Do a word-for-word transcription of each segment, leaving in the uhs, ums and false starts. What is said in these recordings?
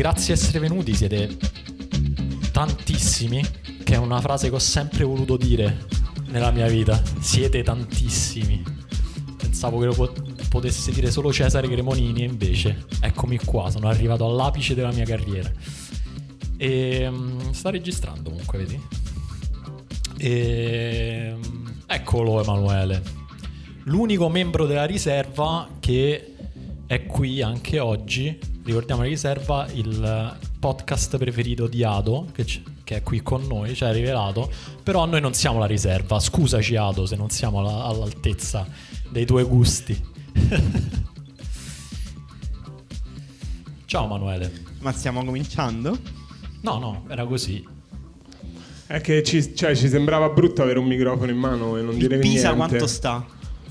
grazie a essere venuti, siete tantissimi, che è una frase che ho sempre voluto dire nella mia vita. Siete tantissimi. Pensavo che lo pot- potesse dire solo Cesare Cremonini, e invece eccomi qua, sono arrivato all'apice della mia carriera. E um, sta registrando comunque, vedi? E um, eccolo Emanuele, l'unico membro della riserva che è qui anche oggi. Ricordiamo la riserva, il podcast preferito di Ado, che, c- che è qui con noi, ci ha rivelato. Però noi non siamo la riserva, scusaci Ado se non siamo alla- all'altezza dei tuoi gusti. Ciao Emanuele. Ma stiamo cominciando? No, no, era così. È che ci, cioè, ci sembrava brutto avere un microfono in mano e non dire niente. Pisa quanto sta?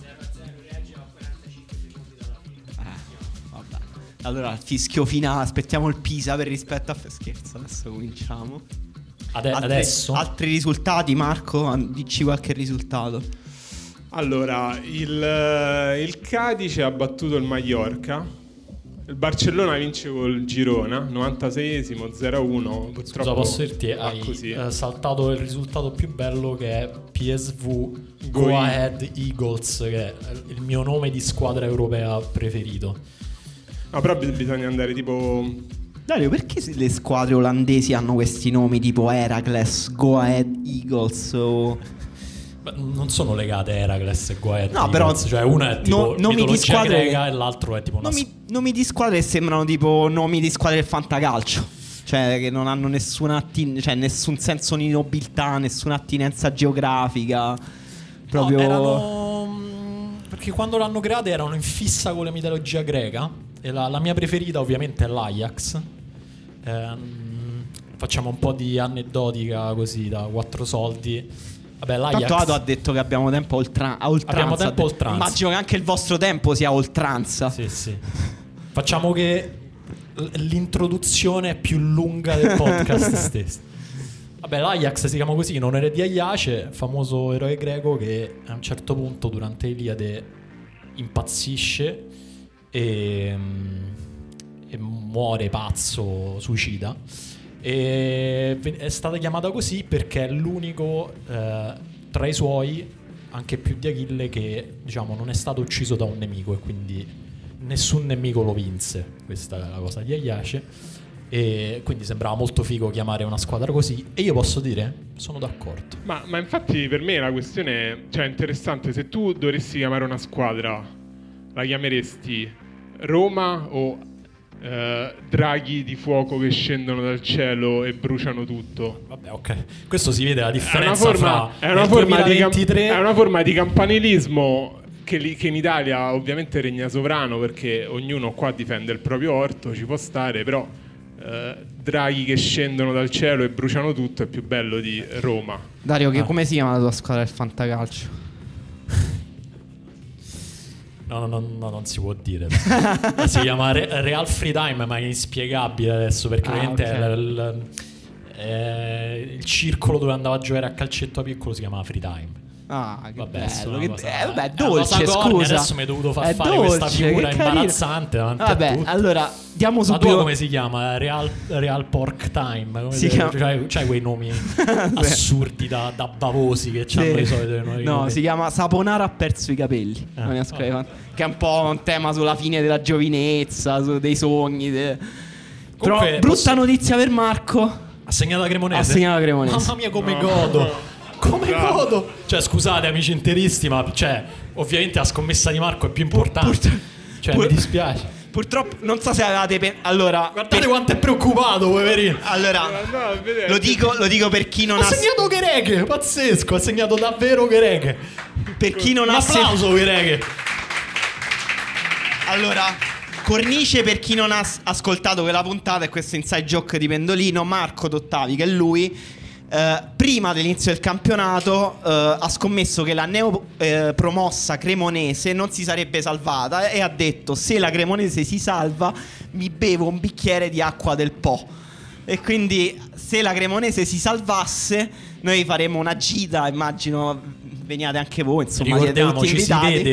Allora, fischio finale, aspettiamo il Pisa per rispetto a... Scherzo, adesso cominciamo. Ade- Altri, adesso? Altri risultati, Marco? Dici qualche risultato. Allora, il, il Cadice ha battuto il Mallorca. Il Barcellona vince col Girona, novantaseiesimo, zero a uno. Purtroppo Scusa, posso dirti, va hai così. eh, saltato il risultato più bello, che è P S V Go, Go Ahead Eagles, che è il mio nome di squadra europea preferito. No, però b- bisogna andare tipo... Dario, perché se le squadre olandesi hanno questi nomi tipo Heracles, Go Ahead Eagles o... Beh, non sono legate Heracles e Go Ahead No, Eagles, però cioè una è tipo no, nomi di mitologia squadre greca e l'altro è tipo una... nomi, nomi di squadre che sembrano tipo nomi di squadre del fantacalcio. Cioè che non hanno nessuna attin- cioè nessun senso di nobiltà, nessuna attinenza geografica. Proprio... No, erano... perché quando l'hanno creata erano in fissa con la mitologia greca. E la, la mia preferita ovviamente è l'Ajax. Ehm, facciamo un po' di aneddotica così da quattro soldi. Vabbè, l'Ajax... Tanto Ado ha detto che abbiamo tempo oltra- a oltranza. Abbiamo tempo a oltranza. Immagino che anche il vostro tempo sia a oltranza. Sì, sì. Facciamo che l'introduzione è più lunga del podcast stesso. Vabbè, l'Ajax si chiama così in onore di Aiace, famoso eroe greco che a un certo punto durante l'Iliade impazzisce e, e muore pazzo, suicida. E è stata chiamata così perché è l'unico eh, tra i suoi, anche più di Achille, che diciamo non è stato ucciso da un nemico, e quindi nessun nemico lo vinse. Questa è la cosa di Aiace, e quindi sembrava molto figo chiamare una squadra così, e io posso dire sono d'accordo. Ma, ma infatti per me la questione è, cioè, interessante. Se tu dovessi chiamare una squadra, la chiameresti Roma o eh, draghi di fuoco che scendono dal cielo e bruciano tutto? Vabbè, ok, questo si vede la È una differenza forma, fra è una nel forma di camp- duemilaventitré è una forma di campanilismo che, li, che in Italia ovviamente regna sovrano, perché ognuno qua difende il proprio orto, ci può stare, però eh, draghi che scendono dal cielo e bruciano tutto è più bello di Roma. Dario, che Ah. come si chiama la tua squadra del fantacalcio? No, no, no, no, non si può dire. Si chiama Re- Real Free Time, ma è inspiegabile adesso, perché Ah, ovviamente ok. il, il, eh, il circolo dove andava a giocare a calcetto a piccolo si chiamava Free Time. Ah, che Vabbè, bello. sono Che... una cosa- eh, vabbè, è una cosa dolce, corny, scusa. adesso mi hai dovuto far È fare questa dolce, figura che carino. imbarazzante davanti Vabbè, a tutti. allora diamo Ma subito. tu come si chiama? Real, Real Pork Time? Come Si te- chiama- C'hai, c'hai quei nomi assurdi da, da bavosi che Sì. hanno i soliti nomi. No, si chiama Saponara ha perso i capelli. Ah, La mia oh. squadra, che è un po' un tema sulla fine della giovinezza, su dei sogni. de- Però Comunque, brutta posso- notizia per Marco. Ha segnato la Cremonese? Ha segnato la Cremonese. Mamma mia, come No. godo! Come No. godo! Cioè, scusate, amici interisti, ma cioè, ovviamente la scommessa di Marco è più importante. pur- cioè, pur- mi dispiace. Purtroppo non so se avevate pe- allora Guardate per- quanto è preoccupato, poverino. allora No, a vedere. lo dico, lo dico per chi non Ha ha segnato Ghereghe, pazzesco, ha segnato davvero Ghereghe. per chi non Un ha se- applauso, Ghereghe. Allora, cornice per chi non ha s- ascoltato quella puntata e questo inside joke di Pendolino. Marco Dottavi, che è lui, eh, prima dell'inizio del campionato eh, ha scommesso che la neopromossa Cremonese non si sarebbe salvata e ha detto: se la Cremonese si salva mi bevo un bicchiere di acqua del Po. E quindi se la Cremonese si salvasse noi faremo una gita, immagino veniate anche voi, insomma siete tutti Ricordiamoci, si invitati. vede tutto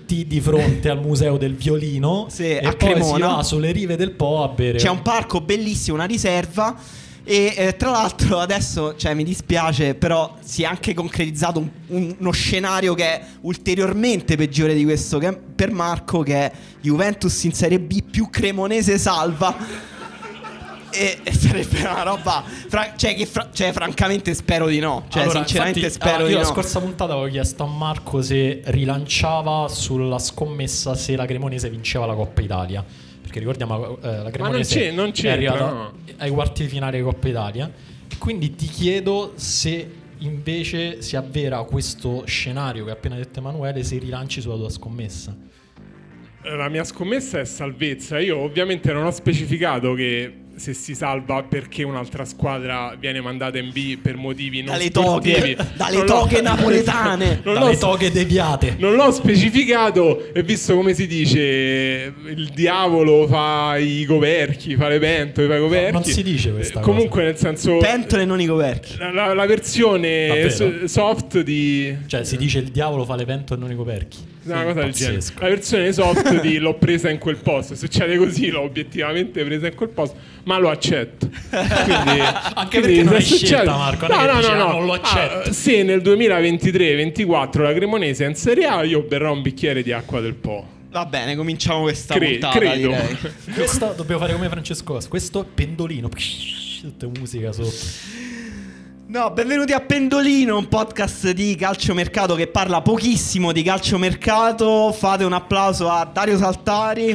dritti di fronte al museo del violino, sì, e a poi Cremona si va sulle rive del Po a bere. C'è un parco bellissimo, una riserva. E eh, tra l'altro adesso, cioè, mi dispiace, però si è anche concretizzato un, un, uno scenario che è ulteriormente peggiore di questo, che è per Marco, che è Juventus in Serie B più Cremonese salva. E, e sarebbe una roba fra, cioè, che fra, cioè francamente spero di no. Cioè allora, sinceramente infatti, spero allora, di io no. la scorsa puntata avevo chiesto a Marco se rilanciava sulla scommessa se la Cremonese vinceva la Coppa Italia, perché ricordiamo eh, la Cremonese non c'è, non è arrivata no. ai quarti di finale di Coppa Italia. Quindi ti chiedo se invece si avvera questo scenario che ha appena detto Emanuele, se rilanci sulla tua scommessa. La mia scommessa è salvezza. Io ovviamente non ho specificato che se si salva perché un'altra squadra viene mandata in B per motivi non dalle sportivi. toghe, dalle toghe napoletane, non dalle l'ho, toghe deviate. Non l'ho specificato, e visto come si dice, il diavolo fa i coperchi, fa le pentole, fa i coperchi. Non si dice questa Comunque, cosa. nel senso, pentole non i coperchi. la, la, la versione Davvero? so- soft di... Cioè si dice il diavolo fa le pentole e non i coperchi. Una cosa del genere. Pazzesco. La versione soft di l'ho presa in quel posto. Succede così, l'ho obiettivamente presa in quel posto, ma lo accetto. Quindi, Anche quindi perché non è se succede- scelta, Marco, No, non è che no, dici, no, "Ah, no. non lo accetto". Ah, se nel duemilaventitré ventiquattro la Cremonese è in Serie A, io berrò un bicchiere di acqua del Po. Va bene, cominciamo questa Cre- puntata, credo. direi. Questo dobbiamo fare come Francesco Costa. Questo è pendolino. Tutta musica sotto. No, benvenuti a Pendolino, un podcast di calciomercato che parla pochissimo di calciomercato. Fate un applauso a Dario Saltari.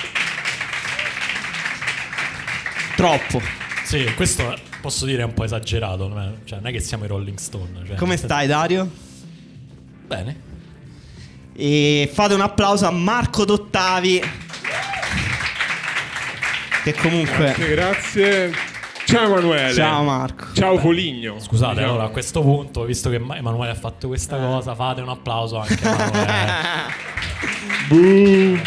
Troppo. Sì, questo è- posso dire è un po' esagerato. Non è, cioè, non è che siamo i Rolling Stone. Cioè, Come stai, Dario? Bene. E fate un applauso a Marco Dottavi, che comunque... Grazie, grazie. Ciao Emanuele. Ciao Marco. Ciao Foligno. Scusate, Diciamo. allora a questo punto, visto che Ma- Emanuele ha fatto questa cosa, fate un applauso anche a Emanuele. Buh.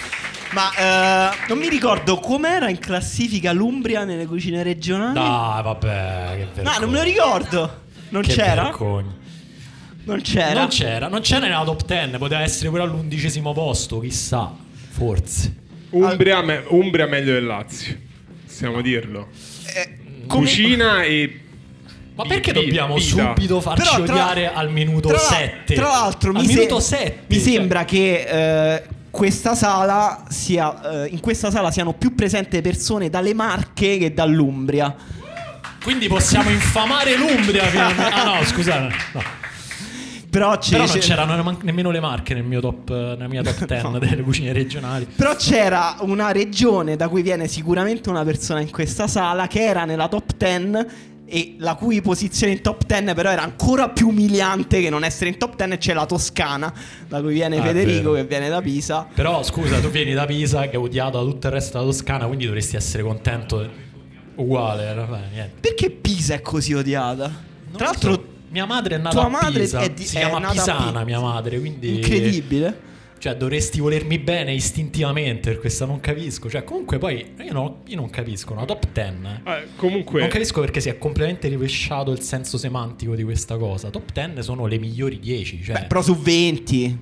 Ma eh, non mi ricordo com'era in classifica l'Umbria nelle cucine regionali. Dai, vabbè, che vergogna. No, non me lo ricordo. Non Che c'era? vergogna. Non c'era? Non c'era, non c'era nella top dieci, poteva essere pure all'undicesimo posto, chissà, forse. Umbria, me- Umbria meglio del Lazio, possiamo dirlo. Eh, come- Cucina e... Ma perché vi- dobbiamo vita. subito farci Però tra- odiare al minuto tra, sette? Tra l'altro al mi, minuto se- sette, mi cioè. sembra che eh, questa sala sia eh, in questa sala siano più presenti persone dalle Marche che dall'Umbria. Quindi possiamo infamare l'Umbria finalmente. Ah no, scusate. No. Però, c'è- Però non c'è- c'erano nemm- nemmeno le Marche nel mio top, nella mia top dieci No. delle cucine regionali. Però c'era una regione da cui viene sicuramente una persona in questa sala che era nella top dieci e la cui posizione in top dieci però era ancora più umiliante che non essere in top dieci. C'è la Toscana, da cui viene Ah, è Federico, vero. che viene da Pisa. Però scusa, tu vieni da Pisa che è odiato da tutto il resto della Toscana, quindi dovresti essere contento. Uguale, vabbè, niente. Perché Pisa è così odiata? Non Tra lo l'altro so. Mia madre è nata tua a madre Pisa. è di- si è chiama nata a Pisana, Pisa. mia madre, quindi Incredibile. Cioè dovresti volermi bene istintivamente, per questo non capisco. Cioè comunque poi io, no, io non capisco una top dieci. Ah, comunque... Non capisco perché si è completamente rovesciato il senso semantico di questa cosa. Top dieci sono le migliori dieci, cioè. Beh, però su venti.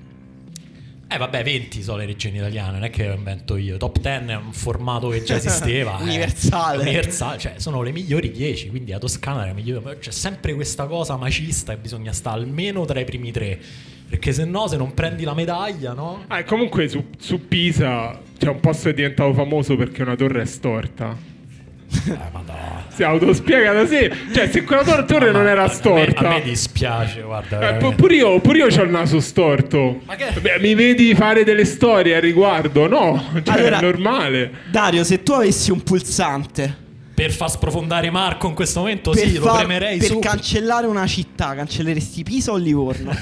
Eh vabbè, venti sono le regioni italiane, non è che lo invento io. Top dieci è un formato che già esisteva. Universale. eh. Universale, cioè sono le migliori dieci, quindi la Toscana è la migliore. C'è sempre questa cosa macista e bisogna stare almeno tra i primi tre. Perché se no, se non prendi la medaglia, no? Ah, comunque su, su Pisa c'è un posto che è diventato famoso perché una torre è storta. Eh, ma no. Si autospiega da sé. Cioè, se quella tor- torre non era A me- storta... A me, dispiace, guarda. Eh, veramente. pu- pure io, pure io c'ho il naso storto. Ma che- Beh, mi vedi fare delle storie al riguardo? No, cioè Allora- è normale. Dario, se tu avessi un pulsante Per far sprofondare Marco in questo momento, per, sì, lo far- premerei per su. cancellare una città, cancelleresti Pisa o Livorno?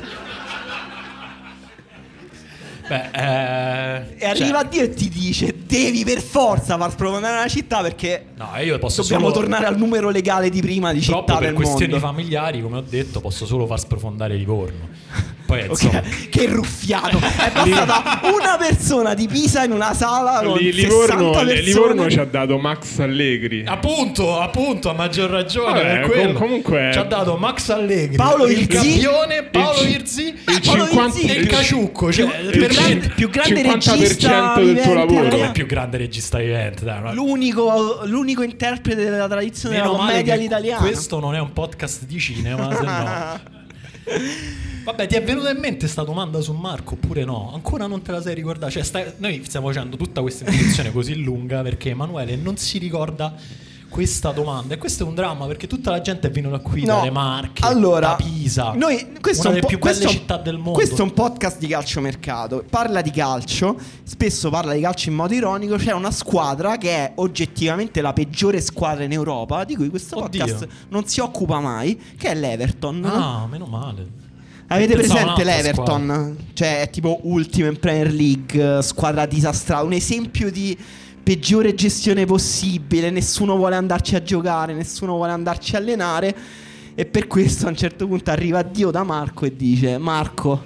Beh, eh, E arriva cioè, a Dio e ti dice devi per forza far sprofondare una città perché no, io posso dobbiamo solo... tornare al numero legale di prima di Purtroppo città per del questioni mondo. familiari, come ho detto, posso solo far sprofondare Livorno. poi insomma, okay. Che ruffiano. È passata una persona di Pisa in una sala con Li- Livorno, sessanta Livorno ci ha dato Max Allegri. appunto, appunto, a maggior ragione. Vabbè, per quello. com- comunque ci ha dato Max Allegri, Paolo il Irzi, campione, Paolo il- Irzi, il Paolo cinquanta Irzi, e il Caciucco. Cioè, il per grande- me più grande cinquanta per cento regista del tuo vivente, lavoro. ragazzi. come più grande regista vivente, dai, ma- L'unico, l'unico interprete della tradizione meno della male commedia che all'italiana. questo non è un podcast di cinema, se no. Vabbè, ti è venuta in mente sta domanda su Marco oppure no? Ancora non te la sei ricordata? Cioè, stai- noi stiamo facendo tutta questa introduzione così lunga perché Emanuele non si ricorda questa domanda, e questo è un dramma perché tutta la gente è venuta qui No, dalle Marche, allora, da Pisa, noi, questo una è un delle po- più questo belle è un- città del mondo. Questo è un podcast di calciomercato. Parla di calcio, spesso parla di calcio in modo ironico. C'è una squadra che è oggettivamente la peggiore squadra in Europa, di cui questo Oddio. podcast non si occupa mai, che è l'Everton. Ah, meno male. Avete Pensavo presente un'altra l'Everton? Cioè, è tipo ultimo in Premier League, squadra disastrata, un esempio di peggiore gestione possibile. Nessuno vuole andarci a giocare, nessuno vuole andarci a allenare. E per questo a un certo punto arriva Dio da Marco e dice: Marco,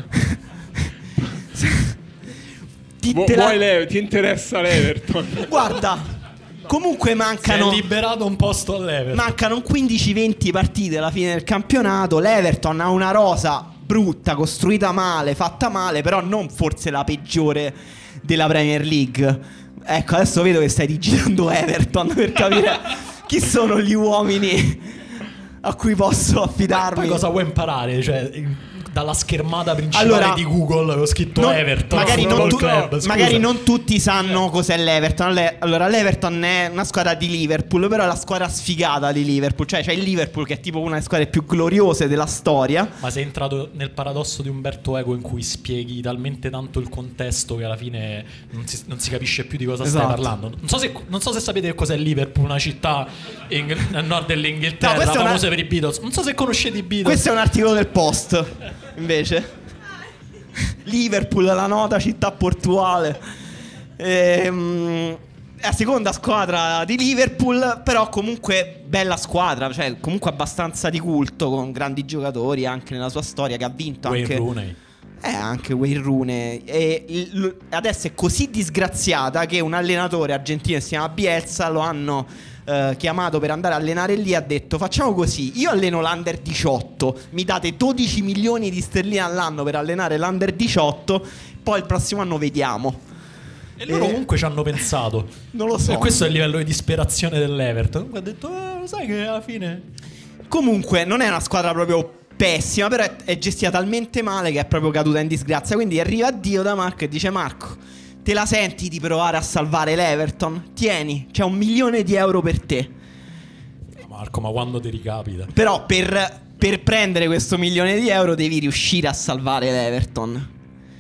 ti, Vu- te la- vuoi l'E- ti interessa l'Everton? guarda, comunque Si è mancano liberato un posto all'Everton. Mancano quindici venti partite alla fine del campionato. L'Everton ha una rosa brutta, costruita male, fatta male, però non forse la peggiore della Premier League. Ecco, adesso vedo che stai digitando Everton per capire chi sono gli uomini a cui posso affidarmi. Poi cosa vuoi imparare? Cioè, in- dalla schermata principale Allora, di Google ho scritto non- Everton magari, non Football tu- Club, scusa. magari non tutti sanno cos'è l'Everton. Le- Allora, l'Everton è una squadra di Liverpool, però è la squadra sfigata di Liverpool. Cioè, c'è il Liverpool che è tipo una delle squadre più gloriose della storia. Ma sei entrato nel paradosso di Umberto Eco in cui spieghi talmente tanto il contesto che alla fine non si, non si capisce più di cosa stai Esatto. parlando. Non so se, non so se sapete cos'è Liverpool, una città in- nel nord dell'Inghilterra, No, questa è una- famosa per i Beatles. Non so se conoscete i Beatles. Questo è un articolo del Post, invece. Liverpool, la nota città portuale. Ehm, è la seconda squadra di Liverpool, però comunque bella squadra, cioè comunque abbastanza di culto, con grandi giocatori anche nella sua storia, che ha vinto Wayne anche Rooney. Eh, anche Wayne Rooney. E il- adesso è così disgraziata che un allenatore argentino che si chiama Bielsa lo hanno eh, chiamato per andare a allenare lì. Ha detto: facciamo così, io alleno l'Under diciotto, mi date dodici milioni di sterline all'anno per allenare l'Under diciotto, poi il prossimo anno vediamo. E loro Eh, comunque ci hanno pensato. Non lo so. E questo è il livello di disperazione dell'Everton. Comunque ha detto, "Ah, lo sai che alla fine Comunque non è una squadra proprio pessima, però è, è gestita talmente male che è proprio caduta in disgrazia. Quindi arriva Dio da Marco e dice: Marco, te la senti di provare a salvare l'Everton? Tieni, c'è un milione di euro per te. Marco, ma quando ti ricapita? Però per, per prendere questo milione di euro devi riuscire a salvare l'Everton.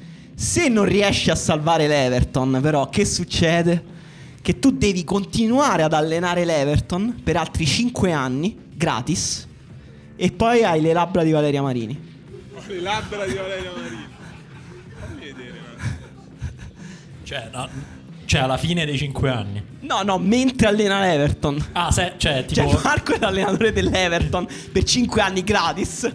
Se non riesci a salvare l'Everton, però, che succede? Che tu devi continuare ad allenare l'Everton per altri cinque anni, gratis, e poi hai le labbra di Valeria Marini. Le labbra di Valeria Marini. Fammi vedere un attimo. Cioè, no, cioè alla fine dei cinque anni. No, no, mentre allena l'Everton. Ah, se, cioè, tipo... Cioè Marco è l'allenatore dell'Everton per cinque anni gratis.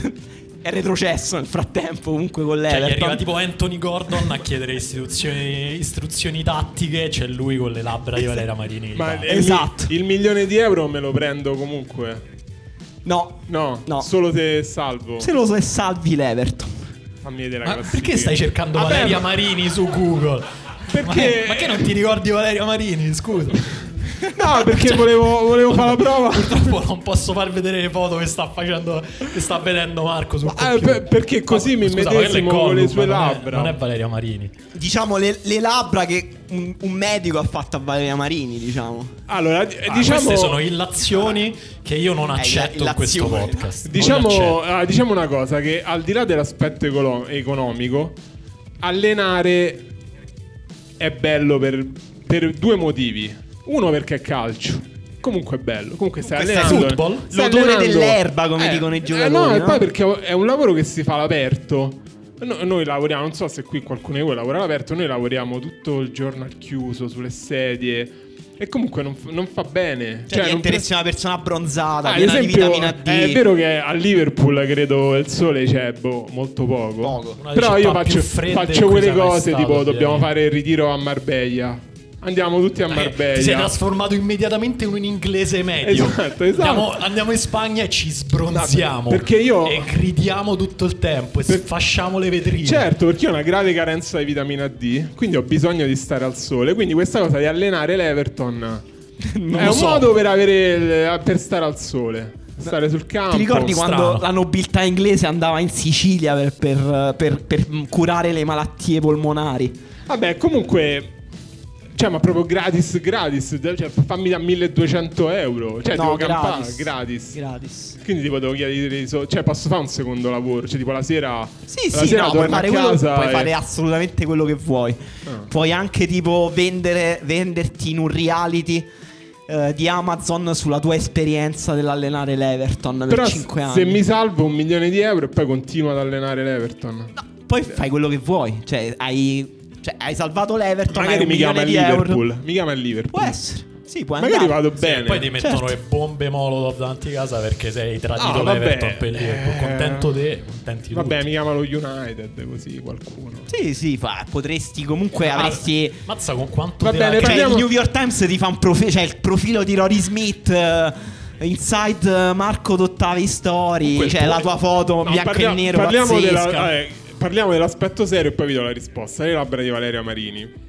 È retrocesso nel frattempo comunque con Cioè, gli l'Everton. arriva tipo Anthony Gordon a chiedere istruzioni, istruzioni tattiche. C'è lui con le labbra di Valeria Marini. Ma Dai. il, Esatto. il milione di euro me lo prendo comunque. No, No, No. solo se salvo. se lo so e salvi l'Everton. Fammi vedere la Ma classifica. perché stai cercando Vabbè, Valeria ma- Marini su Google? Perché- Ma, ma che non ti ricordi Valeria Marini? Scusa. No, perché volevo, volevo fare la prova. Purtroppo non posso far vedere le foto che sta facendo, che sta vedendo Marco sul Eh, computer. per- perché così mi Scusa, quello è medesimo con Gollum, le sue ma non è- labbra. Non è Valeria Marini. Diciamo le, le labbra che un, un medico ha fatto a Valeria Marini, diciamo. Allora, d- Ah, diciamo queste sono illazioni che io non Eh, accetto in questo illazioni. podcast. Non le Diciamo, accetto. ah, diciamo una cosa, che al di là dell'aspetto ecolo- economico, allenare è bello per, per due motivi. Uno, perché è calcio. Comunque è bello. Comunque stai Comunque allenando. stai- football? stai L'odore allenando- dell'erba, come dicono i giocatori, Eh no, e no? poi perché è un lavoro che si fa all'aperto. No- noi lavoriamo, non so se qui qualcuno di voi lavora all'aperto, noi lavoriamo tutto il giorno al chiuso, sulle sedie. e comunque non, non fa bene. Cioè, cioè ti non interessa una persona abbronzata, Ah, piena ad esempio, di vitamina D. è vero che a Liverpool credo il sole c'è boh, molto poco. Poco. Una delle Però io città più faccio, fredde faccio in cui quelle sei mai cose stato, tipo dobbiamo ovviamente. fare il ritiro a Marbella. Andiamo tutti a Eh, Marbella. ti sei trasformato immediatamente in un inglese medio. Esatto, esatto. Andiamo, andiamo in Spagna e ci sbronziamo. Perché io- E gridiamo tutto il tempo e Per- sfasciamo le vetrine. Certo, perché io ho una grave carenza di vitamina D, quindi ho bisogno di stare al sole. Quindi questa cosa di allenare l'Everton Non è lo un so. modo per avere il- per stare al sole, stare sul campo. Ti ricordi strano. quando la nobiltà inglese andava in Sicilia per, per- per- per curare le malattie polmonari? Vabbè, comunque, cioè, ma proprio gratis, gratis. Cioè, fammi da milleduecento euro. Cioè, No, devo campare gratis. gratis. Gratis. Quindi tipo devo chiedere i soldi. Cioè, posso fare un secondo lavoro. Cioè, tipo la sera. Sì, la sì, sera no, puoi torno fare, a quello, casa. puoi e- fare assolutamente quello che vuoi. Ah. Puoi anche tipo vendere, venderti in un reality eh, di Amazon sulla tua esperienza dell'allenare l'Everton per Però cinque anni. se mi salvo un milione di euro e poi continuo ad allenare l'Everton. No, poi fai quello che vuoi. Cioè, hai, cioè, hai salvato l'Everton, hai Magari un mi chiama milione il di Liverpool. euro. Mi chiama il Liverpool. Può essere. Sì, puoi Magari andare. vado Sì, bene. poi ti mettono certo. le bombe molotov davanti a casa perché sei tradito Ah, vabbè. l'Everton per Liverpool. Eh. Contento te, contenti Vabbè, tutti. mi chiama lo United, così qualcuno. Sì, sì, fa, potresti comunque Ah, avresti. Mazza con quanto Va te bene, la- Cioè, parliamo- il New York Times ti fa un profilo, cioè il profilo di Rory Smith, eh, Inside eh, Marco Dottavi Story, Comunque, cioè poi- la tua foto No, bianco parlia- e nero parliamo, pazzesca. della, vabbè, parliamo dell'aspetto serio e poi vi do la risposta. Le labbra di Valeria Marini.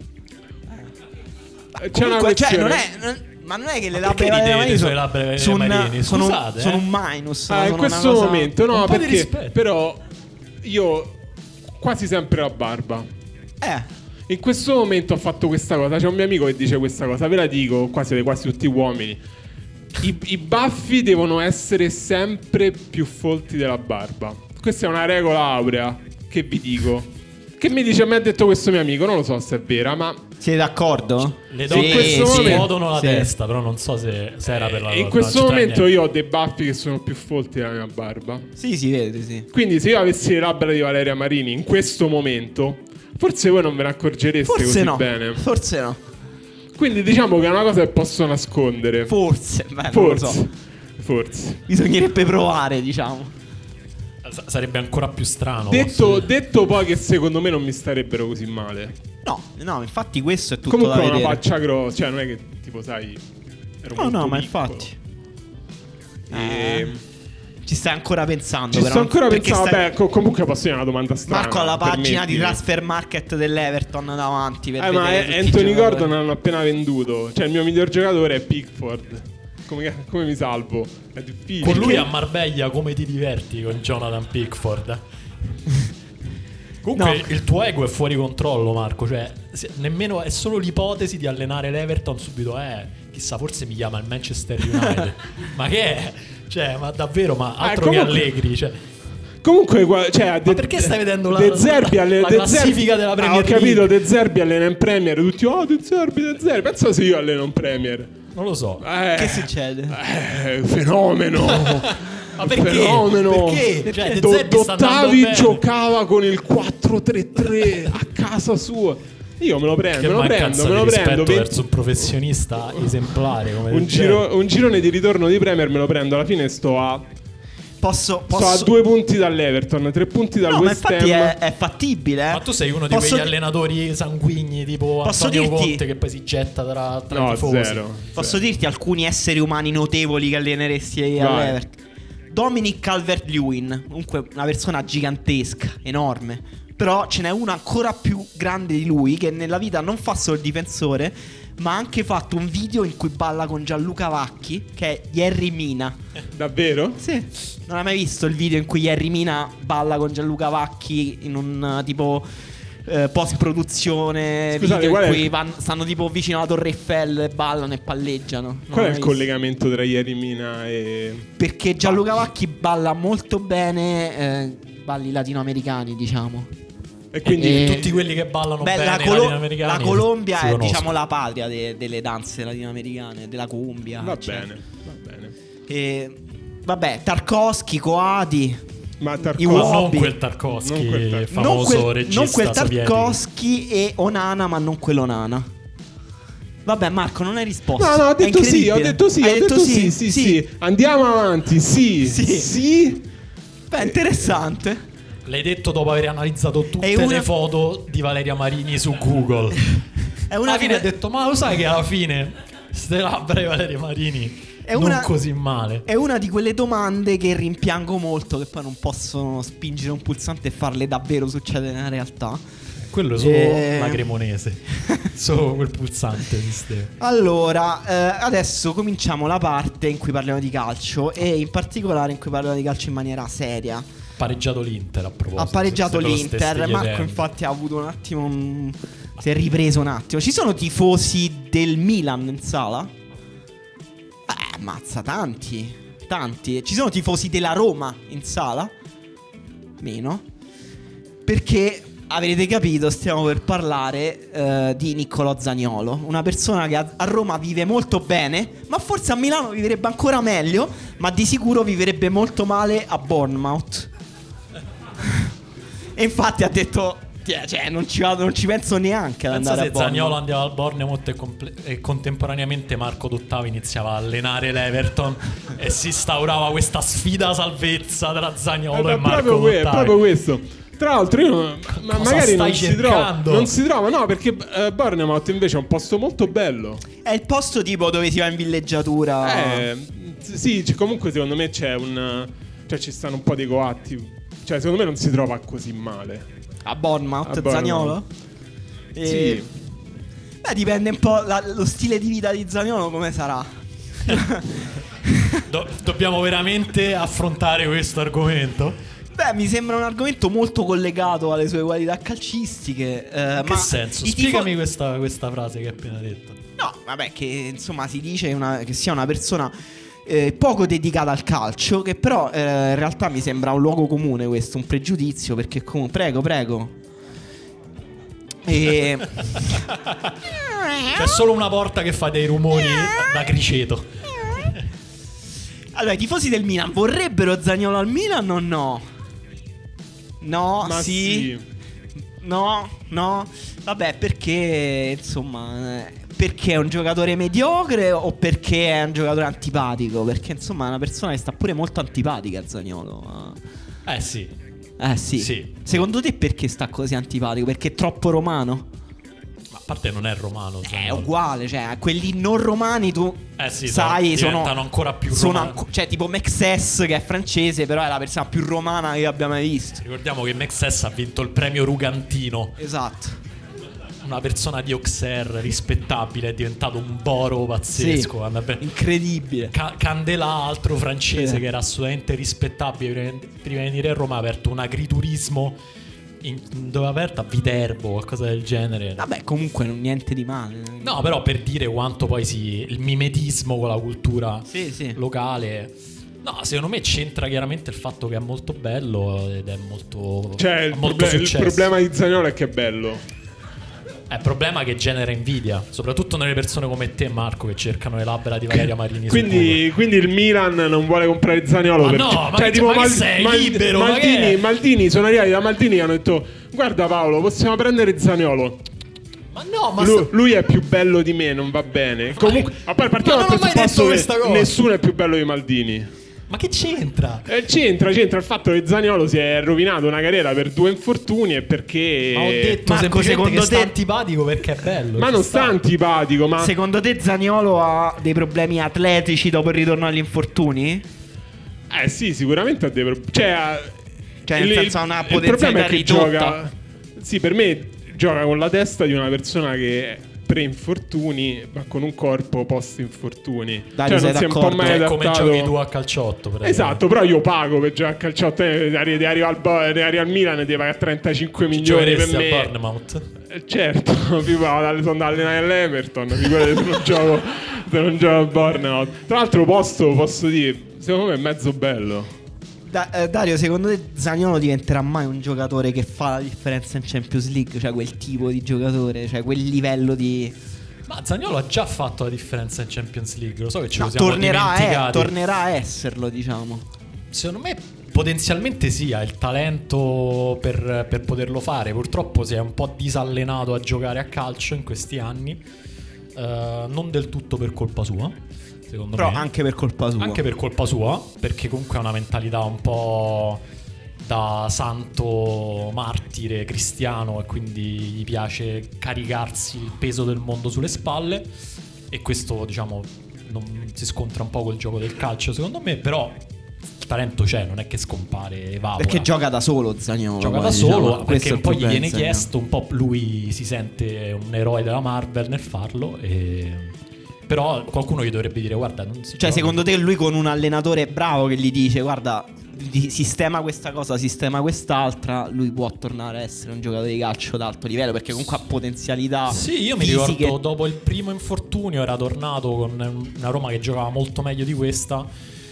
Eh, C'è una Comunque, cioè, questione. non è, non- ma non è che le Ma labbra perché di Valeria ridete Marini sulle sono, labbra di sono, Valeria un- Marini? sono, Scusate, sono eh. un minus. Ah, sono in una questo cosa- momento no, un po' di perché rispetto. però io quasi sempre la barba. Eh, In questo momento ho fatto questa cosa. C'è un mio amico che dice questa cosa. Ve la dico, qua siete quasi tutti uomini. I, i baffi devono essere sempre più folti della barba. Questa è una regola aurea che vi dico. Che mi dice, mi ha detto questo mio amico. Non lo so se è vera, ma siete d'accordo? Le Sì, in donne questo si momento- scuotono la sì. testa, però non so se, se era per la in no, questo non c'entra momento niente. io ho dei baffi che sono più folti della mia barba. Sì, si vede, sì. Quindi se io avessi le labbra di Valeria Marini in questo momento, forse voi non ve ne accorgereste Forse così no. bene. Forse no. Quindi diciamo che è una cosa che posso nascondere. Forse, beh, non lo Forse. so. Forse. Bisognerebbe provare, diciamo. S- Sarebbe ancora più strano. Detto, forse. detto poi che secondo me non mi starebbero così male. No, no, infatti questo è tutto Comunque da ho una vedere. faccia grossa, cioè non è che tipo sai ero No, molto no, ma piccolo. infatti. E... Eh, ci stai ancora pensando, Ci però. sto ancora Perché pensando, stai- vabbè, co- comunque posso dire una domanda strana. Marco ha la pagina di permettimi. transfer market dell'Everton davanti per Eh, ma vedere eh, tutti i Anthony giocatori. Gordon hanno appena venduto. Cioè il mio miglior giocatore è Pickford. Come, come mi salvo? È difficile. Con lui a Marbella come ti diverti con Jonathan Pickford? Comunque No. il tuo ego è fuori controllo, Marco. Cioè, se- nemmeno è solo l'ipotesi di allenare l'Everton subito. Eh, chissà, forse mi chiama il Manchester United. Ma che è? Cioè, ma davvero, ma altro Eh, comunque- che Allegri. Cioè, Comunque, qua- cioè, De, perché stai vedendo la- De Zerbi la- alle- la De classifica della Premier Ah, ho capito, League? De Zerbi allena in Premier. Tutti, oh, De Zerbi, De Zerbi. Pensa se io alleno in Premier. non lo so. Eh, Che succede? Eh, fenomeno. Ma perché? Fenomeno. Perché? Cioè, De Do- Zerbi sta andando Dottavi bene. giocava con il quattro tre tre a casa sua. Io me lo prendo, Che me lo prendo, mancanza me di lo rispetto prendo. venti verso un professionista esemplare come un, De Zerbi. giro- un girone di ritorno di Premier me lo prendo. Alla fine sto a, Posso, sto posso... a due punti dall'Everton, tre punti dal No, ma West Ham. infatti è, è fattibile. eh. Ma tu sei uno di Posso quegli di- allenatori sanguigni tipo Posso Antonio dirti- Conte che poi si getta tra, tra i No, tifosi. zero. Posso dirti alcuni esseri umani notevoli che alleneresti all'Everton? Dominic Calvert-Lewin, comunque una persona gigantesca, enorme. Però ce n'è uno ancora più grande di lui che nella vita non fa solo il difensore, ma ha anche fatto un video in cui balla con Gianluca Vacchi, che è Yerry Mina. Davvero? Sì. Non hai mai visto il video in cui Yerry Mina balla con Gianluca Vacchi in un uh, tipo eh, post-produzione Scusate, video qual in è cui il- van- stanno tipo vicino alla Torre Eiffel e ballano e palleggiano? Non Qual è hai il visto? collegamento tra Ieri Mina e... Perché Gianluca Vacchi balla molto bene eh, balli latinoamericani, diciamo. E quindi... Eh, Tutti quelli che ballano Beh, bene la, i Colo- latinoamericani la Colombia si è conoscono. diciamo la patria de- delle danze latinoamericane, della cumbia. Va eccetera. bene, va bene. E, vabbè, Tarkovsky, Coati. Ma I Tarkovsky... Ma non Hobby. quel Tarkovsky, Non quel Tarkovsky. famoso non quel, regista non quel sovietico. Tarkovsky e Onana, ma non quello Nana. Vabbè, Marco, non hai risposto. No, no, ho È detto sì, ho incredibile. detto sì, Hai ho detto sì, sì, sì. Andiamo avanti, sì, Sì. sì. Beh, interessante. L'hai detto dopo aver analizzato tutte È una- le foto di Valeria Marini su Google. È una Alla fine di- ha detto, ma lo sai che alla fine ste labbra di Valeria Marini È non una- così male. È una di quelle domande che rimpiango molto, che poi non possono spingere un pulsante e farle davvero succedere nella realtà. Quello è solo Eh. la Cremonese. Solo quel pulsante esisteva. Allora, eh, adesso cominciamo la parte in cui parliamo di calcio e in particolare in cui parliamo di calcio in maniera seria. Pareggiato l'Inter a proposito. Ha pareggiato se te lo l'Inter, stessi Marco chiedendo. infatti ha avuto un attimo un... si è ripreso un attimo. Ci sono tifosi del Milan in sala? Eh, ammazza, tanti, tanti. Ci sono tifosi della Roma in sala? Meno. Perché, avrete capito, stiamo per parlare eh, di Niccolò Zaniolo, una persona che a, a Roma vive molto bene, ma forse a Milano vivrebbe ancora meglio, ma di sicuro vivrebbe molto male a Bournemouth. E infatti ha detto, "Tiè, cioè, non ci vado, non ci penso neanche ad Pensa andare se a Bournemouth." Zaniolo andava al Bournemouth e, comple- e contemporaneamente Marco Dottavi iniziava a allenare l'Everton e si instaurava questa sfida salvezza tra Zaniolo Eh, e Marco proprio, que- Dottavi. proprio questo. Tra l'altro io ma Cosa magari stai non si, trova, cercando? non si trova, no, perché eh, Bournemouth invece è un posto molto bello. È il posto tipo dove si va in villeggiatura. Eh, sì, c- comunque secondo me c'è un cioè ci stanno un po' dei coatti. Cioè secondo me non si trova così male. A Bournemouth, A Bournemouth. Zaniolo? E... Sì. Beh, dipende un po' la- lo stile di vita di Zaniolo come sarà. Do- dobbiamo veramente affrontare questo argomento? Beh, mi sembra un argomento molto collegato alle sue qualità calcistiche. eh, In che ma senso? i tifo- Spiegami questa, questa frase che hai appena detto. No, vabbè, che insomma si dice una- che sia una persona eh, poco dedicata al calcio, che però eh, in realtà mi sembra un luogo comune questo, un pregiudizio, perché comunque... Prego, prego. E... C'è solo una porta che fa dei rumori da criceto. Allora, i tifosi del Milan vorrebbero Zaniolo al Milan o no? No, Ma sì. sì. No, no. Vabbè, perché insomma, eh, perché è un giocatore mediocre o perché è un giocatore antipatico? Perché insomma è una persona che sta pure molto antipatica, Zaniolo. Eh sì. Eh sì. Sì. Secondo te perché sta così antipatico? Perché è troppo romano? Ma a parte non è romano. È Zaniolo. uguale, cioè quelli non romani tu Eh sì, sai, sono diventano ancora più sono romani. anco- cioè tipo Mexes che è francese, però è la persona più romana che abbia mai visto. Ricordiamo che Mexes ha vinto il premio Rugantino. Esatto. Una persona di Auxerre rispettabile, è diventato un boro pazzesco. Sì, quando è ben- incredibile. Ca- Candelà, altro francese Sì. che era assolutamente rispettabile prima, prima di venire a Roma, ha aperto un agriturismo in- dove ha aperto a Viterbo, qualcosa del genere. Vabbè, comunque non niente di male. No, però per dire quanto poi si il mimetismo con la cultura Sì, sì. locale. No, secondo me c'entra chiaramente il fatto che è molto bello ed è molto, Cioè ha il, molto proble- il successo. problema di Zaniolo è che è bello. È il problema che genera invidia, soprattutto nelle persone come te, Marco, che cercano le labbra di Valeria Marini. su Google. Quindi, quindi il Milan non vuole comprare Zaniolo Ma per... no, ma cioè, che- ma che sei libero, ma Maldini, che è? Maldini sono arrivati da Maldini e hanno detto: guarda Paolo, possiamo prendere Zaniolo. Ma no, ma Lui, sta- lui è più bello di me, non va bene. Comunque, ma poi partiamo ma dal non ho mai presupposto detto che questa cosa. nessuno è più bello di Maldini. ma che c'entra? Eh, c'entra, c'entra il fatto che Zaniolo si è rovinato una carriera per due infortuni e perché... Ma ho detto Marco, semplicemente secondo che sta te- antipatico perché è bello. Ma ci non sta antipatico, ma... Secondo te Zaniolo ha dei problemi atletici dopo il ritorno agli infortuni? Eh sì, sicuramente ha dei problemi. Cioè, ha- Cioè, nel il- senso, ha una il problema potenzialità è che ridotta. gioca... Sì, per me gioca con la testa di una persona che pre-infortuni ma con un corpo post-infortuni. Dario, Cioè sei non si è un po' d'accordo? mai Cioè, come adattato... giochi tu a calciotto, per Esatto, però io pago per giocare a calciotto. Eh, arri- arrivo al, Bo- arrivo al Milan e devi pagare trentacinque milioni per giocheresti a me. Bournemouth. Eh, certo, più vado sono da allenare all'Everton. Figurati se non gioco, se non gioco a Bournemouth. Tra l'altro, posto, posso dire, secondo me è mezzo bello. Da- eh, Dario, secondo te Zaniolo diventerà mai un giocatore che fa la differenza in Champions League? Cioè quel tipo di giocatore, cioè quel livello di... Ma Zaniolo ha già fatto la differenza in Champions League. Lo so che ce No, lo siamo tornerà, eh, dimenticati. tornerà a esserlo, diciamo. Secondo me potenzialmente sì, ha il talento per, per poterlo fare. Purtroppo si è un po' disallenato a giocare a calcio in questi anni. uh, non del tutto per colpa sua, secondo Però me. anche per colpa sua. Anche per colpa sua, perché comunque ha una mentalità un po' da santo martire cristiano e quindi gli piace caricarsi il peso del mondo sulle spalle, e questo, diciamo, non si scontra un po' col gioco del calcio, secondo me. Però il talento c'è, non è che scompare e evapora. Perché gioca da solo Zaniolo. Gioca poi, da solo, diciamo, perché un po' gli viene Zaniolo. chiesto, un po' lui si sente un eroe della Marvel nel farlo, e... però qualcuno gli dovrebbe dire guarda, non si Cioè gioca. secondo te lui con un allenatore bravo che gli dice guarda, di- sistema questa cosa, sistema quest'altra, lui può tornare a essere un giocatore di calcio d'alto livello, perché comunque ha potenzialità. Sì, io mi fisiche. ricordo dopo il primo infortunio era tornato con una Roma che giocava molto meglio di questa,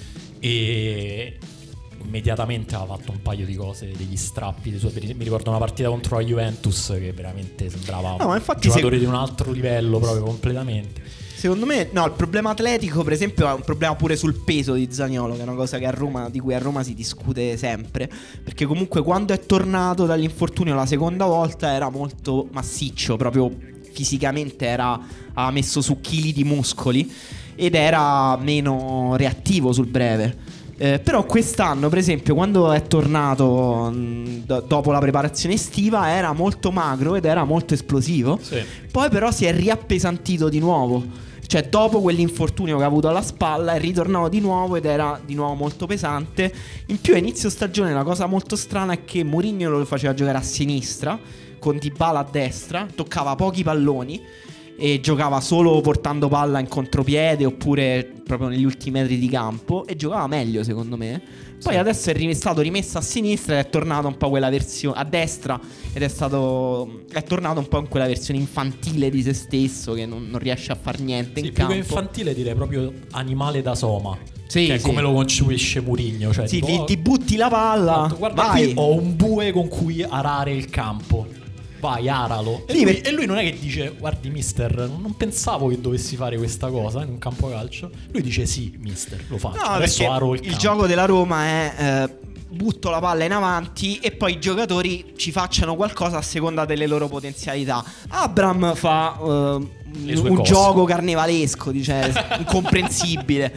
e immediatamente aveva fatto un paio di cose, degli strappi dei suoi. Mi ricordo una partita contro la Juventus che veramente sembrava No, ma un infatti giocatore se- di un altro livello proprio completamente. Secondo me, no, il problema atletico, per esempio, è un problema pure sul peso di Zaniolo, che è una cosa che a Roma, di cui a Roma si discute sempre. Perché comunque quando è tornato dall'infortunio la seconda volta era molto massiccio, proprio fisicamente era, ha messo su chili di muscoli ed era meno reattivo sul breve. Eh, però quest'anno, per esempio, quando è tornato mh, do- dopo la preparazione estiva, era molto magro ed era molto esplosivo. Sì. Poi però si è riappesantito di nuovo. Cioè dopo quell'infortunio che ha avuto alla spalla è ritornato di nuovo ed era di nuovo molto pesante. In più a inizio stagione la cosa molto strana è che Mourinho lo faceva giocare a sinistra, con Dybala a destra, toccava pochi palloni e giocava solo portando palla in contropiede oppure proprio negli ultimi metri di campo, e giocava meglio secondo me. Poi Sì. adesso è ri- stato rimesso a sinistra ed è tornato un po' quella versione a destra, ed è stato è tornato un po' in quella versione infantile di se stesso che non, non riesce a far niente Sì, in più campo. che infantile direi proprio animale da soma. Sì, che è sì. come lo concepisce Mourinho, cioè Sì, tipo, gli- oh, ti butti la palla, esatto, guarda vai. qui ho un bue con cui arare il campo, vai, aralo. E, Sì, lui, per- e lui non è che dice guardi mister, non pensavo che dovessi fare questa cosa in un campo calcio. Lui dice sì mister, lo faccio, No, adesso perché aro il, il campo. gioco della Roma è eh, butto la palla in avanti e poi i giocatori ci facciano qualcosa a seconda delle loro potenzialità. Abram fa eh, Le sue un cose. gioco carnevalesco, dice, incomprensibile.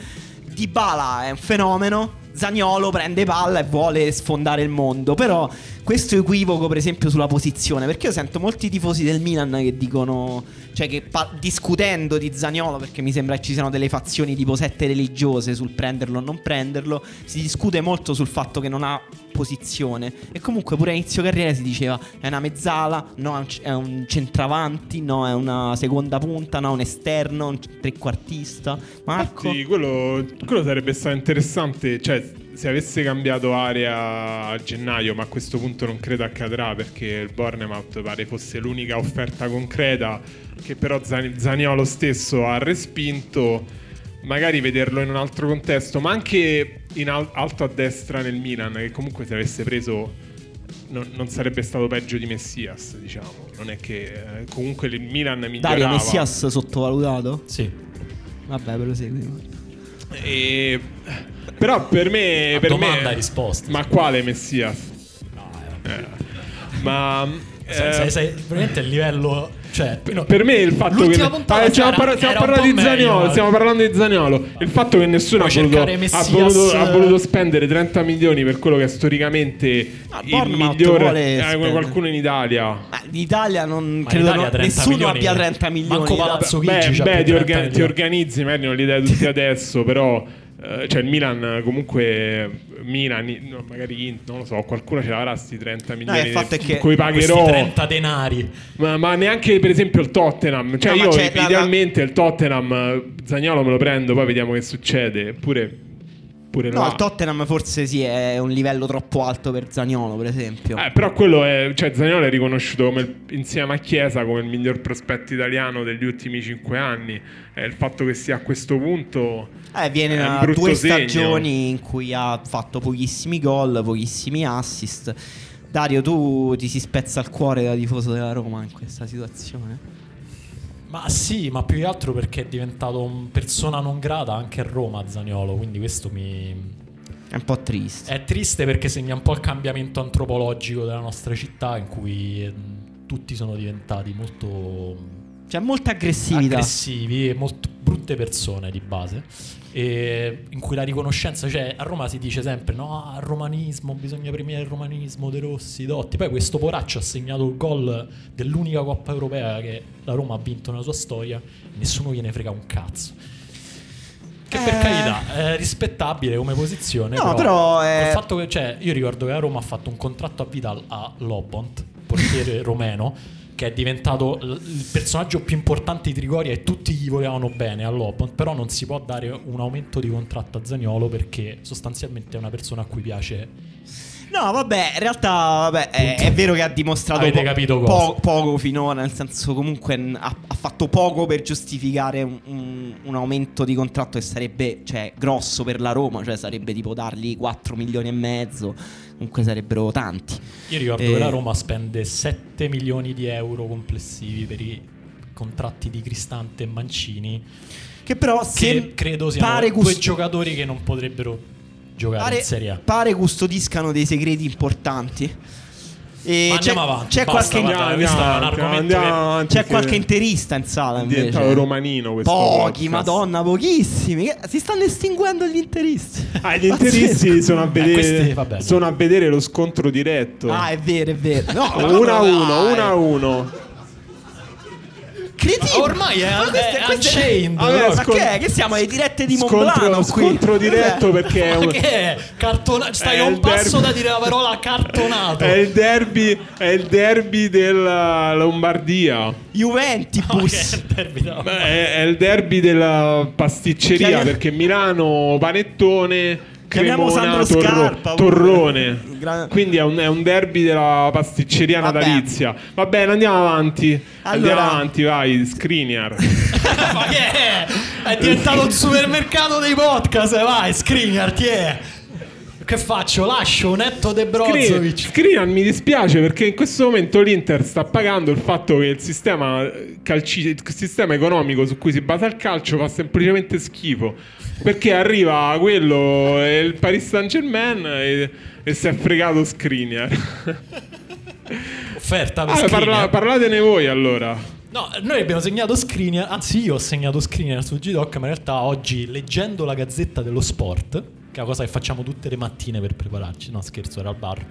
Dybala è un fenomeno. Zaniolo prende palla e vuole sfondare il mondo. Però questo equivoco, per esempio, sulla posizione, perché io sento molti tifosi del Milan che dicono, cioè che pa- discutendo di Zaniolo, perché mi sembra che ci siano delle fazioni tipo sette religiose sul prenderlo o non prenderlo, si discute molto sul fatto che non ha posizione. E comunque pure a inizio carriera si diceva è una mezzala, no, è un, c- è un centravanti, no, è una seconda punta, no, è un esterno, un trequartista. Marco? Infatti, quello, quello sarebbe stato interessante. Cioè, se avesse cambiato area a gennaio, ma a questo punto non credo accadrà perché il Bournemouth pare fosse l'unica offerta concreta, che però Zan- Zaniolo stesso ha respinto. Magari vederlo in un altro contesto, ma anche in al- alto a destra nel Milan, che comunque se avesse preso non, non sarebbe stato peggio di Messias, diciamo. Non è che eh, comunque il Milan migliorava. Dario Messias sottovalutato? Sì. Vabbè, ve lo segui. E... Però per me, A per domanda me e risposta. Ma quale Messias? No, eh, Eh, ma sei, eh, sei, sei veramente a livello, cioè, no, per me il fatto l'ultima che puntata Ah, stiamo, era- parla- stiamo era un parlando po' di Zaniolo, meglio, stiamo parlando di Zaniolo. Il fatto che nessuno ha Puoi voluto, cercare ha, Messias- voluto, ha voluto spendere trenta milioni per quello che è storicamente Ah, il Bournemouth migliore vuole eh, spendere. qualcuno in Italia. Ma in Italia non Ma credo in Italia no- trenta nessuno milioni, abbia trenta milioni. manco da- Palazzo Beh, Chigi c'ha beh, più ti, di orga- trenta ti organizzi, magari non li dai tutti adesso, però eh, cioè il Milan comunque Milan, no, magari in- non lo so, qualcuno ce l'avrà sti trenta milioni il fatto è che cui questi pagherò. trenta denari. Ma, ma neanche per esempio il Tottenham. Cioè No, ma io c'è la- idealmente il Tottenham eh, Zaniolo me lo prendo, poi vediamo che succede. Pure, pure No, là. il Tottenham forse sì, è un livello troppo alto per Zaniolo, per esempio. Eh, però quello è, cioè Zaniolo è riconosciuto come il- insieme a Chiesa come il miglior prospetto italiano degli ultimi cinque anni. E il fatto che sia a questo punto Eh, viene è un da brutto due segno. stagioni in cui ha fatto pochissimi gol, pochissimi assist. Dario, tu ti si spezza il cuore da tifoso della Roma in questa situazione? Ma sì, ma più che altro perché è diventato un persona non grata anche a Roma, Zaniolo, quindi questo mi... È un po' triste. È triste perché segna un po' il cambiamento antropologico della nostra città, in cui eh, tutti sono diventati molto C'è molta aggressività. Aggressivi, molto brutte persone di base. E in cui la riconoscenza, cioè a Roma si dice sempre no, il romanismo, bisogna premiare il romanismo, De Rossi, Dotti. Poi questo poraccio ha segnato il gol dell'unica Coppa Europea che la Roma ha vinto nella sua storia, nessuno gliene frega un cazzo. Che per Eh. carità è rispettabile come posizione. No, però, però è- col fatto che, cioè, io ricordo che la Roma ha fatto un contratto a vita a Lobont, portiere romeno, che è diventato l- il personaggio più importante di Trigoria e tutti gli volevano bene a Lobont, però non si può dare un aumento di contratto a Zaniolo perché sostanzialmente è una persona a cui piace. No, vabbè, in realtà vabbè, è, è vero che ha dimostrato Avete capito po- cosa? poco finora, nel senso comunque n- ha, ha fatto poco per giustificare un, un- un aumento di contratto che sarebbe, cioè, grosso per la Roma, cioè sarebbe tipo dargli quattro milioni e mezzo, comunque sarebbero tanti. Io ricordo Eh. che la Roma spende sette milioni di euro complessivi per i contratti di Cristante e Mancini, Che però che se credo siano pare due cust- giocatori che non potrebbero giocare pare, in Serie A. pare custodiscano dei segreti importanti. E Ma c'è, andiamo avanti, c'è basta, qualche guarda, Andiamo questo è un avanti, argomento andiamo che- avanti, c'è che qualche interista in sala è invece. diventato romanino questo Pochi, podcast. madonna, pochissimi. Che- Si stanno estinguendo gli interisti. Ah, gli interisti sono a vedere, questi, va bene. sono a vedere lo scontro diretto. Ah, è vero, è vero. No, ma uno a dai. uno, uno a uno. Cretino. Ormai è, Ma queste- è queste- unchained. Vabbè, però. Ma scon- che è? Che siamo alle dirette di Scontro, Monblano qui? scontro diretto Cos'è? perché è Ma un, che è? Cartona- Stai È a un il passo derby. da dire la parola cartonato. è il derby, è il derby della Lombardia. Juventibus. Ok, derby, no. Beh, È, è il derby della pasticceria Chiami- perché Milano panettone, Chiamiamo Cremona Sandro torro- Scarpa, torrone. Gra- Quindi è un, è un derby della pasticceria Vabbè. natalizia. Va bene, andiamo avanti. Andiamo Allora- avanti, vai, Skriniar. Ma che è? È diventato il supermercato dei podcast. Vai, Skriniar, ti è. Che faccio? Lascio Netto De Brozovic. Skriniar mi dispiace perché in questo momento l'Inter sta pagando il fatto che il sistema calci- il sistema economico su cui si basa il calcio fa semplicemente schifo. Perché arriva quello e il Paris Saint-Germain e, e si è fregato Skriniar. Offerta per Ah, Skriniar. parla- parlatene voi allora. No, noi abbiamo segnato Skriniar. Anzi, io ho segnato Skriniar su G-Doc. Ma in realtà oggi, leggendo la Gazzetta dello Sport, che è una cosa che facciamo tutte le mattine per prepararci, no scherzo, era al bar,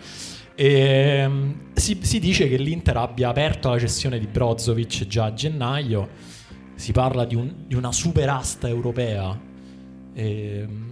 ehm, si, si dice che l'Inter abbia aperto la cessione di Brozovic già a gennaio. Si parla di, un- di una super asta europea. Ehm,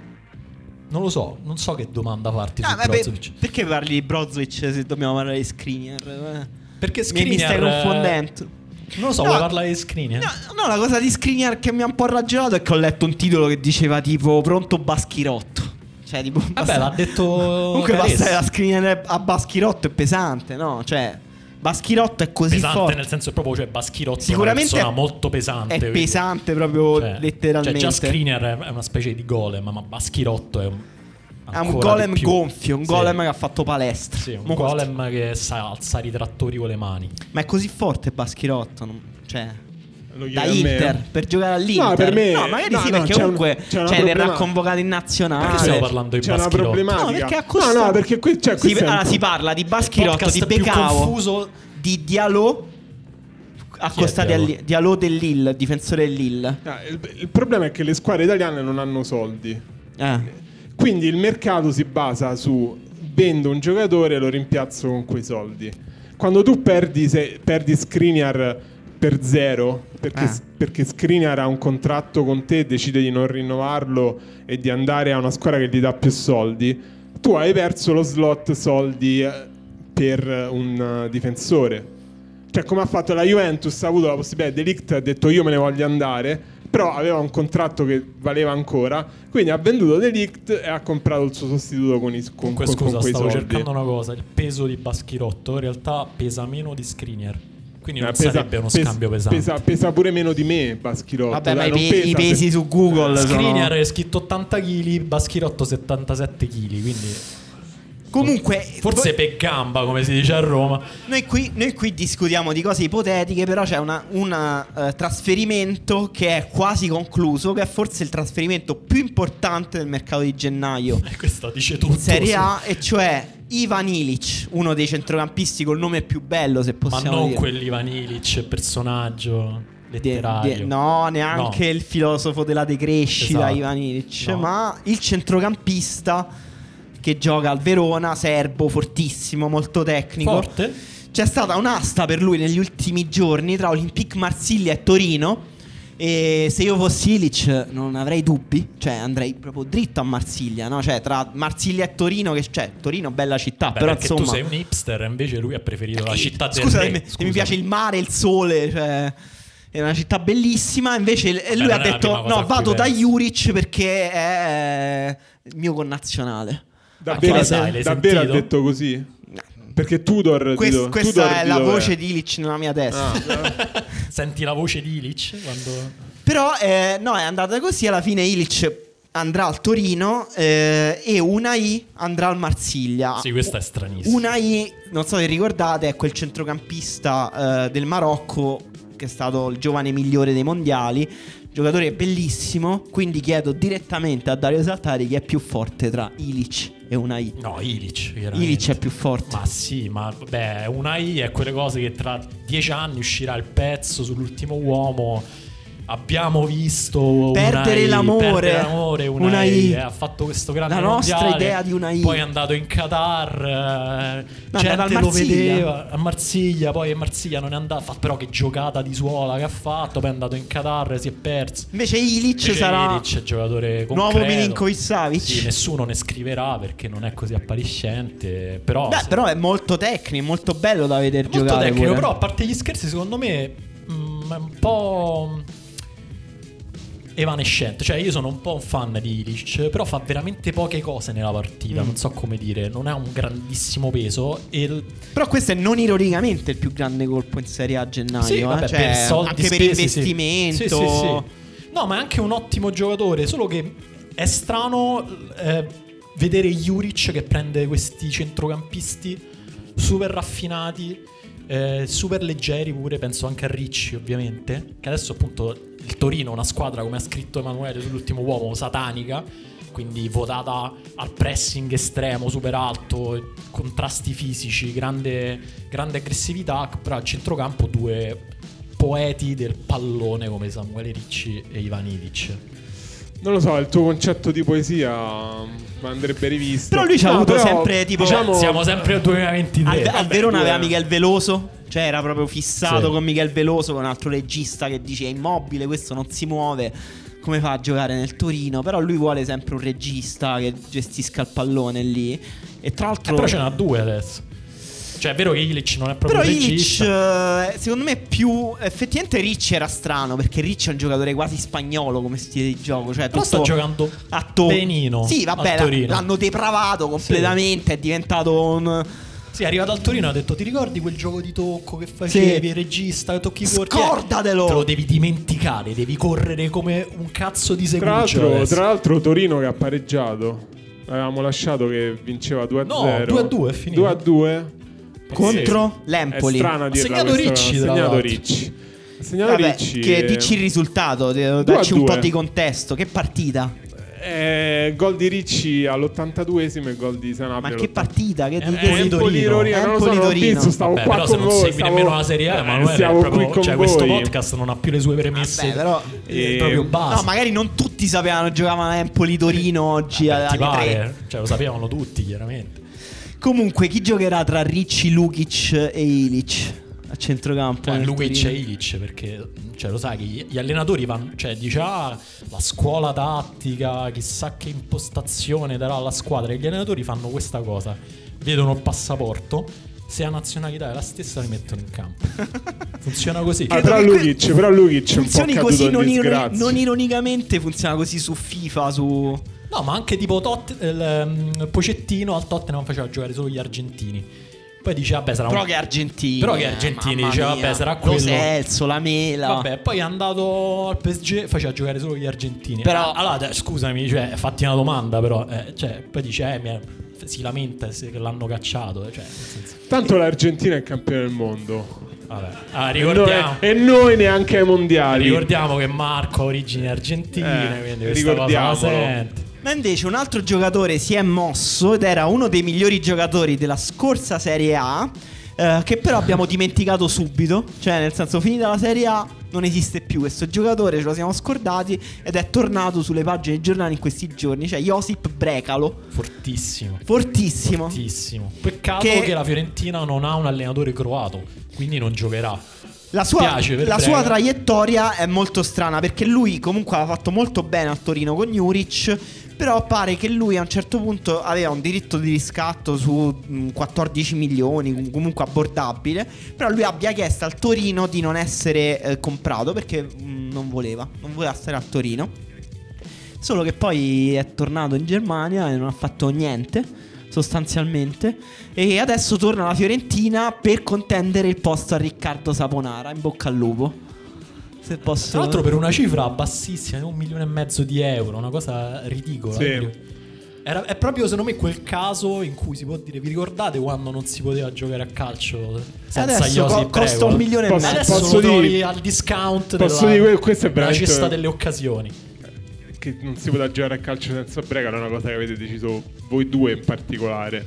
non lo so, non so che domanda farti Ah, su vabbè, Brozovic. perché parli di Brozovic se dobbiamo parlare di Skriniar? Eh, Perché Mi, mi stai Skriniar, confondendo. non lo so, No. vuoi parlare di Skriniar? No, no, la cosa di Skriniar che mi ha un po' ragionato è che ho letto un titolo che diceva tipo pronto Baschirotto. Cioè tipo Vabbè, l'ha detto Comunque Caressa. passare la Skriniar a Baschirotto è pesante, no? Cioè Baschirotto è così pesante forte. nel senso che proprio, cioè, Baschirotto Sicuramente è una persona è- molto pesante, È quindi- pesante proprio cioè, letteralmente. cioè già Skriniar è- è una specie di golem, ma Baschirotto è un È un ancora golem di più. gonfio, un Sì. golem che ha fatto palestra. Sì, un Mo- golem che sa alzare i trattori con le mani. Ma è così forte Baschirotto, non- cioè Lo da chiedi a me? Inter per giocare all'Inter. No, per me- No, magari no, sì, no, perché c'è comunque un- c'è una cioè, verrà problema- convocato in Perché nazionale. stiamo parlando di C'è una Baschirotto? problematica. No, perché a no, costa- no, perché qui, cioè, Si, questo è un- allora, si parla di Baschirotto, podcast di più Becao, confuso. di Diallo accostati Diallo? al Diallo del Lille, difensore del Lille. Ah, il, il problema è che le squadre italiane non hanno soldi. Eh. Quindi il mercato si basa su vendo un giocatore e lo rimpiazzo con quei soldi. Quando tu perdi, se, perdi Skriniar per zero, perché, Ah. perché Skriniar ha un contratto con te, decide di non rinnovarlo e di andare a una squadra che gli dà più soldi, tu hai perso lo slot soldi eh, per un uh, difensore. Cioè, come ha fatto la Juventus, ha avuto la possibilità, De Ligt ha detto io me ne voglio andare, però aveva un contratto che valeva ancora, quindi ha venduto De Ligt e ha comprato il suo sostituto con, i, con, Comunque con- scusa, con quei stavo soldi. cercando una cosa. Il peso di Baschirotto in realtà pesa meno di Skriniar, quindi Eh, non pesa- sarebbe uno pes- scambio pesante. Pesa, pesa pure meno di me Baschirotto. Vabbè, ma dai, i, non pe- pesa i se- pesi su Google Skriniar sono... è scritto ottanta chili, Baschirotto settantasette chili, quindi Comunque forse per gamba, come si dice a Roma. Noi qui, noi qui discutiamo di cose ipotetiche, però c'è un uh, trasferimento che è quasi concluso, che è forse il trasferimento più importante del mercato di gennaio E questo dice tutto. in Serie su- A, e cioè Ivan Ilić, uno dei centrocampisti col nome più bello, se Ma possiamo non dire. quell'Ivan Ilić, personaggio De- letterario. de- no, neanche No. il filosofo della decrescita, Esatto. Ivan Ilić, No. ma il centrocampista che gioca al Verona, serbo, fortissimo, molto tecnico. Forte? C'è stata un'asta per lui negli ultimi giorni tra Olympique Marsiglia e Torino. E se io fossi Ilić non avrei dubbi, cioè andrei proprio dritto a Marsiglia, no? Cioè tra Marsiglia e Torino, che cioè Torino bella città, Beh, però perché insomma tu sei un hipster, invece lui ha preferito la città del Scusa, re. mi, Scusa. mi piace il mare, il sole, cioè è una città bellissima. Invece lui non ha è la detto prima cosa no, a cui vado da penso." Juric perché è il mio connazionale. Davvero, Ma che ne sai, l'hai davvero ha sentito? detto così? Perché Tudor, Quest- Tudor- questa Tudor è di la dov'è? voce di Ilić nella mia testa. Ah. Senti la voce di Ilić quando... Però eh, no, è andata così. Alla fine Ilić andrà al Torino eh, e Unai andrà al Marsiglia. Sì, questa è stranissima. Unai, non so se ricordate, è quel centrocampista eh, del Marocco che è stato il giovane migliore dei mondiali, giocatore bellissimo. Quindi chiedo direttamente a Dario Saltari chi è più forte tra Ilić e Unai. No, Ilić. chiaramente. Ilić è più forte. Ma sì, ma beh, Unai è quelle cose che tra dieci anni uscirà il pezzo sull'ultimo uomo. Abbiamo visto Perdere Unai, l'amore. perdere l'amore. Unai, Unai. eh, ha fatto questo grande La nostra mondiale, idea di Unai. Poi è andato in Qatar, eh, No, è gente andato al lo Marsiglia. vedeva a Marsiglia. Poi a Marsiglia non è andato, fa- però che giocata di suola che ha fatto. Poi è andato in Qatar, si è perso. Invece Ilić Invece sarà Ilić è giocatore nuovo concreto. Milinkovic-Savic. Sì, nessuno ne scriverà perché non è così appariscente. Però, Beh, se- però è molto tecnico, molto bello da vedere molto giocare. tecnico. pure. Però, a parte gli scherzi, secondo me mm, è un po' evanescente. Cioè, io sono un po' un fan di Ilić, però fa veramente poche cose nella partita. Mm. Non so come dire, non ha un grandissimo peso. E il- Però questo è non ironicamente il più grande colpo in Serie A a gennaio. Sì, eh. vabbè, Cioè, per soldi anche per spesi, sì. investimento. Sì, sì, sì. No, ma è anche un ottimo giocatore. Solo che è strano eh, vedere Juric che prende questi centrocampisti super raffinati, eh, super leggeri pure. Penso anche a Ricci, ovviamente. Che adesso appunto il Torino, una squadra, come ha scritto Emanuele sull'ultimo uomo, satanica, quindi votata al pressing estremo, super alto, contrasti fisici, grande, grande aggressività. Però al centrocampo due poeti del pallone come Samuele Ricci e Ivan Ilić. Non lo so, il tuo concetto di poesia andrebbe rivisto. Però lui ci ha No, avuto però, sempre tipo diciamo, Siamo sempre al duemilaventitré. al, al vabbè, Verona due- aveva Michel Veloso. Cioè era proprio fissato Sì. con Michel Veloso, con un altro regista che dice è immobile, questo non si muove. Come fa a giocare nel Torino? Però lui vuole sempre un regista che gestisca il pallone lì. E tra l'altro Eh, però ce n'ha due adesso. Cioè è vero che Ilić non è proprio Però un regista. Ilić, eh, secondo me, più effettivamente Ricci era strano perché Ricci è un giocatore quasi spagnolo come stile di gioco. Cioè, Però sta tutto giocando a to- benino Sì, vabbè, al la- Torino. l'hanno depravato completamente. È diventato un. Sì, è arrivato al Torino e ha detto: ti ricordi quel gioco di tocco che facevi, Sì. regista, che tocchi i portieri? Scordatelo! Te lo devi dimenticare, devi correre come un cazzo di Tra seguccio l'altro, adesso. tra l'altro Torino che ha pareggiato. Avevamo lasciato che vinceva due a zero. No, due a due è finito. due a due Contro È l'Empoli. strana dirla segnato questa Ricci, cosa. tra Ha segnato l'altro. Ricci. Ha segnato Vabbè, Ricci. che e- dici il risultato, de- due a dacci un due. po' di contesto. Che partita? Eh, gol di Ricci all'ottantaduesimo e gol di Sanabria. Ma che partita? Che Eh, di eh, che- Empoli Torino. Torino, non lo so, Empoli non ho Torino. visto, stavo Vabbè, qua però con se non voi, segui stavo- nemmeno la Serie A, Eh, Emanuele, è siamo proprio, qui con cioè, voi. questo podcast non ha più le sue premesse. Vabbè, però- eh, Eh, proprio base. No, magari non tutti sapevano giocavano a Empoli-Torino oggi Vabbè, ti alle tre. pare? Cioè, lo sapevano tutti, chiaramente. Comunque, chi giocherà tra Ricci, Lukic e Ilić a centrocampo? Cioè, nel Lukic Torino? e Ilić, perché cioè, lo sai che gli- gli allenatori vanno, cioè dice ah, la scuola tattica, chissà che impostazione darà alla squadra, e gli allenatori fanno questa cosa, vedono il passaporto, se la nazionalità è la stessa li mettono in campo. Funziona così. Ah, Credo però che Lukic, que- però Lukic è un po' funzioni caduto così in non, iro- disgrazia. non ironicamente funziona così su FIFA, su No, ma anche tipo Tot- il, um, Pochettino al Tottenham faceva giocare solo gli argentini. Poi dice vabbè sarà però un... che argentini. Però che eh, argentini, mamma diceva, mia. vabbè, sarà Lo quello. Celso, la Mela. Vabbè, poi è andato al P S G, faceva giocare solo gli argentini. Però- Ah, allora, dai, scusami, cioè, fatti una domanda, però. Eh, cioè, poi dice, eh, mi è- si lamenta se che l'hanno cacciato. eh, Cioè, nel senso, Tanto l'Argentina è campione del mondo. vabbè. Ah, E ricordiamo, noi, e noi neanche ai mondiali. ricordiamo che Marco ha origini argentine, Eh, quindi questa cosa la ricordiamolo. sente. Ma invece un altro giocatore si è mosso ed era uno dei migliori giocatori della scorsa Serie A, eh, che però abbiamo dimenticato subito. Cioè, nel senso, finita la Serie A non esiste più questo giocatore, ce lo siamo scordati ed è tornato sulle pagine dei giornali in questi giorni. Cioè Josip Brekalo. Fortissimo. Fortissimo. Fortissimo. Peccato che... che la Fiorentina non ha un allenatore croato, quindi non giocherà. La sua, la sua traiettoria è molto strana, perché lui comunque aveva fatto molto bene al Torino con Juric, però pare che lui a un certo punto aveva un diritto di riscatto su quattordici milioni, comunque abbordabile, però lui abbia chiesto al Torino di non essere eh, comprato perché mh, non voleva, non voleva stare al Torino. Solo che poi è tornato in Germania e non ha fatto niente sostanzialmente, e adesso torna alla Fiorentina per contendere il posto a Riccardo Saponara. In bocca al lupo. Se posso... Tra l'altro per una cifra bassissima, un milione e mezzo di euro, una cosa ridicola. Sì. Era, è proprio secondo me quel caso in cui si può dire: vi ricordate quando non si poteva giocare a calcio senza adesso Josip co- costa un milione e Posso- mezzo. Adesso posso lo trovi dire- al discount posso della, dire, questo è della veramente- cesta delle occasioni. Che non si poteva giocare a calcio senza Brekalo è una cosa che avete deciso voi due in particolare.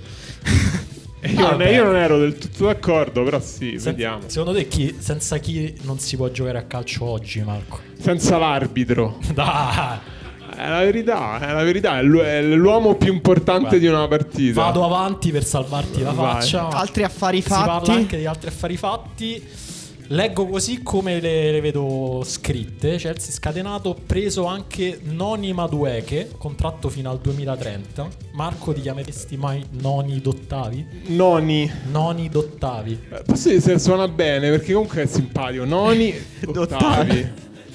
E io, Ah, non, vabbè. io non ero del tutto d'accordo, però sì, Sen- vediamo. Secondo te chi, senza chi non si può giocare a calcio oggi, Marco? Senza l'arbitro. Dai, È la verità, è la verità, è l'u- è l'uomo più importante Guarda, di una partita. vado avanti per salvarti la Vai. faccia. Altri affari Si fatti. parla anche di altri affari fatti. Leggo così come le, le vedo scritte. Chelsea scatenato, preso anche Noni Madueke, contratto fino al duemilatrenta. Marco, ti chiameresti mai Noni Dottavi? Noni. Noni Dottavi. Eh, Posso dire se suona bene perché comunque è simpatico. Noni Dottavi.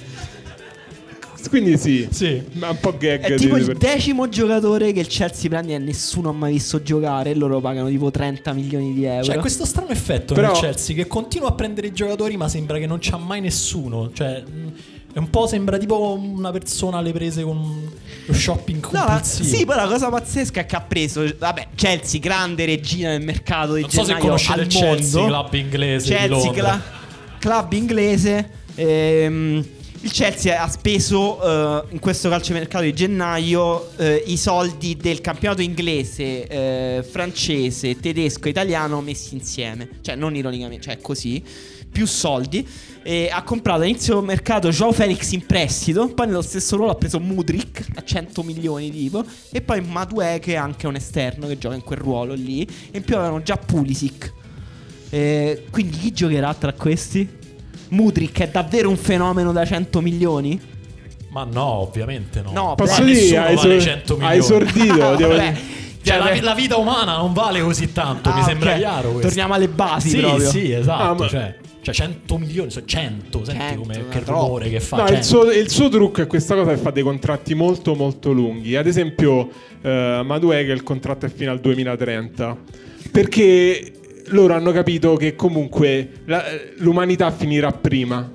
Quindi sì, Sì. ma un po' gag. È tipo di- il per- decimo giocatore che il Chelsea prende e nessuno ha mai visto giocare, e loro pagano tipo trenta milioni di euro. C'è questo strano effetto Però- nel Chelsea che continua a prendere i giocatori, ma sembra che non c'ha mai nessuno. Cioè, mh, è un po' sembra tipo una persona alle prese con lo shopping No, ma- compulsivo. sì, poi la cosa pazzesca è che ha preso, vabbè, Chelsea, grande regina del mercato di Non so se gennaio conoscete al il Chelsea, mondo. club inglese di Chelsea, Londra. cla- club inglese. Ehm, il Chelsea ha speso eh, in questo calciomercato di gennaio eh, i soldi del campionato inglese, eh, francese, tedesco e italiano messi insieme. Cioè, non ironicamente, cioè così. Più soldi. E ha comprato all'inizio mercato Joao Felix in prestito. Poi nello stesso ruolo ha preso Mudryk a cento milioni tipo. E poi Madueke, anche un esterno che gioca in quel ruolo lì. E in più avevano già Pulisic. Eh, quindi chi giocherà tra questi? Mudryk è davvero un fenomeno da cento milioni? Ma no, ovviamente no. No, Posso beh, dire, nessuno hai, vale so- cento hai milioni. esordito. devo Vabbè, dire. Cioè, cioè, la, la vita umana non vale così tanto, mi ah, sembra ok. chiaro questo. Torniamo alle basi Sì, proprio. sì, esatto. Ah, ma- cioè, cioè cento milioni, sono cento. Senti cento, come, ma che troppo. rumore che fa. No, il cento. suo, il suo trucco è questa cosa che fa dei contratti molto molto lunghi. Ad esempio eh, Madueke il contratto è fino al duemilatrenta. Perché loro hanno capito che comunque la- l'umanità finirà prima.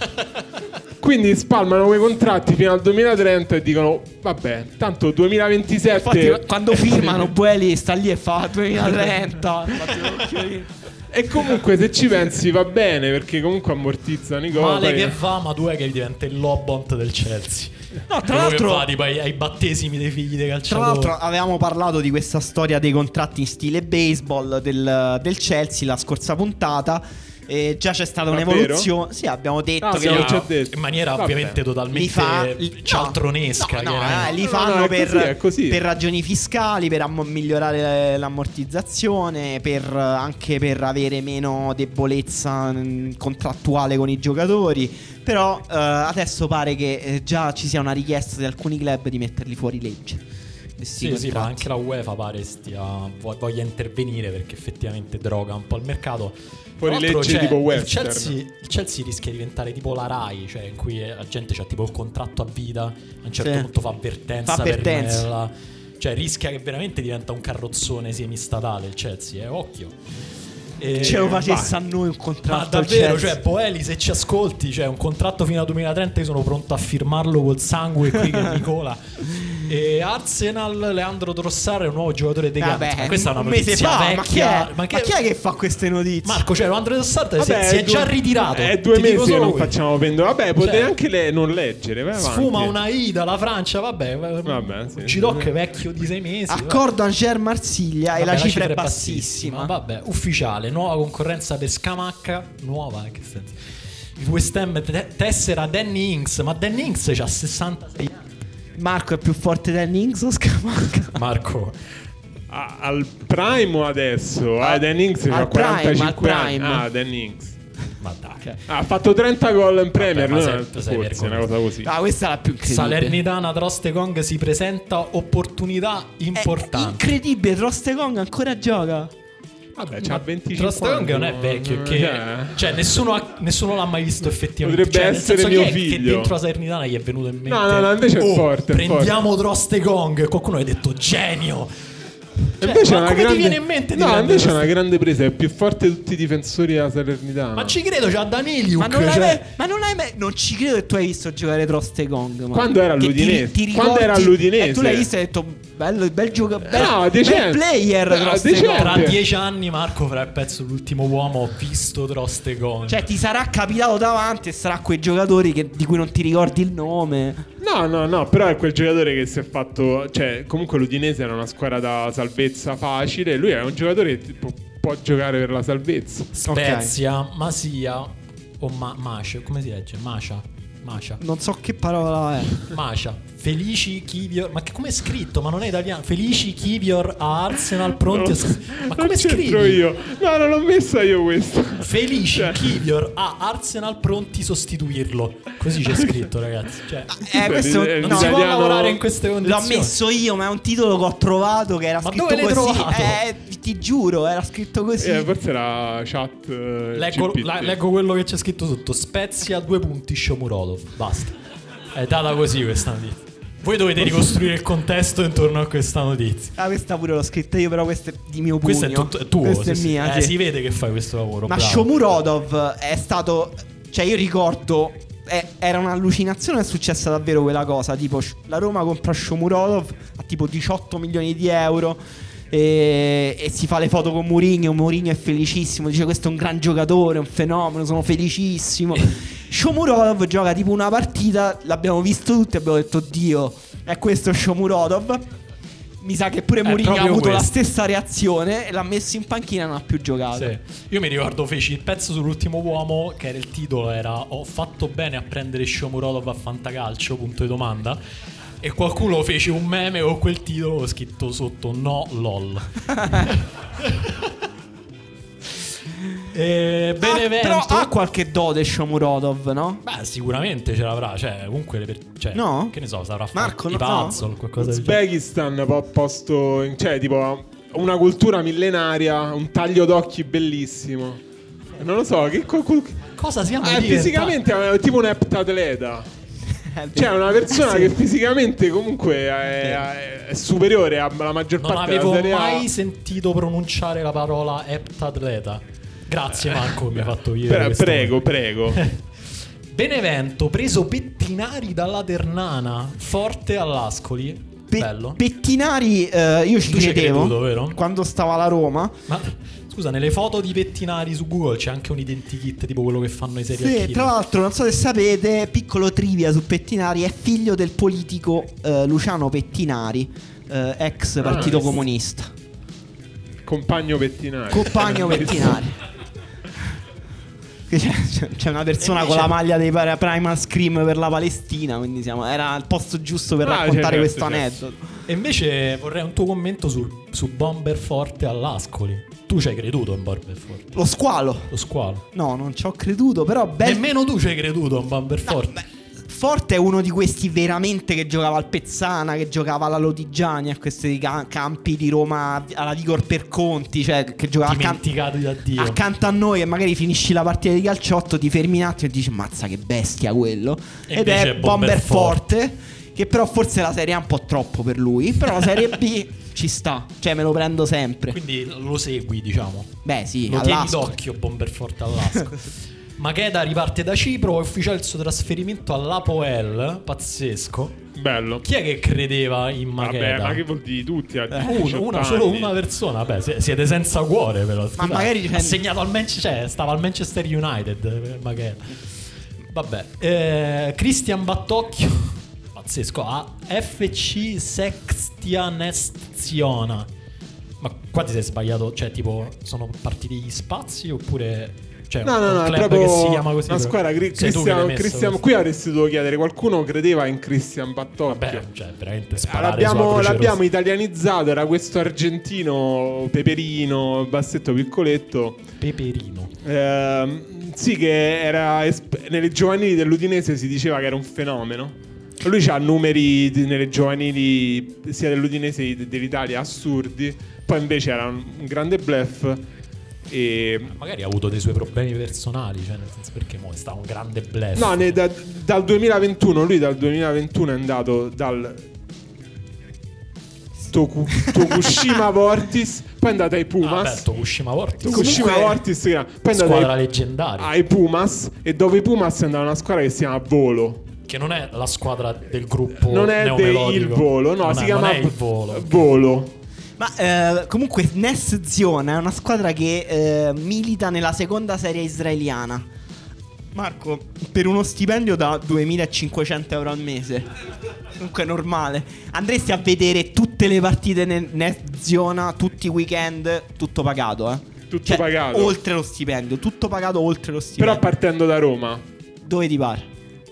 Quindi spalmano quei contratti fino al duemilatrenta e dicono vabbè, tanto duemilaventisette. Infatti, quando firmano, Bueli sta lì e fa duemilatrenta. Infatti, l'occhio- E comunque se ci pensi va bene perché comunque ammortizzano i costi. Male che va, ma tu è che diventa il Lobont del Chelsea. No, tra Quello l'altro- che va tipo ai, ai battesimi dei figli dei Tra calciatori. l'altro avevamo parlato di questa storia dei contratti in stile baseball del, del Chelsea la scorsa puntata. E già c'è stata Davvero? un'evoluzione. Sì, abbiamo detto Ah, che sì, li, l'ho già detto. in maniera Vabbè. ovviamente li totalmente fa li- cialtronesca. No, no, chiaramente. eh, li No, fanno no, è per, così, è così. per ragioni fiscali, per amm- migliorare l'ammortizzazione, per, anche per avere meno debolezza mh, contrattuale con i giocatori. Però eh, adesso pare che eh, già ci sia una richiesta di alcuni club di metterli fuori legge. Questi Sì, sì, ma contratti. anche la UEFA pare stia vo- voglia intervenire perché effettivamente droga un po' il mercato. Fuori Tra l'altro, legge cioè, tipo il western. Chelsea, il Chelsea rischia di diventare tipo la Rai, cioè in cui la gente c'ha tipo il contratto a vita, a un certo Sì. punto fa avvertenza, Fa avvertenza. per la- cioè rischia che veramente diventa un carrozzone semistatale il Chelsea, eh, occhio. E- Ce lo facesse vai. a noi un contratto. Ma al davvero, Chelsea. cioè, Boeli, se ci ascolti, cioè, un contratto fino al duemilatrenta, io sono pronto a firmarlo col sangue qui che mi cola. E Arsenal, Leandro Trossard è un nuovo giocatore dei Gantt. Vabbè, Ma questa è una un mese notizia fa, vecchia. ma chi, è, ma che... ma chi è che fa queste notizie? Marco, cioè Leandro Trossard si, Vabbè, si è due- già ritirato. È due Ti dico mesi che solo non questo. facciamo pendolo. Vabbè, potete Cioè, anche le- non leggere. Vai Sfuma avanti. una I dalla Francia, vabbè. Vabbè, sì, Gidoc sì. è vecchio di sei mesi. Accordo Angers Marsiglia e Vabbè, la cifra è bassissima. Vabbè, ufficiale, nuova concorrenza per Scamacca. Nuova, in che senso? Il West Ham te- tessera Danny Ings. Ma Danny Ings c'ha sessantasei anni. Marco è più forte del Ings o Scamacca? Marco, Ah, al prime o adesso? Ah, Ah, Dan Ings al ha quarantacinque prime, al anni. prime. Ah, Dan Ings. ma dai. Ah, ha fatto trenta gol in Premier. ma no? sei- sei Forse una vergognoso. cosa così. Ah, questa è la più incredibile. Salernitana Trostegong si presenta opportunità importante. È incredibile, Trostegong ancora gioca. Vabbè, c'ha venticinque Trostegong non è vecchio, che, Cioè, cioè nessuno, ha- nessuno l'ha mai visto effettivamente. Potrebbe Cioè, nel essere senso, mio chi è figlio. che dentro la Salernitana gli è venuto in mente. No, no, no, invece è "Oh, forte, è prendiamo Trostegong. Qualcuno ha detto genio. Cioè, invece ma è una come grande... ti viene in mente di No, prendere invece è una Trostegong? grande presa. È più forte di tutti i difensori della Salernitana. Ma ci credo, c'ha Daniliuk. Ma non, l'hai cioè, mai- ma non hai mai- non ci credo che tu hai visto giocare Trostegong. ma- Quando era che all'Udinese. ti- ti Quando ricordi- era all'Udinese. E tu l'hai visto e hai detto bello, bel giocatore. Bel, No, bel decente. player No, Trostegong. decente. tra dieci anni Marco farà il pezzo l'ultimo uomo. Ho visto Trostegong. Cioè ti sarà capitato davanti e sarà quei giocatori che- di cui non ti ricordi il nome. No, no, no, però è quel giocatore che si è fatto... Cioè, comunque l'Udinese era una squadra da salvezza facile. Lui è un giocatore che tipo, può giocare per la salvezza. Spezia, Masia o Ma- Mascia, come si legge? Mascia. Mascia. Non so che parola è. Mascia. Felici Kivior. Ma che come è scritto? Ma non è italiano. Felici Kivior a Arsenal pronti a s- Ma non come c'entro scrivi? io. No, non l'ho messa io questa. Felici Cioè. Kivior a Arsenal pronti a sostituirlo. Così c'è scritto, ragazzi. Cioè, Eh, questo È non no, si può l'italiano- lavorare in queste l'ho condizioni. messo io, ma è un titolo che ho trovato che era Ma scritto dove l'hai così. trovato? Eh, ti giuro, era scritto così. Eh, forse era chat eh, Leggo, G P T. la- leggo quello che c'è scritto sotto. Spezia due punti Shomurodov. Basta. È data così questa notizia. Voi dovete ricostruire il contesto intorno a questa notizia. Ah, questa pure l'ho scritta io, però questa è di mio pugno. Questo è, tutto, è tuo. Questa sì, è sì. mia. Eh, sì. si vede che fai questo lavoro. Ma bravo. Shomurodov è stato. Cioè, io ricordo. eh, era un'allucinazione, è successa davvero quella cosa. Tipo, sh- la Roma compra Shomurodov a tipo diciotto milioni di euro. E, e si fa le foto con Mourinho. Mourinho è felicissimo. Dice: questo è un gran giocatore, un fenomeno. Sono felicissimo. Shomurodov gioca tipo una partita. L'abbiamo visto tutti. Abbiamo detto: Dio, è questo Shomurodov. Mi sa che pure È Mourinho ha proprio avuto la questo. stessa reazione. E l'ha messo in panchina e non ha più giocato. Sì. Io mi ricordo feci il pezzo sull'ultimo uomo, che era il titolo era "Ho fatto bene a prendere Shomurodov a Fantacalcio", punto di domanda. E qualcuno fece un meme con quel titolo, ho scritto sotto "no lol". E Benevento. Ah, però ha qualche dote Shomurodov, no? Beh, sicuramente ce l'avrà, cioè comunque le per- cioè, No? che ne so, saprà fare Marco, i no, puzzle, no. qualcosa del genere. Uzbekistan po- posto in, cioè tipo una cultura millenaria, un taglio d'occhi bellissimo. Non lo so, che co- co- Cosa siamo ah, diventati? fisicamente è tipo un heptatleta. Cioè una persona Eh, sì. che fisicamente comunque è, è superiore alla maggior Non parte avevo della Serie A. mai sentito pronunciare la parola heptatleta. Grazie Marco che mi ha fatto Pre- vivere questo prego, prego. Benevento preso Pettinari dalla Ternana, forte all'Ascoli. Pe- Bello. Pettinari, eh, io ci Tu ci hai credevo creduto, vero? quando stava alla Roma. Ma scusa, nelle foto di Pettinari su Google c'è anche un identikit tipo quello che fanno i serial Sì, killer. tra l'altro, non so se sapete, piccolo trivia su Pettinari, è figlio del politico eh, Luciano Pettinari, eh, ex Partito Ah, sì. Comunista. Compagno Pettinari. Compagno Pettinari. Che C'è, c'è- c'è una persona E invece- con la maglia dei Pri- Primal Scream per la Palestina, quindi siamo, era al posto giusto per Ah, raccontare certo, questo certo. aneddoto. E invece vorrei un tuo commento sul, su Bomber forte all'Ascoli. Tu ci hai creduto in Bomber forte? Lo squalo. Lo squalo. No, non ci ho creduto, però bel... Nemmeno tu ci hai creduto in Bomber forte. Beh, Forte è uno di questi veramente che giocava al Pezzana, che giocava alla Lodigiani, a questi ca- campi di Roma, alla Vigor per Conti, cioè che giocava accan- Dimenticati da Dio. accanto a noi e magari finisci la partita di calciotto, ti fermi un attimo e dici mazza che bestia quello. E Ed invece è è Bomber Bomber Forte, che però forse la Serie A è un po' troppo per lui, però la Serie B ci sta, cioè me lo prendo sempre. Quindi lo segui, diciamo. Beh sì, Lo tieni all'Ascoli. d'occhio Bomber forte all'Ascoli. Makeda riparte da Cipro, è ufficiale il suo trasferimento all'Apoel, pazzesco. Bello. Chi è che credeva in Makeda? Vabbè, ma che vuol dire tutti? A Eh, uno, una, anni. solo una persona. Vabbè, siete senza cuore, però. Ma magari ha segnato al Manchester, cioè, stava al Manchester United. Makeda. Vabbè, eh, Christian Battocchio, pazzesco, a F C Sextia Nestiona. Ma qua ti sei sbagliato, cioè, tipo, sono partiti gli spazi oppure. Cioè, No, no, un no, è club proprio che si chiama così. una però- squadra. Cri- sei tu che Cristian, l'hai messo Cristian- questo. qui avresti dovuto chiedere, qualcuno credeva in Christian Battocchio? Vabbè, cioè, veramente Ah, sparare sulla L'abbiamo, Croce l'abbiamo Rossa. italianizzato, era questo argentino peperino, bassetto piccoletto. Peperino. Ehm, sì, che era esp- nelle giovanili dell'Udinese si diceva che era un fenomeno. Lui ha numeri di- nelle giovanili sia dell'Udinese che dell'Italia assurdi. Poi invece era un, un grande bluff. E Magari ha avuto dei suoi problemi personali, cioè nel senso, perché mo è stato un grande bluff. no, ne- da- dal duemilaventuno, lui dal duemilaventuno è andato dal Toku- Tokushima Vortis, poi è andato ai Ah, Pumas. beh, Tokushima Vortis. Tokushima Comunque- Vortis, poi è andato Squadra ai, leggendaria. ai Pumas. E dove i Pumas è andata una squadra che si chiama Volo. Che non è la squadra del gruppo Non è del neomelodico. il Volo, no, Non si è- chiama non è il Volo. Volo. Ma eh, comunque Nes Ziona è una squadra che eh, milita nella seconda serie israeliana. Marco, per uno stipendio da duemilacinquecento euro al mese, comunque è normale, andresti a vedere tutte le partite nel Nes Ziona, tutti i weekend, tutto pagato, eh? Tutto Cioè, pagato. oltre lo stipendio, tutto pagato oltre lo stipendio. Però partendo da Roma. Dove ti pare?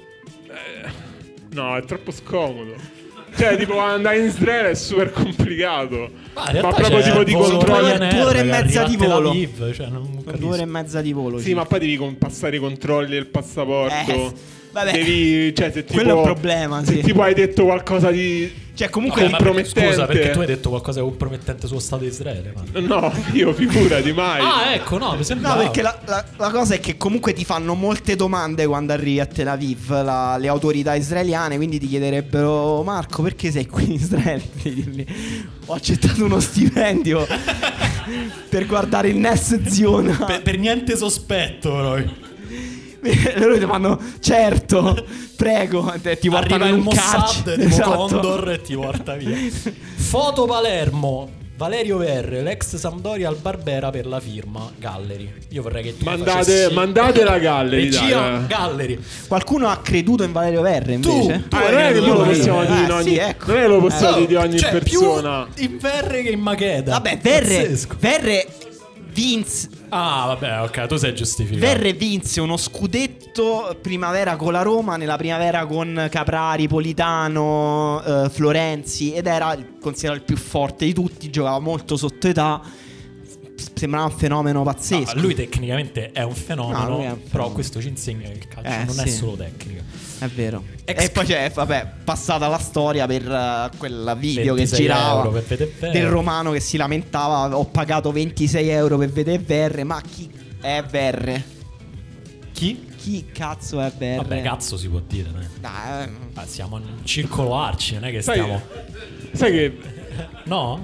No, è troppo scomodo. Cioè, tipo, andare in Israele è super complicato. Ma, in Ma realtà proprio c'è tipo il di volo controllo. Ryanair due ore e che mezza arriva di a Tel volo. Aviv, cioè, non capisco. Due ore e mezza di volo. Sì, sì. ma poi devi con- passare i controlli del passaporto. Eh, vabbè. Devi, cioè, se tipo, Quello è un problema, se sì. tipo hai detto qualcosa di. Cioè, comunque Vabbè, ma perché- compromettente. scusa, perché tu hai detto qualcosa di compromettente sullo Stato di Israele? Ma... No, io figurati mai. Ah, ecco, no, mi No, sembrava. perché la, la- la cosa è che comunque ti fanno molte domande quando arrivi a Tel Aviv, la- le autorità israeliane, quindi ti chiederebbero: Marco, perché sei qui in Israele? Devi dirgli, ho accettato uno stipendio per guardare il Nes Ziona. per, per niente sospetto, però. Loro ti fanno: certo, prego. Te- Ti portano Arriva in il un Mossad, carcere. tipo Esatto. Condor, e ti porta via. Foto Palermo. Valerio Verre, l'ex Sampdoria al Barbera per la firma Gallery. Io vorrei che tu Mandate, facessi... mandate la Gallery, Regia dai. Gallery. Qualcuno ha creduto in Valerio Verre invece? Tu Ah, hai non è che creduto lo in possiamo Verre. dire in Eh, ogni, sì, ecco. non è che lo possiamo Oh, dire di ogni cioè, persona. più in Verre che in Makeda. Vabbè, Verre, Pazzesco. Verre vinse. Ah, vabbè, ok, tu sei giustificato. Verre vinse uno scudetto primavera con la Roma, nella primavera con Caprari, Politano, eh, Florenzi, ed era il- considerato il più forte di tutti, giocava molto sotto età, s- sembrava un fenomeno pazzesco. Ah, lui tecnicamente è un fenomeno, No, lui è un però fenomeno. questo ci insegna che il calcio Eh, non sì. è solo tecnica. È vero. Ex- E poi c'è, vabbè, passata la storia per eh, quel video che ventisei girava euro per vedere Verre. del romano che si lamentava: ho pagato ventisei euro per vedere Verre, ma chi è Verre? Chi? Chi cazzo è Verre? Vabbè, cazzo si può dire, dai. Dai, eh, Ah, siamo in un circolo arci, non è che Sai, stiamo... sai che No?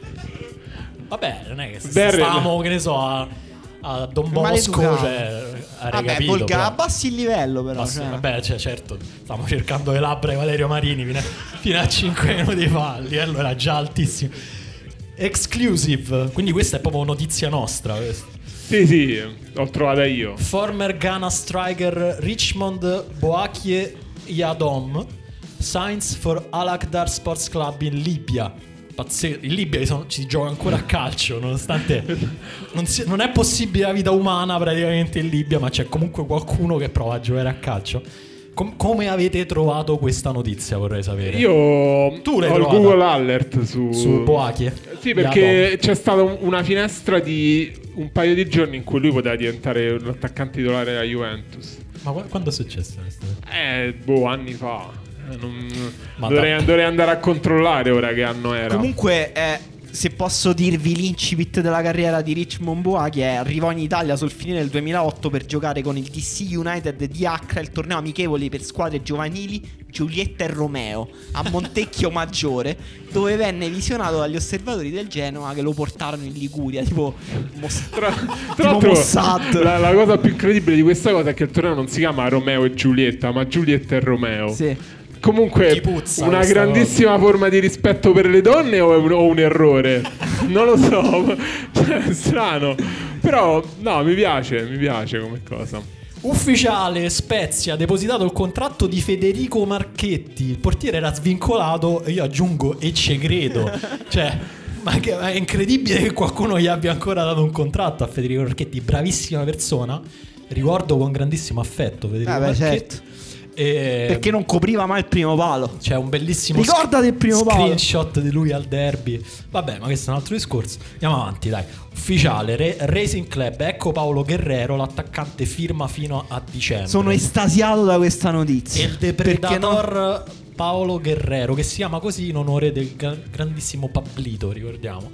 Vabbè, non è che Verre- stavamo, che ne so, a, a Don Bosco, Maleducato. cioè, a vabbè, capito, volga- però. abbassi il livello però. Ma sì, cioè. vabbè, cioè, certo, stiamo cercando le labbra di Valerio Marini fino a, fino a cinque minuti fa, il livello era già altissimo. Exclusive, quindi questa è proprio notizia nostra. Questa. sì, sì, l'ho trovata io. Former Ghana striker Richmond Boakye Yadom signs for Al Akdar Sports Club in Libia. Pazzesco. In Libia ci, sono- ci gioca ancora a calcio, nonostante non, si- non è possibile la vita umana praticamente in Libia, ma c'è comunque qualcuno che prova a giocare a calcio. Com- come avete trovato questa notizia, vorrei sapere. Io Tu l'hai ho il trovata? Google Alert su, Su Boakye. Sì, perché c'è stata un- una finestra di un paio di giorni in cui lui poteva diventare un attaccante titolare della Juventus. Ma qu- quando è successo questo? Eh, boh, anni fa. Eh, non- Ma dovrei, da- dovrei andare a controllare ora che anno era. Comunque, eh, se posso dirvi l'incipit della carriera di Richmond Boa, che arrivò in Italia sul finire del duemilaotto per giocare con il D C United di Accra, il torneo amichevole per squadre giovanili Giulietta e Romeo a Montecchio Maggiore, dove venne visionato dagli osservatori del Genoa che lo portarono in Liguria, tipo, mos- Tra, tipo tra l'altro, Mossad. la, la cosa più incredibile di questa cosa è che il torneo non si chiama Romeo e Giulietta, ma Giulietta e Romeo. Sì. Comunque, Ti puzza una questa grandissima cosa. forma di rispetto per le donne o è un, o un errore? Non lo so, cioè, è strano. Però, no, mi piace, mi piace come cosa. Ufficiale, Spezia ha depositato il contratto di Federico Marchetti. Il portiere era svincolato e io aggiungo e ce credo. Cioè, ma che, è incredibile che qualcuno gli abbia ancora dato un contratto a Federico Marchetti. Bravissima persona. Ricordo con grandissimo affetto Federico Ah, beh, Marchetti. certo. E Perché non copriva mai il primo palo. c'è un bellissimo Ricordati il primo palo. screenshot di lui al derby. Vabbè, ma questo è un altro discorso. Andiamo avanti, dai. Ufficiale, Re- Racing Club. Ecco Paolo Guerrero, l'attaccante firma fino a dicembre. Sono estasiato da questa notizia. E il Perché no? Depredator Paolo Guerrero, che si chiama così in onore del gra- grandissimo Pablito, ricordiamo.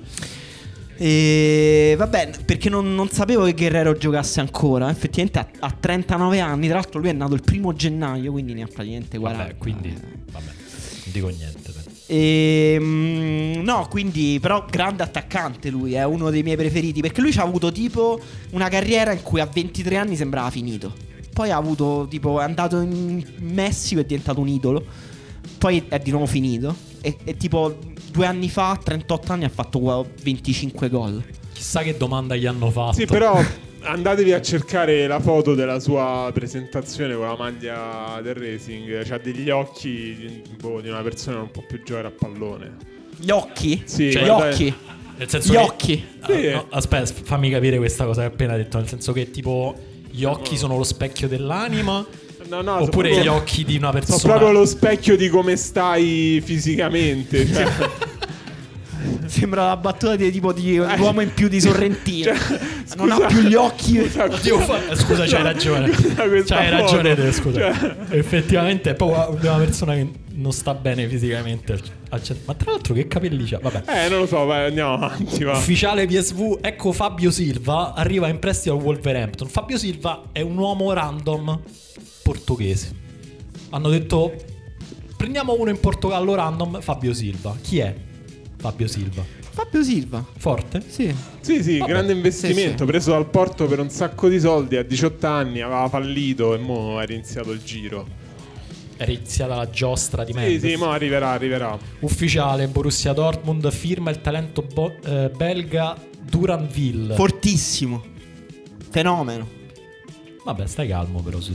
E vabbè, perché non, non sapevo che Guerrero giocasse ancora. Effettivamente ha, ha trentanove anni. Tra l'altro lui è nato il primo gennaio, quindi ne ha praticamente quaranta. Vabbè, quindi vabbè, non dico niente. però. E, mm, no, quindi però grande attaccante lui, è uno dei miei preferiti, perché lui ci ha avuto tipo una carriera in cui a ventitré anni sembrava finito. Poi ha avuto tipo, è andato in Messico e è diventato un idolo. Poi è di nuovo finito. E, e tipo due anni fa, a trentotto anni, ha fatto venticinque gol. Chissà che domanda gli hanno fatto. Sì, però andatevi a cercare la foto della sua presentazione con la maglia del Racing. C'ha degli occhi boh, di una persona un po' più giovane a pallone. Gli occhi? Sì, Cioè, gli guardate- occhi. Nel senso Gli che- occhi. Ah, Sì. no, aspetta, fammi capire questa cosa che hai appena detto. Nel senso che tipo gli occhi sono lo specchio dell'anima. No, no, Oppure sono gli proprio- occhi di una persona. Sono proprio lo specchio di come stai fisicamente. Cioè, Sembra la battuta di tipo di un uomo in più di Sorrentino. cioè, Non ha scusa- più gli occhi. scusa, Oddio, fa- scusa, c'hai ragione. scusa questa C'hai foto. ragione te, scusa. Cioè- Effettivamente è proprio una persona che non sta bene fisicamente. al cent- Ma tra l'altro che capelli c'ha? Vabbè. Eh, non lo so, vai, andiamo avanti, va. Ufficiale P S V, ecco Fabio Silva, arriva in prestito al Wolverhampton. Fabio Silva è un uomo random portoghese. Hanno detto prendiamo uno in Portogallo random, Fabio Silva. Chi è Fabio Silva? Fabio Silva. Forte? Sì. Sì, sì, Vabbè, grande investimento, sì, sì. preso dal Porto per un sacco di soldi a diciotto anni, aveva fallito e mo' è iniziato il giro. È iniziata la giostra di Sì, Mendes. sì, mo' arriverà, arriverà. Ufficiale Borussia Dortmund firma il talento bo- eh, belga Duranville. Fortissimo. Fenomeno. Vabbè, stai calmo però su.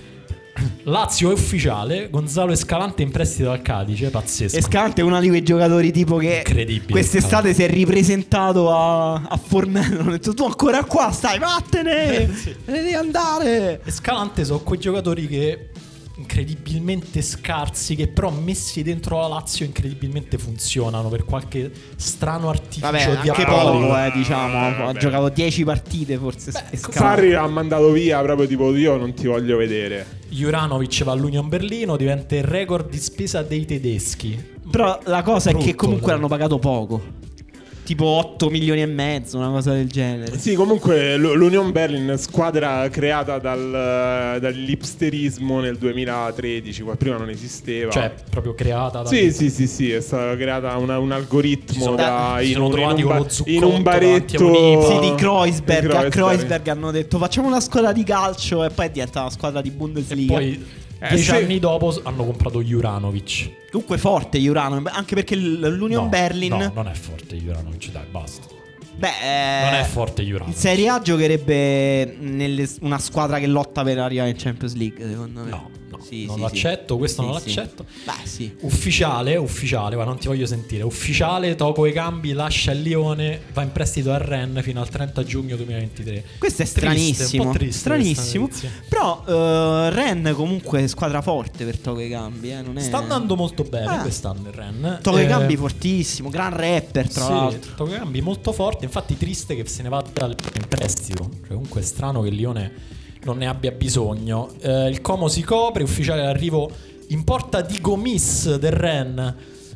Lazio è ufficiale, Gonzalo Escalante in prestito dal Cadice, pazzesco. Escalante è uno di quei giocatori tipo che Incredibile, quest'estate si è ripresentato a, a Formello. Hanno detto tu ancora qua stai, vattene. Sì. Te ne devi andare. Escalante sono quei giocatori che incredibilmente scarsi, che però messi dentro la Lazio incredibilmente funzionano per qualche strano artificio Vabbè, di anche Apollo. poco, eh, diciamo. Ah, ha vabbè. giocato dieci partite forse. Escalante. Sarri l'ha mandato via proprio tipo io non ti voglio vedere. Juranovic va all'Union Berlino, diventa il record di spesa dei tedeschi. Però la cosa è che Brutto, comunque dai. l'hanno pagato poco. Tipo otto milioni e mezzo, una cosa del genere. Sì, comunque l- l'Union Berlin, squadra creata dal, dall'hipsterismo nel duemilatredici, qua prima non esisteva. Cioè, proprio creata da Sì, sì, sì, sì, è stata creata una- un Si algoritmo sono- da, si in, sono un, in, trovati un con ba- lo zuccotto in un davanti a baretto un'isola. Sì, di Kreuzberg. di A Kreuzberg hanno detto facciamo una squadra di calcio e poi è diventata una squadra di E Bundesliga. poi Eh, dieci sì. anni dopo hanno comprato Juranovic. Comunque forte Jurano, anche perché l- l'Union No, Berlin No, non è forte Juranovic, dai, basta. beh, eh, Non è forte in Juranovic. Serie A giocherebbe nelle- una squadra che lotta per arrivare in Champions League, secondo me. No, no, Sì, non sì, l'accetto, sì. questo Sì, non sì. l'accetto. Beh, sì. Ufficiale, ufficiale, ma non ti voglio sentire. Ufficiale, Toco e Cambi lascia il Lione, va in prestito al Rennes fino al trenta giugno duemilaventitré. Questo è Triste, stranissimo. un po' triste stranissimo. questa notizia. Però eh, Rennes comunque è squadra forte per Togo e Cambi, eh, non è... Sta andando molto bene Ah. quest'anno il Rennes. Togo e Eh, Cambi fortissimo, gran rapper tra Sì, l'altro. Toco e Cambi molto forte. Infatti triste che se ne va dal in prestito. Cioè comunque è strano che il Lione non ne abbia bisogno. Eh, il Como si copre, ufficiale l'arrivo in porta di Gomis del Rennes.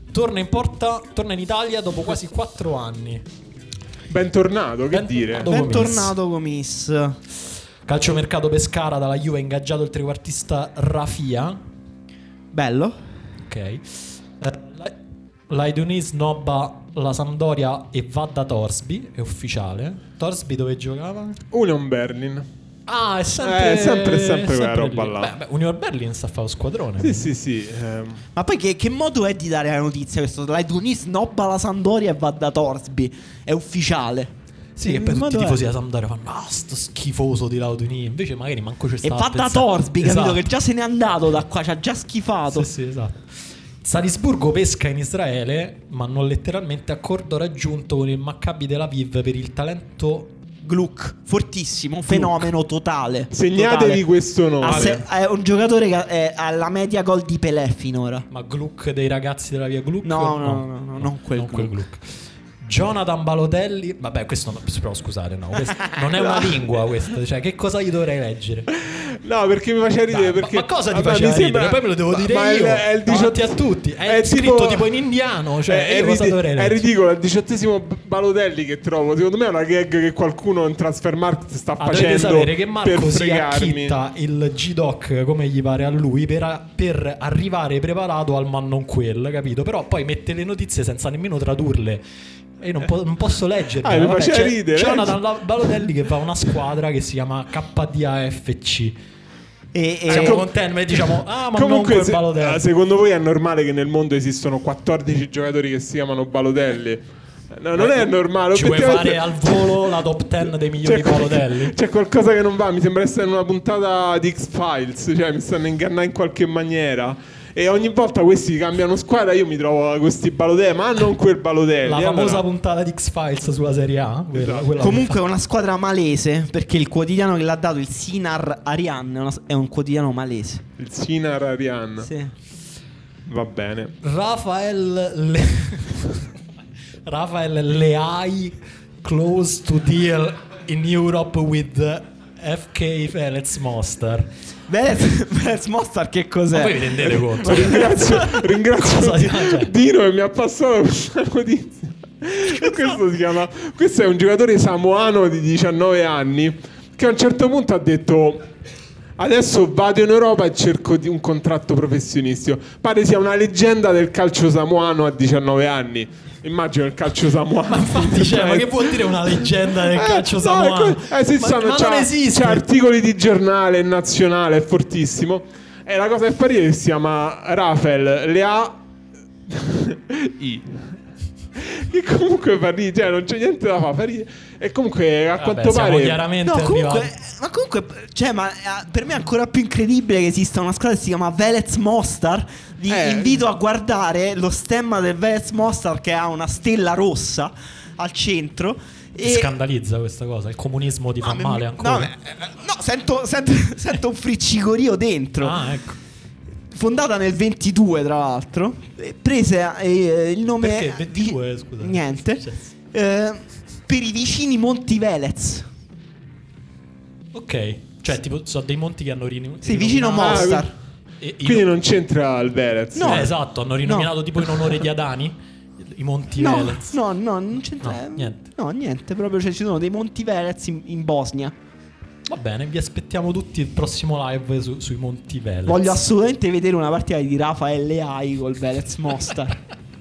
torna in porta, torna in Italia dopo quasi quattro anni. Bentornato, che Ben- dire. Dopo Bentornato Gomis. Calciomercato Pescara, dalla Juve ha ingaggiato il trequartista Rafia. Bello. Ok. Eh, la- L'Aidoni snobba la Sampdoria e va da Torsby, è ufficiale. Torsby dove giocava? Union Berlin. Ah, è sempre, Eh, sempre- sempre quella roba lì. là. Beh, beh, Union Berlin sta a fare lo squadrone. Sì, sì, sì. ehm. Ma poi che, che modo è di dare la notizia questo? L'Aiduni snobba la Sampdoria e va da Torsby. È ufficiale. Sì, e Che poi tutti modo i è? tifosi della Sampdoria fanno ah, sto schifoso di Laudini. Invece magari manco c'è E stato va a da pensare. Torsby, capito? Esatto. Che già se n'è andato da qua, ci ha già schifato. Sì, sì, esatto. Salisburgo pesca in Israele, ma non letteralmente, accordo raggiunto con il Maccabi Tel Aviv per il talento. Gluck, fortissimo, un fenomeno totale. Segnatevi Totale. questo nome. Ha se- è un giocatore che è alla media gol di Pelé finora. Ma Gluck dei ragazzi della via Gluck? No, no, no, no, non quel Gluck. Gluck. Jonathan Balotelli. Vabbè, questo no, però scusate, no, questo non è una lingua questa. Cioè, che cosa gli dovrei leggere? No, perché mi faceva ridere. Dai, ma- perché, ma cosa ti vabbè, faceva mi sembra- ridere? Poi me lo devo dire ma io, È, è il davanti diciotto- a tutti. È, è scritto tipo in indiano. Cioè, è, io cosa ridi- dovrei è leggere? ridicolo. È il diciottesimo B- Balotelli che trovo. Secondo me è una gag che qualcuno in Transfermarkt sta Ah, dovete facendo sapere che per Marco si fregarmi. acchitta il G-Doc come gli pare a lui per, per arrivare preparato al ma non quel, capito? Però poi mette le notizie senza nemmeno tradurle. E io non, po- non posso leggerle. Ah, mi Vabbè, faceva c'è ridere, Jonathan eh. La- Balotelli che va a una squadra che si chiama K D A F C. E, e- Siamo com- contenti, ma diciamo ah, ma non Comunque, quel se- Balotelli. ah, secondo voi è normale che nel mondo esistono quattordici giocatori che si chiamano Balotelli? No, non è normale. Ci vuoi obiettivamente- fare al volo la top dieci dei migliori C'è, qual- Balotelli? c'è qualcosa che non va. Mi sembra essere una puntata di X-Files. Cioè, mi stanno ingannando in qualche maniera. E ogni volta questi cambiano squadra. Io mi trovo questi Balotelli, ma non quel Balotelli. La Allora- famosa puntata di X-Files sulla Serie A. Quella, Esatto. quella comunque è una squadra malese, perché il quotidiano che l'ha dato, il Sinar Arian, è, una- è un quotidiano malese. Il Sinar Arian. Sì. Va bene. Rafael Le... Rafael Leai close to deal in Europe with F K Velez Mostar. Velez Velez Mostar che cos'è? Ma voi vi rendete conto? Ringrazio, ringrazio Cosa si mangia? Dino che mi ha passato questa notizia. Questo si chiama. Questo è un giocatore samoano di diciannove anni che a un certo punto ha detto: adesso vado in Europa e cerco di un contratto professionistico. Pare sia una leggenda del calcio samoano a diciannove anni. Immagino il calcio samoano. Ma infatti, cioè, ma che vuol dire una leggenda del calcio no, samoano? è co- eh, sì, ma sono- ma c'ha- non esiste. C'ha articoli di giornale nazionale, è fortissimo. E la cosa che fa ridere si chiama Rafael Lea I. Che comunque fa ridere, cioè non c'è niente da fare, fa ridere. E comunque a Vabbè, quanto siamo pare chiaramente No, comunque, arrivati. ma comunque, cioè, ma eh, per me è ancora più incredibile che esista una squadra che si chiama Velez Mostar. Vi Eh. invito a guardare lo stemma del Velez Mostar che ha una stella rossa al centro. Ti scandalizza questa cosa? Il comunismo ti fa No, male mi- ancora? No, eh, no, sento, sento, sento un friccicorio dentro. Ah, ecco. Fondata nel ventidue, tra l'altro. eh, Prese eh, il nome. Perché ventidue, scusa? Niente. Cioè, Eh, per i vicini Monti Velez. ok. Cioè, tipo, sono dei monti che hanno rinominato. Sì, vicino Mostar. E- i- quindi non c'entra il Velez. No. Eh, esatto, hanno rinominato tipo in onore di Adani i Monti No, Velez. no, no, non c'entra. No, niente. No, niente. Proprio cioè, ci sono dei Monti Velez in, in Bosnia. Va bene, vi aspettiamo tutti il prossimo live su- sui Monti Velez. Voglio assolutamente vedere una partita di Rafael Leai col Velez Mostar.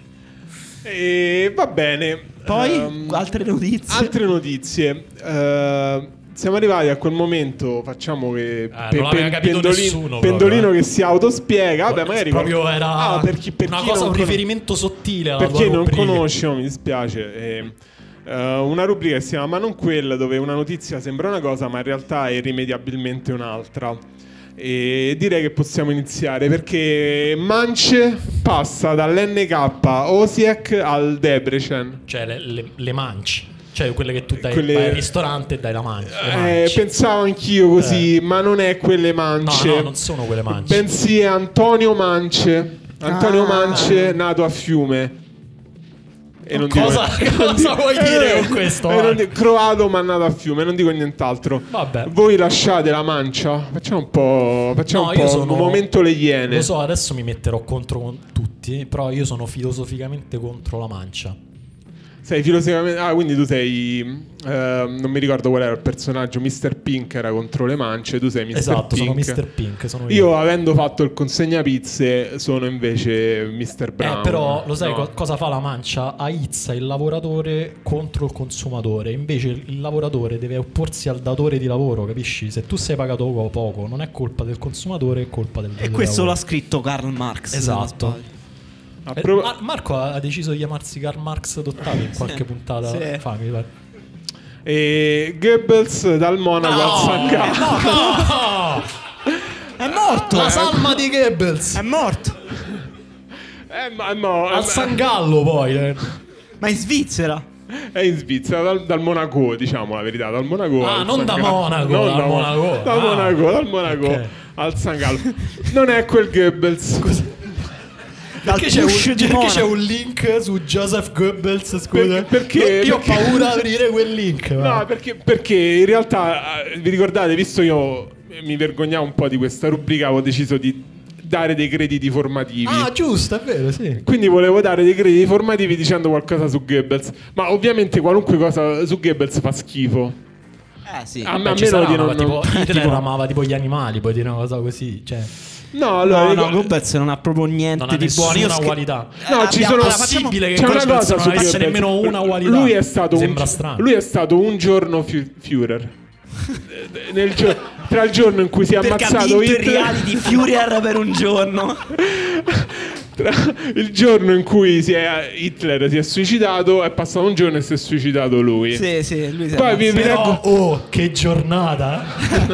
E va bene. Poi, Ehm, altre notizie. Altre notizie. Eh, siamo arrivati a quel momento. Facciamo che non l'aveva capito nessuno, Pendolino proprio, eh. che si autospiega. Vabbè, magari proprio era Ah, per chi- per una chi cosa, non un con- riferimento sottile alla Per tua chi non rubrica. conosce, no, mi dispiace. eh, eh, una rubrica che si chiama Ma non quella, dove una notizia sembra una cosa, ma in realtà è irrimediabilmente un'altra. E direi che possiamo iniziare perché Mance passa dall'N K Osijek al Debrecen. Cioè le, le, le manci. Cioè quelle che tu dai Quelle- vai al ristorante e dai la mancia. le Eh, manci. pensavo anch'io così, ma non è quelle Mance. No, no, non sono quelle mance. Bensì è Antonio Mance. Antonio Ah. Mance, nato a Fiume. E non cosa dico, cosa vuoi dire con questo? E non dico, croato mandato a fiume, non dico nient'altro. Vabbè. Voi lasciate la Mancia? Facciamo un po', facciamo No, un, io po' sono- un momento le Iene. Lo so, adesso mi metterò contro con tutti, però io sono filosoficamente contro la Mancia. Sei filosoficamente. Ah, quindi tu sei. eh, non mi ricordo qual era il personaggio. mister Pink era contro le mance. Tu sei mister Esatto, Pink. sono mister Pink, sono io. Io, avendo fatto il consegna pizze, sono invece mister Brown. Eh, però lo sai No. co- cosa fa la Mancia? Aizza il lavoratore contro il consumatore. Invece il lavoratore deve opporsi al datore di lavoro, capisci? Se tu sei pagato poco, poco non è colpa del consumatore, è colpa del datore E di questo lavoro. l'ha scritto Karl Marx. se non Esatto. sbaglio. Ah, Eh, pro- Mar- Marco ha ha deciso di chiamarsi Karl Marx Dottato in qualche puntata Sì. fa, mi pare. E Goebbels dal Monaco al San Gallo. No! È morto! La eh. salma di Goebbels È morto! Eh, ma no, al eh, San Gallo poi. eh. Ma in Svizzera? è in Svizzera, dal, dal Monaco, diciamo la verità, dal Monaco Ah, al non San da Gallo. Monaco, Non dal da Mo- Monaco. Dal Ah. Monaco, dal Monaco Ok. al San Gallo. Non è quel Goebbels. Dal Perché c'è, push un, di perché Monaco. c'è un link su Joseph Goebbels, scusa? Per- perché- Io ho perché- paura di aprire quel link. No, va. perché, perché in realtà, eh, vi ricordate, visto io mi vergognavo un po' di questa rubrica, avevo deciso di dare dei crediti formativi. Ah, giusto, è vero, sì. Quindi volevo dare dei crediti formativi dicendo qualcosa su Goebbels. Ma ovviamente qualunque cosa su Goebbels fa schifo. Eh sì. A, Beh, a ci meno sarà di una- non... tipo, Hitler tipo- amava tipo gli animali, puoi dire una cosa così, cioè No, allora... No, no, ricordo- Goebbels non ha proprio niente non ha di buono. Io nessuna scri- qualità. No, Eh, ci abbiamo- sono- allora, È facciamo- possibile che C'è una Goebbels cosa non su avesse Goebbels. nemmeno una qualità. Lui è stato Mi un, sembra strano. lui è stato un giorno Fu- Führer. Nel gio- tra il giorno in cui si è Perché ha ammazzato vinto i Hitler, reali di Führer per un giorno. tra il giorno in cui si è, Hitler si è suicidato, è passato un giorno e si è suicidato lui. Sì, sì, lui si è Poi vi, vi Però, leggo, oh, che giornata.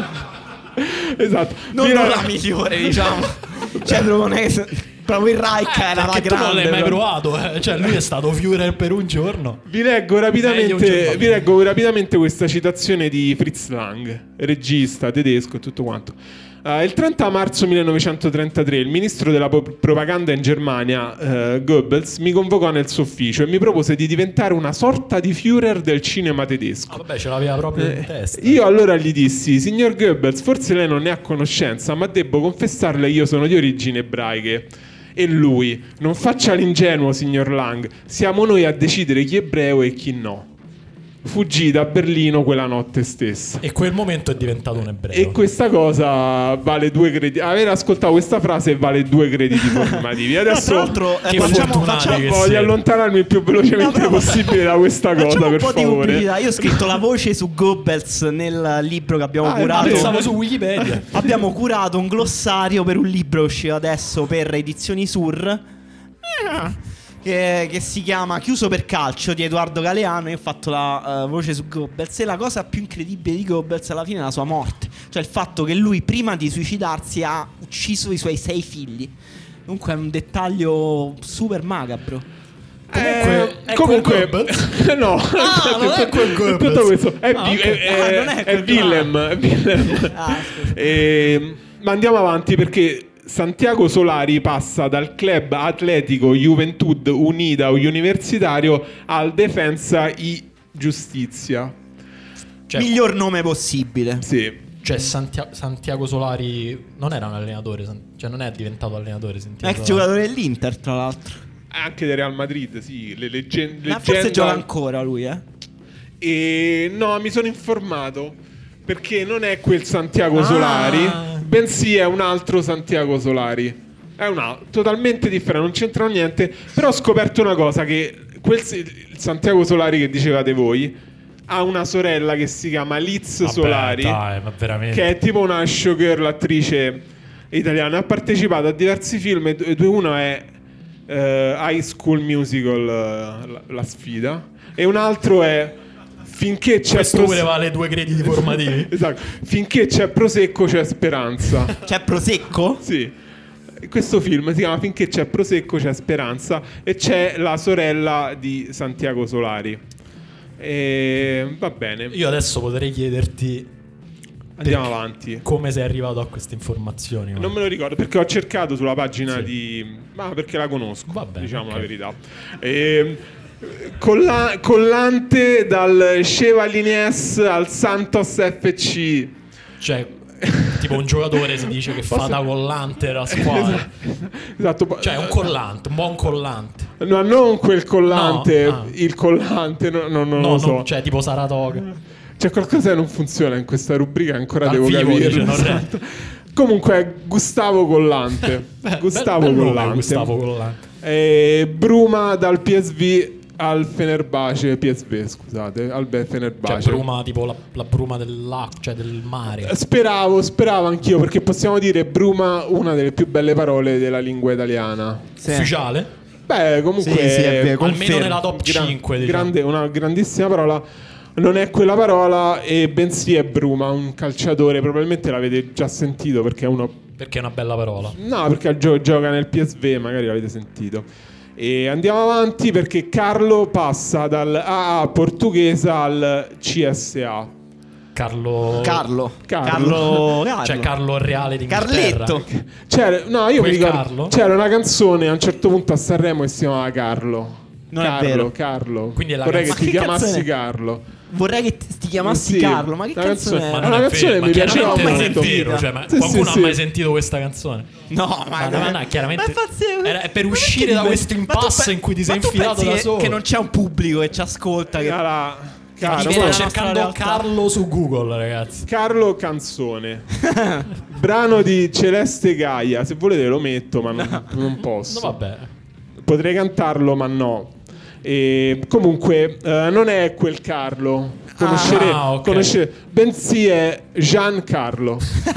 esatto. Non, Vi non leggo- la migliore, diciamo. Cioè, proprio non è che- proprio il Reich Eh, era la perché tu non grande. l'hai mai però. provato, eh. Cioè lui è stato Führer per un giorno. Vi leggo Meglio un rapidamente, giorno. vi leggo rapidamente questa citazione di Fritz Lang, regista tedesco e tutto quanto. Eh, il trenta marzo millenovecentotrentatré il ministro della po- propaganda in Germania, eh, Goebbels, mi convocò nel suo ufficio e mi propose di diventare una sorta di Führer del cinema tedesco. Ah, vabbè, ce l'aveva proprio in Eh, testa. Io allora gli dissi: signor Goebbels, forse lei non ne ha conoscenza, ma debbo confessarle io sono di origini ebraiche. E lui: non faccia l'ingenuo, signor Lang, siamo noi a decidere chi è ebreo e chi no. Fuggì da Berlino quella notte stessa. E quel momento è diventato un ebreo. E questa cosa vale due crediti. Aver ascoltato questa frase vale due crediti formativi. No, tra Adesso l'altro, eh, Che facciamo, fortunati facciamo, che voglio siete. allontanarmi il più velocemente No, però- possibile da questa cosa, facciamo un per po' di favore. pubblicità. Io ho scritto la voce su Goebbels nel libro che abbiamo Ah, è curato. vero. Pensavo su Wikipedia. Abbiamo curato un glossario per un libro che usciva adesso per Edizioni Sur. eh, Che, che si chiama Chiuso per calcio di Edoardo Galeano. Io ho fatto la eh, voce su Goebbels. E la cosa più incredibile di Goebbels alla fine è la sua morte. Cioè il fatto che lui prima di suicidarsi ha ucciso i suoi sei figli. Comunque è un dettaglio super macabro. Comunque, Eh, è comunque quel no, Ah, non è quel Goebbels. tutto questo è, Ah, Vi- ok. è, Ah, è- non è è quel- Willem, è Willem. Ah, scusa. Ehm, ma andiamo avanti perché Santiago Solari passa dal club atletico Juventud Unida Universitario al Defensa y Giustizia. Cioè, Miglior nome possibile. Sì. cioè Santia- Santiago Solari non era un allenatore, San- cioè non è diventato allenatore. Santiago Ex Solari. giocatore dell'Inter, tra l'altro. Anche del Real Madrid, sì, le leggen- Ma forse leggenda- gioca ancora lui, eh? E no, mi sono informato perché non è quel Santiago Ah. Solari, bensì è un altro Santiago Solari. È un altro, totalmente differente, non c'entrano niente. Però ho scoperto una cosa: che quel, il Santiago Solari che dicevate voi ha una sorella che si chiama Liz Vabbè, Solari, dai, ma veramente. che è tipo una showgirl, attrice italiana. Ha partecipato a diversi film. E due, uno è eh, High School Musical, eh, la, la sfida, e un altro è Finché c'è Questo pros- pure vale due crediti formativi. Esatto. Finché c'è prosecco c'è speranza. C'è Prosecco? Sì. Questo film si chiama Finché c'è prosecco c'è speranza e c'è la sorella di Santiago Solari. E va bene. Io adesso potrei chiederti Andiamo perché- avanti. come sei arrivato a queste informazioni. ma- Non me lo ricordo perché ho cercato sulla pagina Sì. di... Ma perché la conosco, Va bene, diciamo ok. la verità. E Colla- collante dal Chevalinies al Santos F C. Cioè, tipo un giocatore si dice che fa da collante la squadra. Esatto. Cioè, un collante, un buon collante. No, non quel collante, No, ah. il collante, no, no, non No, lo so. no, cioè tipo Saratoga. C'è qualcosa che non funziona in questa rubrica, ancora Dal devo vivo, capirlo. dice, non Esatto. Comunque, Gustavo Collante. Beh, Gustavo bel- bel nome, Collante. Gustavo Collante. E Bruma dal P S V al Fenerbahce, P S V scusate, al Be- Fenerbahce. Cioè, bruma, tipo la, la bruma dell'acqua, cioè del mare. Speravo, speravo anch'io, perché possiamo dire Bruma, una delle più belle parole della lingua italiana. Sì. Ufficiale? Beh, comunque Sì, sì, è vero, Almeno confermo. nella top gran- cinque, diciamo. grande, una grandissima parola. Non è quella parola, e bensì è Bruma, un calciatore. Probabilmente l'avete già sentito, perché è uno. Perché è una bella parola. No, perché gio- gioca nel P S V, magari l'avete sentito. E andiamo avanti, perché Carlo passa dal A A portoghese al C S A. Carlo. Carlo. Carlo. Carlo. Carlo. Cioè, Carlo il Reale d'Inghilterra. Carletto. C'era, no, io mi Quel ricordo, Carlo? c'era una canzone a un certo punto a Sanremo che si chiamava Carlo. Non è Carlo, vero. Carlo. Quindi è la Vorrei canzone- che ti Ma che chiamassi canzone è? Carlo. Vorrei che ti ti chiamassi Sì, Carlo. Ma che la canzone canzone- è? Ma Una non è canzone vero, mi ma piaceva chiaramente non è molto. vero, cioè, ma Sì, qualcuno sì, ha sì. mai sentito questa canzone? No, Ma, ma, no, no, chiaramente ma infatti- era- è per ma uscire perché da mi- questo ma tu impasse pe- in cui ti sei ma tu infilato pensi da che- solo. Che non c'è un pubblico che ci ascolta. Che... Allora, Mi Caro, Viene sto la ma- nostra cercando realtà. Carlo su Google, ragazzi. Carlo Canzone. Brano di Celeste Gaia. Se volete lo metto, ma non, non posso. No, vabbè. Potrei cantarlo, ma no. E comunque eh, non è quel Carlo. Conoscere, Ah, ok. conoscere- bensì è Giancarlo.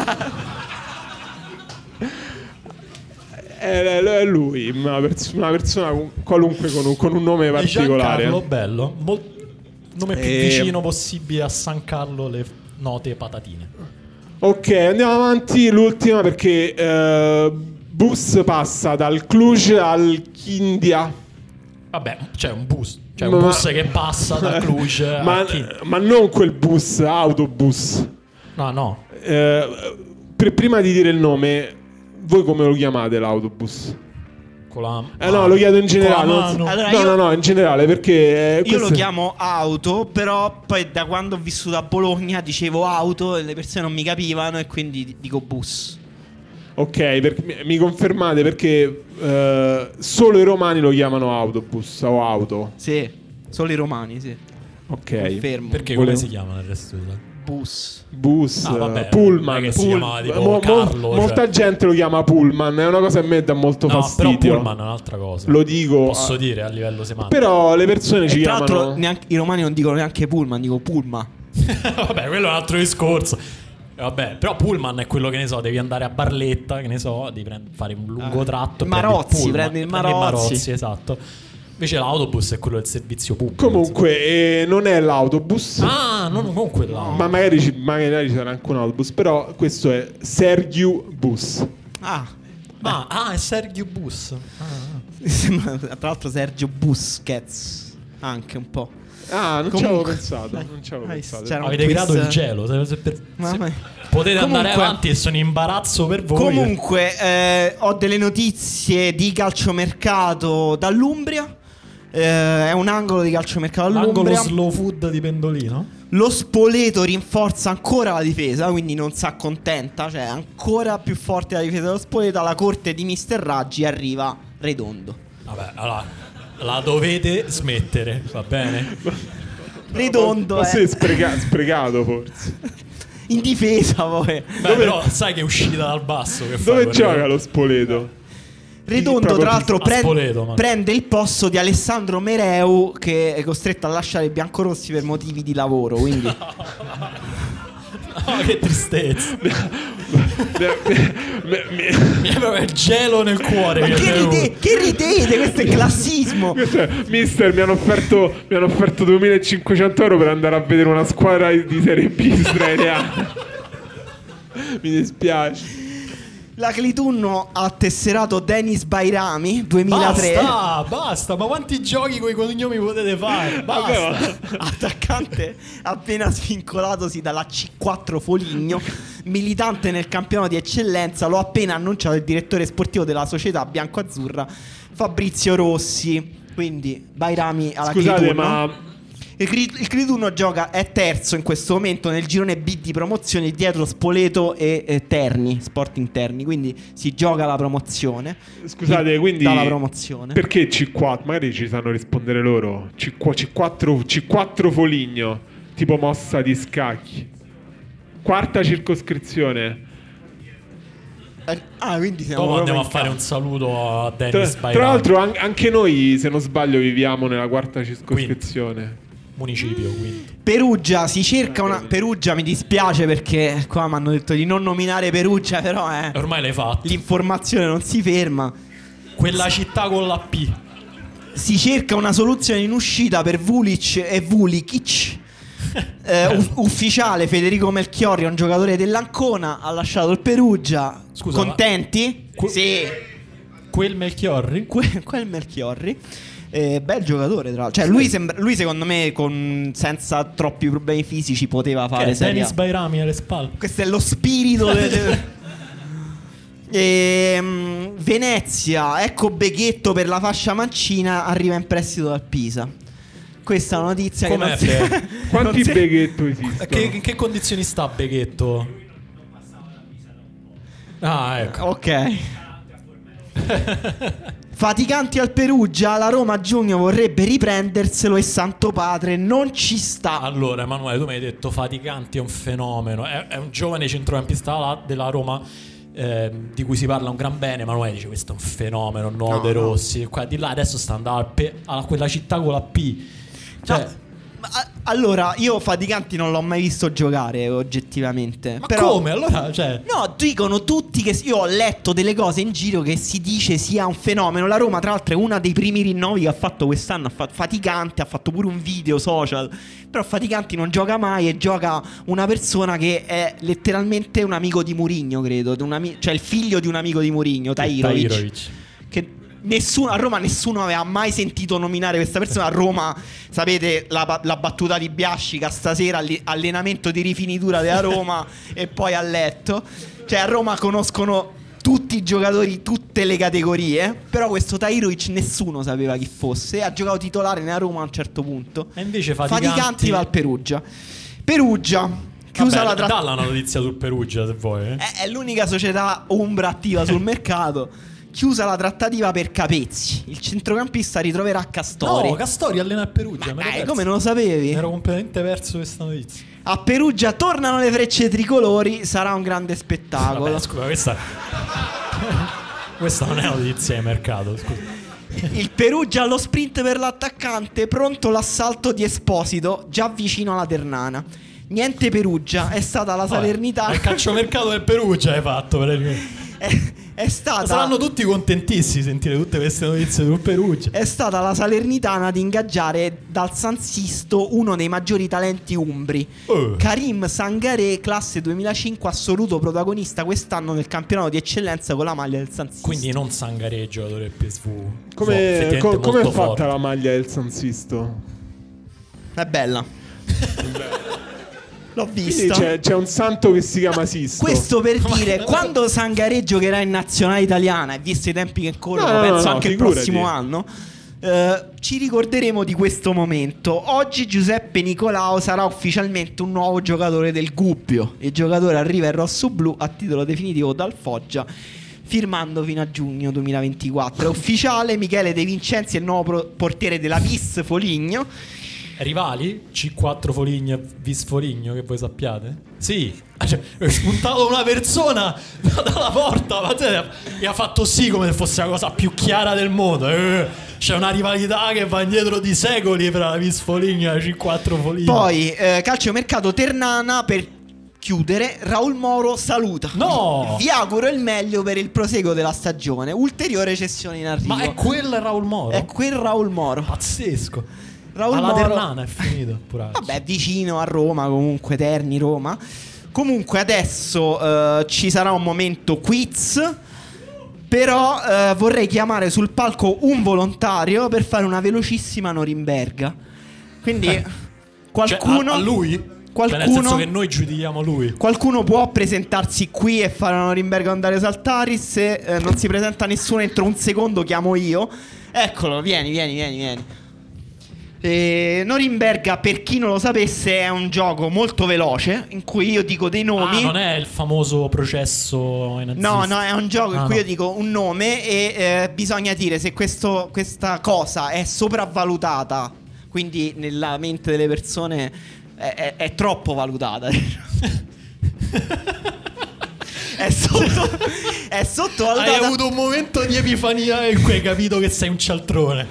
è, è lui, una, pers- una persona qualunque con un, con un nome particolare. Giancarlo, bello. Mol- nome più E- vicino possibile a San Carlo, le f- note patatine. Ok, andiamo avanti. L'ultima, perché eh, Bus passa dal Cluj al Chindia. Vabbè, c'è un bus. C'è un Ma- bus che passa da Cluj a ma, Chi- ma non quel bus, autobus. No, no. Eh, per- prima di dire il nome, voi come lo chiamate l'autobus? Con la... Eh no, lo chiedo in generale. Con la non- mano. Allora, no, io- no, no, in generale, perché eh, Io lo questo- chiamo auto, però poi da quando ho vissuto a Bologna dicevo auto e le persone non mi capivano e quindi dico bus. Ok, perché mi, mi confermate, perché eh, solo i romani lo chiamano autobus o auto. Sì, solo i romani, sì. Ok. Confermo. Perché Volevo- come si chiama nel resto d'Italia? Bus. Bus, Ah, vabbè, eh, pullman. non è che si Pull- chiamava tipo mo- mo- Carlo, cioè. Molta gente lo chiama pullman, è una cosa che a me dà molto No, fastidio. però Pullman è un'altra cosa. Lo dico. Posso ah, dire a livello semantico. Però le persone ci E tra l'altro chiamano. neanche, i romani non dicono neanche pullman, dico pulma. Vabbè, quello è un altro discorso. Eh, Vabbè, però Pullman è quello che ne so, devi andare a Barletta, che ne so, devi prend- fare un lungo Eh, tratto. e Marozzi, prendi il prendi il Pullman, prendi Marozzi. esatto. Invece l'autobus è quello del servizio pubblico. Comunque, eh, non è l'autobus. Ah, non, non quello. Ma magari ci, magari ci sarà anche un autobus. Però questo è Sergiu Bus. Ah, Ah, ah, è Sergio Bus. Ah. sembra- tra l'altro Sergio Busquets anche un po'. Ah, non ci avevo Comunque- pensato. Dai. Non ci avevo Hai- pensato. c'era un Avete quiz- creato il gelo. se- se- per- Mamma se- mia. potete andare Comunque- avanti e sono in imbarazzo per voi. Comunque, eh, ho delle notizie di calciomercato dall'Umbria. Eh, è un angolo di calciomercato L'angolo all'Umbria. slow food di Pendolino. Lo Spoleto rinforza ancora la difesa, quindi non si accontenta, cioè ancora più forte la difesa dello Spoleto. Alla corte di mister Raggi arriva Redondo. Vabbè, allora la dovete smettere, va bene? Redondo Forse è è sprega- sprecato, forse. in difesa poi. Beh, però sai che è uscita dal basso. Che Dove fai, gioca lo Spoleto? Redondo Proprio tra l'altro a prende, Spoleto, ma- prende il posto di Alessandro Mereu, che è costretto a lasciare i biancorossi per motivi di lavoro, quindi Oh, che tristezza. Mi- mi- Mi è proprio il gelo nel cuore. Ma che che, avevo. ride- che ridete, questo è classismo. Questo è- Mister, mi hanno offerto mi hanno offerto duemilacinquecento euro per andare a vedere una squadra di Serie B israeliana. Mi dispiace. La Clitunno ha tesserato Denis Bairami duemilatré. Basta, basta. Ma quanti giochi con i cognomi potete fare? Basta. Vabbè, Attaccante appena svincolatosi dalla C quattro Foligno, militante nel campionato di eccellenza, lo ha appena annunciato il direttore sportivo della società biancoazzurra Fabrizio Rossi. Quindi Bairami alla Scusate, Criturno. ma Il, Cri- il Criturno gioca, è terzo in questo momento nel girone B di promozione, dietro Spoleto e, e Terni, Sporting Terni. Quindi si gioca la promozione. scusate, quindi dalla promozione. perché C quattro? Magari ci sanno rispondere loro. C quattro, C quattro Foligno, tipo mossa di scacchi. Quarta circoscrizione. Eh, Ah, quindi siamo Dopo proprio andiamo a in fare campo. un saluto a Tra, Dennis tra Bairami. l'altro an- anche noi, se non sbaglio, viviamo nella quarta circoscrizione. Municipio, quindi. Perugia, si cerca una Perugia, mi dispiace perché qua mi hanno detto di non nominare Perugia, però eh, Ormai l'hai fatto. l'informazione non si ferma. Quella città con la P. Si cerca una soluzione in uscita per Vulic e Vulikic. Eh, uff- ufficiale Federico Melchiorri è un giocatore dell'Ancona, ha lasciato il Perugia. Scusa, contenti? que- Sì. Quel Melchiorri? Que- quel Melchiorri. Eh, bel giocatore, tra l'altro. Cioè, lui, sembra- lui secondo me, con, senza troppi problemi fisici, poteva Che fare è Serie Dennis A. Bairami alle spalle. Questo è lo spirito de- de- Ehm, Venezia, ecco Beghetto per la fascia mancina, arriva in prestito dal Pisa. Questa è una notizia che Com'è, non si... Be? Quanti non si- Beghetto esistono? Che, in che condizioni sta Beghetto? Ah, ecco. Ok. Faticanti al Perugia, la Roma a giugno vorrebbe riprenderselo e Santo Padre non ci sta. Allora, Emanuele, tu mi hai detto Faticanti è un fenomeno. È, è un giovane centrocampista la- della Roma, eh, di cui si parla un gran bene. Emanuele dice questo è un fenomeno, il nuovo No, De no. Rossi. Qua di là adesso sta andando al pe- a quella città con la P. Cioè, No, ma, a- allora, io Faticanti non l'ho mai visto giocare oggettivamente. ma però, come? Allora, cioè, No, dicono tutti che io ho letto delle cose in giro che si dice sia un fenomeno. La Roma, tra l'altro, è uno dei primi rinnovi che ha fatto quest'anno. Ha fatto Faticanti, ha fatto pure un video social. Però Faticanti non gioca mai e gioca una persona che è letteralmente un amico di Mourinho, credo. Un ami- cioè il figlio di un amico di Mourinho, Tahirovic. Tahirovic. Che nessuno, a Roma nessuno aveva mai sentito nominare questa persona. A Roma, sapete, la, la battuta di Biascica stasera, alli- allenamento di rifinitura della Roma e poi a letto. Cioè a Roma conoscono tutti i giocatori, tutte le categorie. Però questo Tahirovic nessuno sapeva chi fosse. Ha giocato titolare nella Roma a un certo punto. E invece Faticanti, Faticanti va al Perugia. Perugia, chiusa Vabbè, la trattativa. dalla una notizia sul Perugia, se vuoi. eh. È, è l'unica società ombra attiva sul mercato. Chiusa la trattativa per Capezzi. Il centrocampista ritroverà Castori. No, Castori allena il Perugia. Ma me l'ero dai, perso. come non lo sapevi? Mi ero completamente perso questa notizia. A Perugia tornano le frecce tricolori. Sarà un grande spettacolo. Vabbè, scusa, questa questa non è una notizia di mercato, scusa. Il Perugia allo sprint per l'attaccante. Pronto l'assalto di Esposito, già vicino alla Ternana. Niente Perugia, è stata la Salernitana. Il calciomercato del Perugia hai fatto per il... È, è stata Saranno tutti contentissimi di sentire tutte queste notizie sul Perugia. È stata la Salernitana ad ingaggiare dal San Sisto uno dei maggiori talenti umbri. Oh. Karim Sangaré, classe duemilacinque, assoluto protagonista quest'anno nel campionato di eccellenza con la maglia del San Sisto. Quindi non Sangaré, giocatore del P S V. Come effettivamente co- come è molto fatta forte. la maglia del San Sisto? È bella. L'ho Quindi vista. c'è, c'è un santo che si chiama Sisto. Questo per dire, quando Sangaré giocherà in nazionale italiana, e visto i tempi che corrono, No, no, penso no, anche il figurati. prossimo anno, eh, ci ricorderemo di questo momento. Oggi Giuseppe Nicolao sarà ufficialmente un nuovo giocatore del Gubbio. Il giocatore arriva in rosso-blu a titolo definitivo dal Foggia, firmando fino a giugno duemilaventiquattro. È ufficiale, Michele De Vincenzi è il nuovo pro- portiere della Vis Foligno. Rivali? C quattro Foligno e Vis Foligno, che voi sappiate? Sì, cioè, è spuntato una persona dalla porta, ma te- e ha fatto sì come se fosse la cosa più chiara del mondo. Eh, c'è una rivalità che va indietro di secoli tra la Vis Foligno e la C quattro Foligno. Poi eh, calciomercato Ternana, per chiudere, Raul Moro saluta. No! Vi auguro il meglio per il proseguo della stagione. Ulteriore cessione in arrivo. Ma è quel Raul Moro? È quel Raul Moro. Pazzesco. Raul Alla Moro. Ternana è finito. Poraccio. Vabbè, vicino a Roma, comunque, Terni, Roma. Comunque adesso eh, ci sarà un momento quiz. Però eh, vorrei chiamare sul palco un volontario per fare una velocissima Norimberga. Quindi Cioè, qualcuno... a, a lui? qualcuno, cioè nel senso che noi giudichiamo lui. Qualcuno può presentarsi qui e fare un Norimberga con Dario Saltari. Se eh, non si presenta nessuno entro un secondo chiamo io. Eccolo, vieni, vieni, vieni, vieni. Eh, Norimberga, per chi non lo sapesse, è un gioco molto veloce in cui io dico dei nomi. Ah, non è il famoso processo ai nazisti. No, no, è un gioco in Ah, cui no. io dico un nome e eh, bisogna dire se questo, questa cosa è sopravvalutata, quindi nella mente delle persone è, è- è troppo valutata. È sotto, è Hai sottovalutata. avuto un momento di epifania in cui hai capito che sei un cialtrone.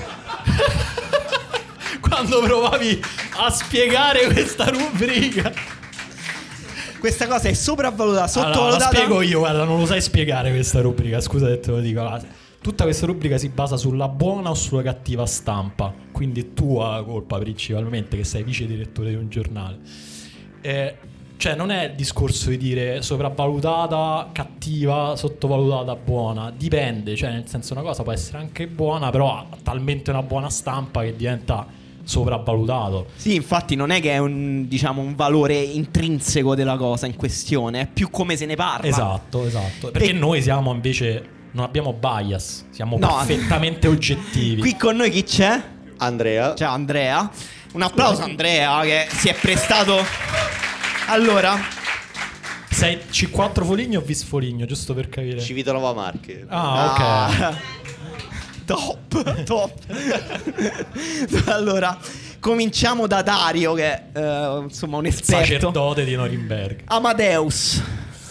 Quando provavi a spiegare questa rubrica. Questa cosa è sopravvalutata, Allora, la sottovalutata. spiego io, guarda, non lo sai spiegare questa rubrica, scusa se te lo dico. Allora, tutta questa rubrica si basa sulla buona o sulla cattiva stampa, quindi è tua colpa principalmente che sei vice direttore di un giornale. Eh, cioè non è il discorso di dire sopravvalutata, cattiva, sottovalutata, buona, dipende, cioè nel senso una cosa può essere anche buona, però ha talmente una buona stampa che diventa sopravvalutato. Sì, infatti non è che è un, diciamo, un valore intrinseco della cosa in questione, è più come se ne parla. Esatto, esatto. Perché E- noi siamo invece, non abbiamo bias, siamo No. perfettamente oggettivi. Qui con noi chi c'è? Andrea. Ciao Andrea. Un applauso a Andrea che si è prestato. Allora, Sei C quattro Foligno o Vis Foligno, giusto per capire? Civitanova Marche. Ah, ok. ah, top, top. Allora, cominciamo da Dario che è eh, insomma un esperto. Sacerdote di Norimberga. Amadeus.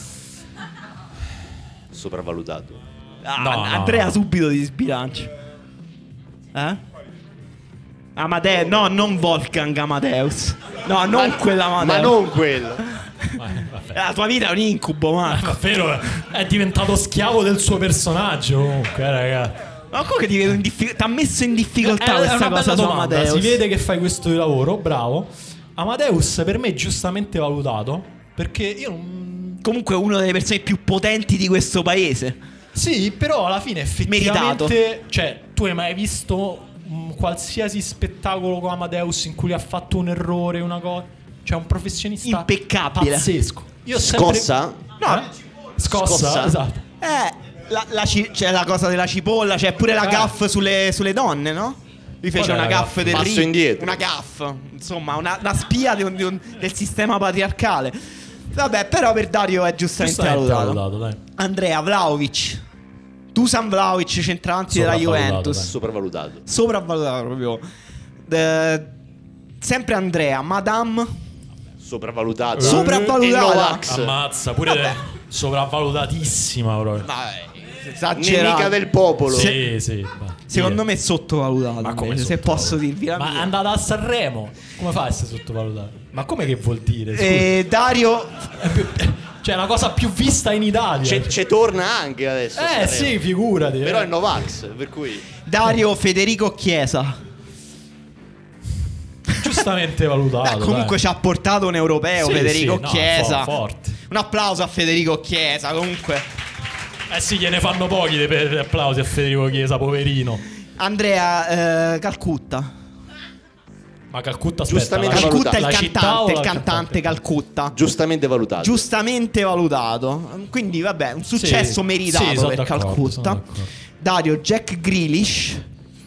Sopravvalutato. Ah, No, no, Andrea no. subito di sbilancio. Eh? Amadeus, no, non Wolfgang Amadeus. No, non quell'Amadeus. Ma non quello. Eh, vabbè. La tua vita è un incubo, Marco. Davvero è diventato schiavo del suo personaggio comunque, eh, raga. Ma comunque ti vedo in difficoltà. Ti ha messo in difficoltà È- è questa una cosa bella su domanda. Amadeus. Si vede che fai questo di lavoro, bravo. Amadeus per me è giustamente valutato perché io non... Comunque uno delle persone più potenti di questo paese. Sì, però alla fine effettivamente, cioè, tu hai mai visto un qualsiasi spettacolo con Amadeus in cui ha fatto un errore, una cosa? Cioè, un professionista Impeccabile. pazzesco. Io ho sempre... Scossa? No, Eh? Scossa, Scossa? esatto. eh, la, la ci- c'è la cosa della cipolla, c'è pure la Eh. gaff sulle, sulle donne, no? Lui fece Qual è una la gaff gaff? del Passo ri- indietro. Una gaff, insomma, una, una spia di un- di un- del sistema patriarcale. Vabbè, però per Dario è giustamente, Giustamente valutato. valutato, dai. Andrea Vlahovic. Dusan Vlahovic, centravanti della Sopravvalutato, Juventus. dai. Sopravvalutato. Sopravvalutato proprio. Eh, sempre Andrea, Madame. Sopravvalutato. So- Sopravvalutata. E Novax. Ammazza, pure Vabbè. sopravvalutatissima proprio. Esagerato. Nemica del popolo. Sì, sì. va. Secondo Dire. me è sottovalutato. Ma come invece, se sottovalutato? posso dirvi la Ma è mia. andata a Sanremo. Come fa a essere sottovalutato? Ma come che vuol dire? Scusa. Eh, Dario. È più- cioè, è la cosa più vista in Italia. C'è, c'è torna anche adesso. eh Sanremo. sì, figurati. Però eh. è Novax, per cui Dario Federico Chiesa. Giustamente valutato. Beh, comunque dai. ci ha portato un europeo Sì, Federico sì, no, Chiesa. fo- forte. Un applauso a Federico Chiesa. Comunque, Eh sì, gliene fanno pochi dei per applausi a Federico Chiesa, poverino. Andrea eh, Calcutta. Ma Calcutta aspetta, Giustamente la- Calcutta è il la città cantante, o il la cantante Calcutta. giustamente valutato. Giustamente valutato. Quindi vabbè, un successo Sì, meritato sì, sono per d'accordo, Calcutta. sono d'accordo. Dario Jack Grealish.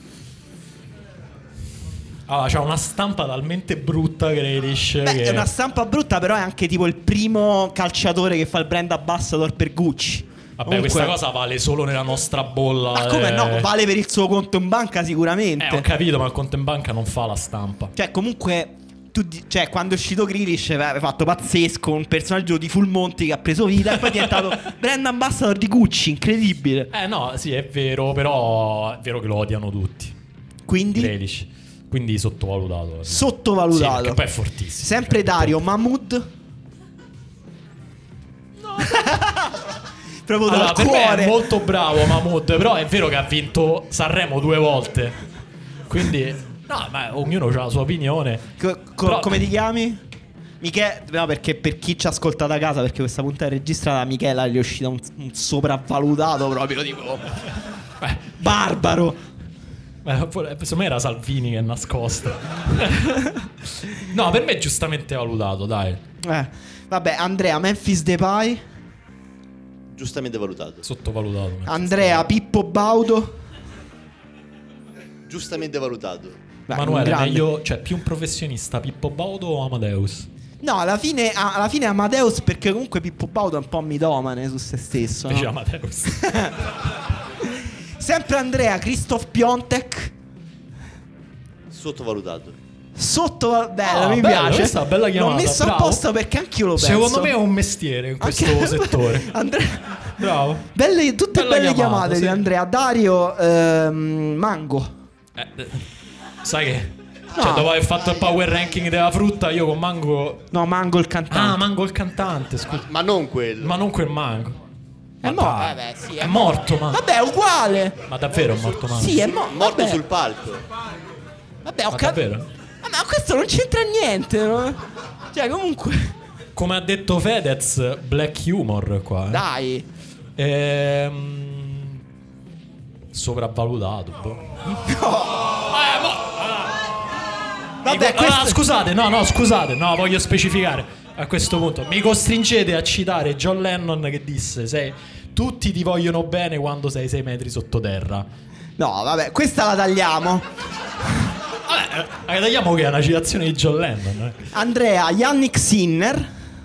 Allora, c'ha una stampa talmente brutta Grealish Beh, che... è una stampa brutta, però è anche tipo il primo calciatore che fa il brand ambassador per Gucci. Vabbè, Comunque- questa cosa vale solo nella nostra bolla. Ma come eh. no? Vale per il suo conto in banca sicuramente. Eh, ho capito, ma il conto in banca non fa la stampa. Cioè, comunque, tu di- cioè, quando è uscito Grealish aveva fatto pazzesco, un personaggio di Full Monty che ha preso vita e poi è diventato brand ambassador di Gucci, incredibile. Eh no, sì, è vero, però è vero che lo odiano tutti. Quindi, Grealish. Quindi sottovalutato. sottovalutato. Sì, perché poi è fortissimo. Sempre Cioè, Dario Mahmood. Proprio Allora, dal per me cuore. è molto bravo Mahmood, però è vero che ha vinto Sanremo due volte. Quindi, no, ma ognuno ha la sua opinione. Co- co- Però- come ti chiami? Michele, no, perché per chi ci ascolta da casa, perché questa puntata è registrata, a Michela gli è uscito un, un sopravvalutato proprio tipo Eh, barbaro. Eh, secondo me era Salvini che è nascosta. No, per me è giustamente valutato, dai. Eh, vabbè, Andrea, Memphis Depay. Giustamente valutato. Sottovalutato. Andrea, Pippo Baudo. Giustamente valutato. Beh, Manuele, grande. meglio, cioè più un professionista, Pippo Baudo o Amadeus? No, alla fine, alla fine Amadeus, perché comunque Pippo Baudo è un po' mitomane su se stesso, no? Invece Amadeus. Sempre Andrea, Christoph Piontek. Sottovalutato. Sotto, bello, Ah, mi bello, piace. questa è una bella L'ho chiamata, messo bravo. apposta perché anch'io lo penso. Secondo me è un mestiere in questo Anche- settore. Andrea, Bravo. belle, tutte Bella belle chiamata, chiamate sì. di Andrea. Dario, ehm, Mango. Eh, eh, sai che No. cioè, dopo aver fatto il power ranking della frutta, io con Mango. No, Mango il Ah, cantante. Mango il cantante, scusa. Ma non quello. Ma non quel Mango. È Ma morto. dai, Vabbè, sì, è morto, ma. Vabbè, è uguale. Ma davvero è morto Mango? Sì, è mo- Morto vabbè. sul palco. Vabbè, ho Ma capito. davvero? Ma questo non c'entra niente, no? Cioè, comunque. Come ha detto Fedez, black humor qua. Eh. Dai. Ehm... Sopravvalutato, boh. Eh, ma- Vabbè, Mi co- questo- ah, scusate, no, no, scusate, no, voglio specificare a questo punto. Mi costringete a citare John Lennon che disse: sei, tutti ti vogliono bene quando sei sei metri sottoterra. No, vabbè, questa la tagliamo. Vabbè, eh, tagliamo che è una citazione di John Lennon. Eh. Andrea, Yannick Sinner.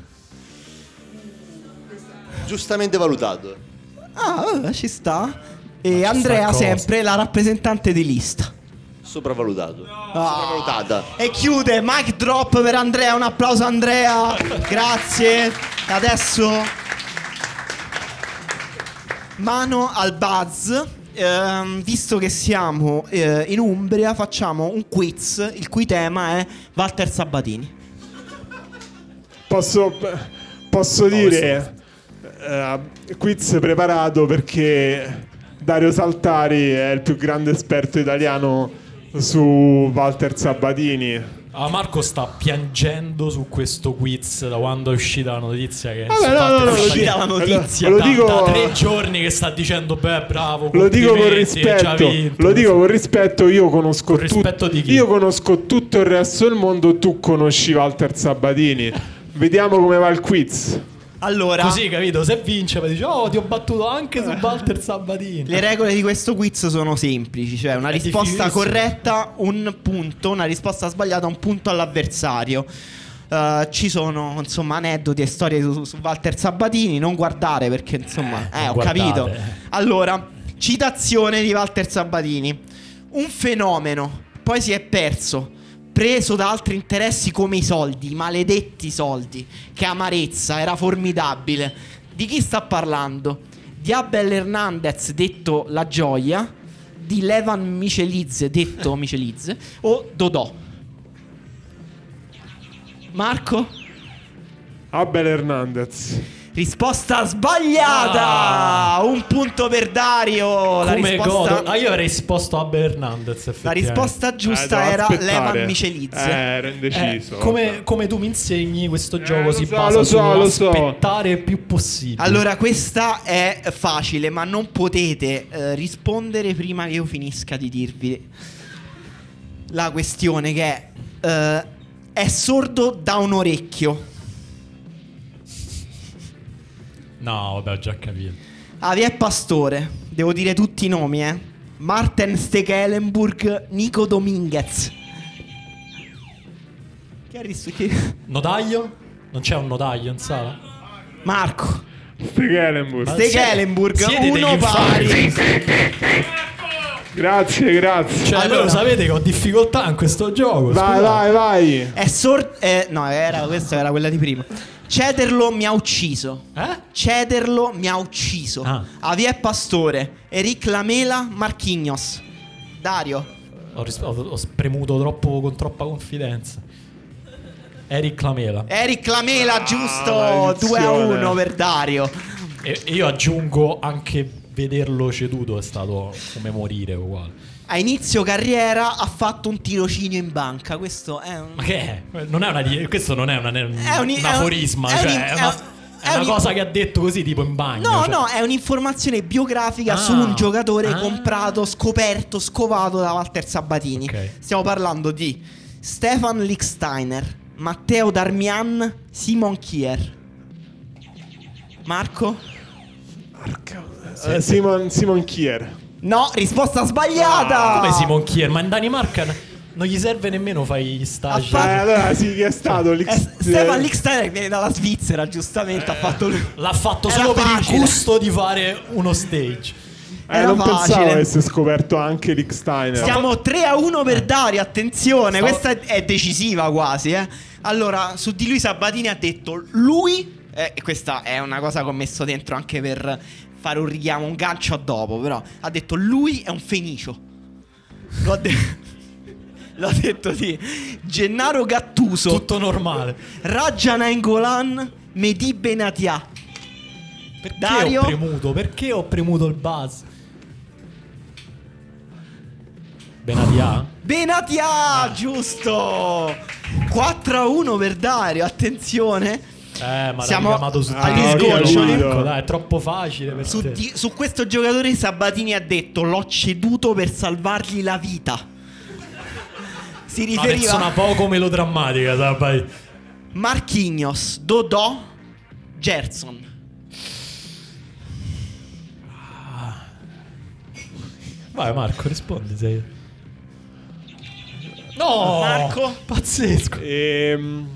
Giustamente valutato. Ah, vabbè, ci sta. E ci Andrea, sta cosa. sempre la rappresentante di lista. Sopravvalutato. Ah. Sopravvalutata. E chiude, mic drop per Andrea. Un applauso a Andrea. Grazie. E adesso mano al buzz. Ehm, visto che siamo eh, in Umbria, facciamo un quiz il cui tema è Walter Sabatini. Posso, posso dire eh, quiz preparato perché Dario Saltari è il più grande esperto italiano su Walter Sabatini. Ah, Marco sta piangendo su questo quiz da quando è uscita la notizia che Vabbè, no, no, Walter no, lo Sabatini- uscita la notizia. Lo da, dico, da tre giorni che sta dicendo beh bravo, lo dico con complimenti, hai già rispetto. vinto. Lo dico con rispetto. Io conosco Con rispetto tut- di chi? Io conosco tutto il resto del mondo. Tu conosci Walter Sabatini. Vediamo come va il quiz. Allora, Così, capito? Se vince poi dice oh ti ho battuto anche su Walter Sabatini. le regole di questo quiz sono semplici, cioè una È risposta difficilissimo. corretta, un punto, una risposta sbagliata, un punto all'avversario. Uh, ci sono insomma aneddoti e storie su, su Walter Sabatini, non guardare perché insomma, Eh, eh, non ho guardate. capito. Allora, citazione di Walter Sabatini. Un fenomeno, poi si è perso, preso da altri interessi come i soldi, i maledetti soldi. Che amarezza, era formidabile. Di chi sta parlando? Di Abel Hernandez, detto La Gioia, di Levan Michelidze, detto Michelidze, o Dodò? Marco? Abel Hernandez. Risposta sbagliata! Ah. Un punto per Dario. La Come risposta, godo. Ah, io avrei risposto a Hernandez. la effettivamente. risposta giusta Eh, devo era aspettare. Levan Michelidze. Eh, ero Eh, indeciso. come, vabbè. come tu mi insegni, questo gioco lo si so, basa lo so, lo so. sull'aspettare il più possibile. Allora, questa è facile, ma non potete eh, rispondere prima che io finisca di dirvi la questione che è eh, è sordo da un orecchio. No, vabbè, ho già capito. Javier Pastore, devo dire tutti i nomi, eh. Martin Stekelenburg, Nico Dominguez. Che ha ris- che- Notaio? Non c'è un notaio in sala? Marco Stekelenburg. Ma Stekelenburg, siete- siete uno degli pari. infami. Grazie, grazie. Cioè, Allora- voi lo sapete che ho difficoltà in questo gioco. vai, scusate. vai, vai. È sordo. Eh, no, era, questa era quella di prima. Cederlo mi ha ucciso. Eh? Cederlo mi ha ucciso. Ah. Javier Pastore, Eric Lamela, Marquinhos. Dario. Ho, ris- ho- ho spremuto troppo con troppa confidenza. Eric Lamela. Eric Lamela, giusto. maledizione. due a uno per Dario. E e io aggiungo anche vederlo ceduto è stato come morire uguale. A inizio carriera ha fatto un tirocinio in banca. Questo è un. Ma che è? Non è una di- questo non è una, un, È un- un è un- aforisma, è un- cioè è è, una, un- è È, è una un... cosa che ha detto così, tipo in bagno. No, cioè. no, è un'informazione biografica Ah, su un giocatore ah. comprato, scoperto, scovato da Walter Sabatini. Ok. Stiamo parlando di Stefan Lichtsteiner, Matteo Darmian, Simon Kier. Marco? Eh, Simon, Simon Kier. No, risposta sbagliata. Come Simon Kier? Ma in Danimarca non gli serve nemmeno fare gli stage. Ha fatto- Eh, allora sì, chi è stato? Eh, Lixt- Stefan Lichtsteiner che viene dalla Svizzera, giustamente, ha fatto lui. L'ha fatto Era solo per il facile. gusto di fare uno stage. Eh, Era non facile. pensavo avesse scoperto anche Lichtsteiner. Siamo tre a uno per Dario, attenzione, Stavo- questa è, è decisiva quasi, eh. Allora, su di lui Sabatini ha detto lui, eh, e questa è una cosa che ho messo dentro anche per fare un richiamo, un gancio a dopo, però ha detto lui è un fenicio. Lo ha, de- L'ho detto di Gennaro Gattuso, Tutto normale. Raja Nainggolan, Mehdi Benatia. Perché Dario? ho premuto? Perché ho premuto il buzz? Benatia? Benatia, giusto. quattro a uno per Dario, attenzione. Eh, ma Siamo l'hai chiamato su agli di- sgoccioli. Ecco, dai, è troppo facile per Su, te. di- su questo giocatore Sabatini ha detto l'ho ceduto per salvargli la vita. Si Una persona riferiva poco melodrammatica, sai? Marquinhos, Dodò, Gerson. Vai Marco, rispondi sei. No! Marco? Pazzesco. Ehm...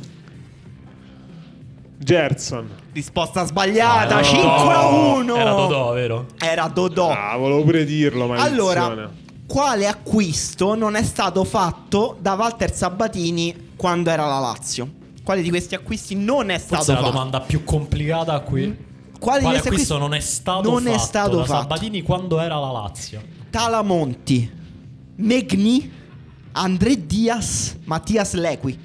Gerson. Risposta sbagliata, Ah, no. cinque a uno. Era Dodò, vero? Era Dodò. Ah, volevo pure dirlo, maledizione. Allora, quale acquisto non è stato fatto da Walter Sabatini quando era la Lazio? Quale di questi acquisti non è stato Forse è la fatto? domanda più complicata qui. Quale, Quale di questi acquisto acquisti non è stato non fatto è stato da fatto? Sabatini quando era la Lazio? Talamonti, Megni, André Diaz, Mattias Lequi.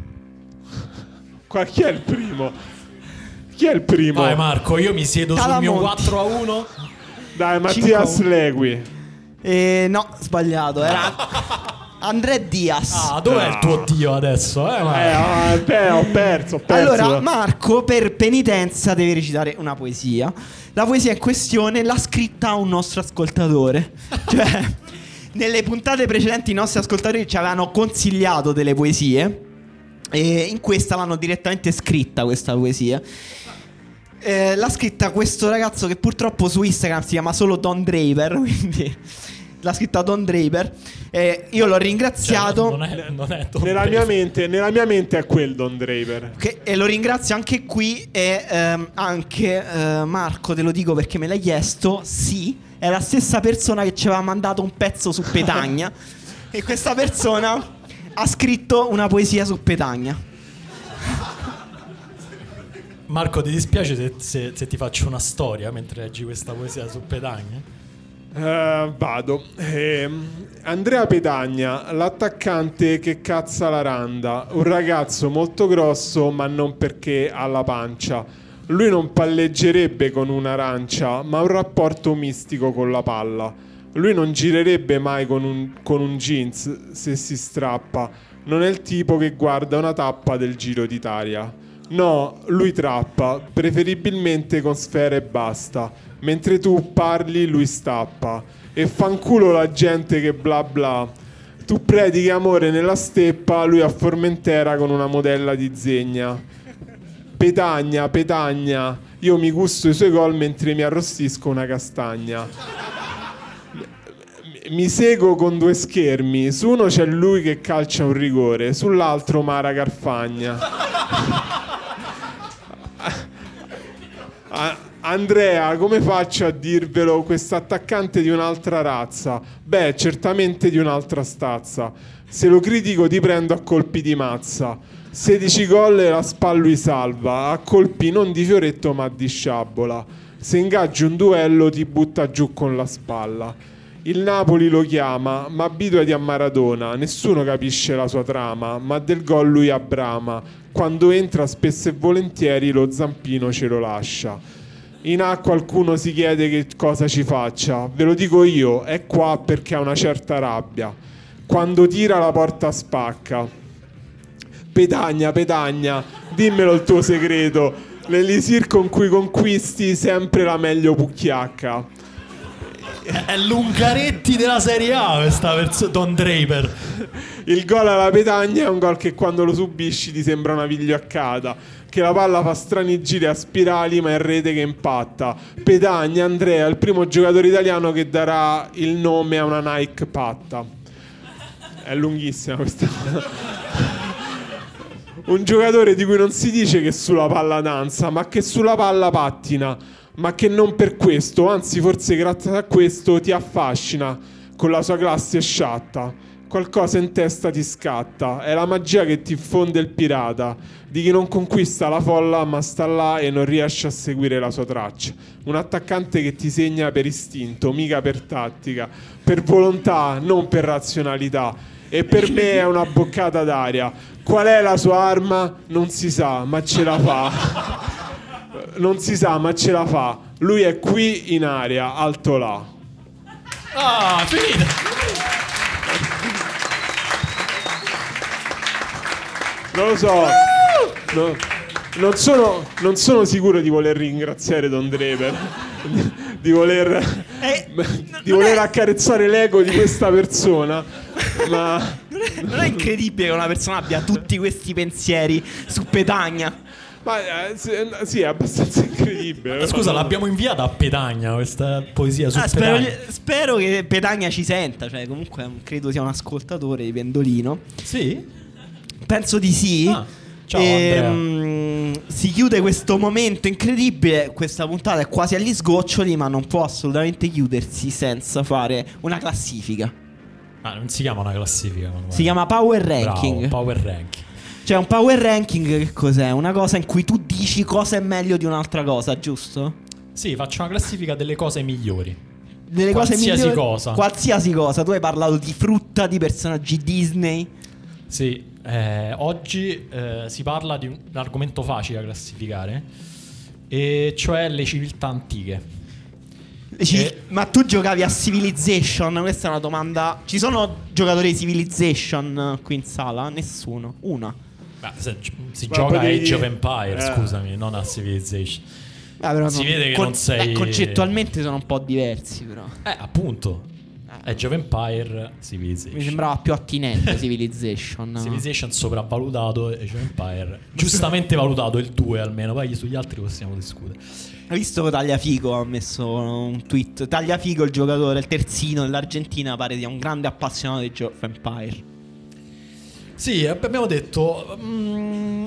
Qua chi è il primo? Chi è il primo? Vai Marco, io mi siedo sul mio Talamonti. quattro a uno. Dai, Mattias cinque a uno. Legui. Eh, no, sbagliato. Era André Diaz. Ah, dov'è il tuo dio adesso? Eh, Eh, ma... ah, beh, ho perso, ho perso. Allora, Marco, per penitenza deve recitare una poesia. La poesia in questione l'ha scritta un nostro ascoltatore. Cioè, nelle puntate precedenti i nostri ascoltatori ci avevano consigliato delle poesie. E in questa l'hanno direttamente scritta questa poesia. Eh, l'ha scritta questo ragazzo che purtroppo su Instagram si chiama solo Don Draper. Quindi l'ha scritta Don Draper. Eh, io l'ho Cioè, ringraziato. non è, non è Tom Nella Brady. mia, mente, nella mia mente è quel Don Draper. Che- e lo ringrazio anche qui. E ehm, anche eh, Marco, te lo dico perché me l'hai chiesto. Sì, è la stessa persona che ci aveva mandato un pezzo su Petagna. E questa persona ha scritto una poesia su Petagna. Marco, ti dispiace se, se- se ti faccio una storia mentre leggi questa poesia su Petagna? Eh, vado. Ehm, Andrea Petagna, l'attaccante che cazza la randa. Un ragazzo molto grosso, ma non perché ha la pancia. Lui non palleggerebbe con un'arancia, ma un rapporto mistico con la palla. Lui non girerebbe mai con un, con un jeans se si strappa. Non è il tipo che guarda una tappa del Giro d'Italia. No, lui trappa, preferibilmente con sfere e basta. Mentre tu parli, lui stappa. E fanculo la gente che bla bla. Tu predichi amore nella steppa, lui a Formentera con una modella di zegna. Petagna, Petagna, io mi gusto i suoi gol mentre mi arrostisco una castagna. Mi seguo con due schermi. Su uno c'è lui che calcia un rigore, sull'altro Mara Carfagna. A- Andrea, come faccio a dirvelo? Questo attaccante di un'altra razza. Beh, certamente di un'altra stazza. Se lo critico ti prendo a colpi di mazza. sedici gol e la SPAL lui salva. A colpi non di fioretto ma di sciabola. Se ingaggi un duello ti butta giù con la spalla. Il Napoli lo chiama, ma abituati a Maradona. Nessuno capisce la sua trama, ma del gol lui abbrama. Quando entra spesso e volentieri lo zampino ce lo lascia. In A qualcuno si chiede che cosa ci faccia. Ve lo dico io, è qua perché ha una certa rabbia. Quando tira la porta spacca. Petagna, Petagna, dimmelo il tuo segreto. L'elisir con cui conquisti sempre la meglio pucchiacca. È l'Ungaretti della Serie A questa persona, Don Draper. Il gol alla Petagna è un gol che quando lo subisci ti sembra una vigliaccata, che la palla fa strani giri a spirali ma è rete che impatta. Petagna, Andrea, il primo giocatore italiano che darà il nome a una Nike patta. È lunghissima questa cosa. Un giocatore di cui non si dice che sulla palla danza, ma che sulla palla pattina, ma che non per questo, anzi forse grazie a questo ti affascina con la sua classe sciatta. Qualcosa in testa ti scatta, è la magia che ti infonde il pirata, di chi non conquista la folla ma sta là e non riesce a seguire la sua traccia. Un attaccante che ti segna per istinto, mica per tattica, per volontà, non per razionalità. E per me è una boccata d'aria. Qual è la sua arma? Non si sa, ma ce la fa. Non si sa, ma ce la fa. Lui è qui in aria, alto là. Ah, finita. Non lo so. No, non sono, non sono sicuro di voler ringraziare Don Draper. Di, di voler, Eh, di voler è- accarezzare l'ego di questa persona. Ma Non è, non è incredibile che una persona abbia tutti questi pensieri su Petagna? Ma eh, sì, sì, è abbastanza incredibile. Scusa, l'abbiamo inviata a Petagna questa poesia su Ah, spero, Petagna. spero che Petagna ci senta. Cioè, comunque, credo sia un ascoltatore di Pendolino. Sì? Penso di sì. Ah, ciao, Andrea. mm, si chiude questo momento incredibile. Questa puntata è quasi agli sgoccioli, ma non può assolutamente chiudersi senza fare una classifica. Ah, non si chiama una classifica, Manuele. Si chiama Power Bravo, Ranking. Power Ranking. Cioè, un power ranking che cos'è? Una cosa in cui tu dici cosa è meglio di un'altra cosa, giusto? Sì, faccio una classifica delle cose migliori. Delle cose Qualsiasi migliori. cosa. Qualsiasi cosa. Tu hai parlato di frutta, di personaggi Disney. Sì, eh, oggi eh, si parla di un argomento facile da classificare, e cioè le civiltà antiche. Ci- Eh. Ma tu giocavi a Civilization? Questa è una domanda. Ci sono giocatori di Civilization qui in sala? Nessuno. Una. Beh, se- si Ma gioca a potevi Age dire- of Empire, eh. scusami, non a Civilization. Ah, però Si no. vede che Con- non sei- beh, concettualmente sono un po' diversi, però. Eh, appunto. Age of Empire, Civilization. Mi sembrava più attinente Civilization. Civilization sopravvalutato, Age of Empire giustamente valutato, il due almeno, poi sugli altri possiamo discutere. Hai visto che Tagliafico ha messo un tweet? Tagliafico, il giocatore, il terzino dell'Argentina, pare sia un grande appassionato di Age of Empire. Sì, abbiamo detto mm,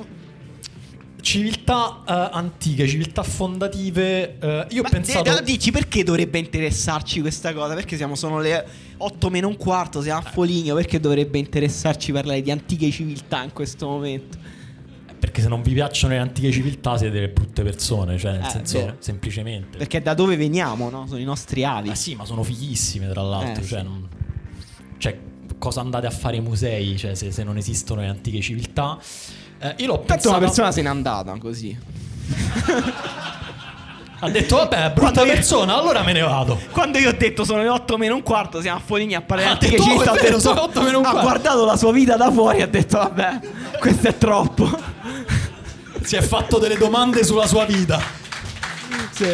civiltà eh, antiche, civiltà fondative. eh, io ho Ma pensato de- dici perché dovrebbe interessarci questa cosa? Perché siamo sono le otto meno un quarto, siamo a Foligno, perché dovrebbe interessarci parlare di antiche civiltà in questo momento? perché se non vi piacciono le antiche civiltà siete delle brutte persone, cioè nel Eh, senso vero. semplicemente. Perché da dove veniamo, no? Sono i nostri avi. Ah sì, ma sono fighissime tra l'altro, Eh, cioè, sì. non- cioè, cosa andate a fare ai musei, cioè, se, se non esistono le antiche civiltà? Eh, io l'ho Tanto pensato, una persona se n'è andata così. ha detto vabbè, brutta Quando io- persona, allora me ne vado. Quando io ho detto sono le otto meno un quarto, siamo a Foligno a parlare Ha di antiche detto, oh, civiltà, è ho vero, detto- sono otto meno un ha quarto. guardato la sua vita da fuori e ha detto vabbè, questo è troppo. Si è fatto delle domande sulla sua vita. Sì.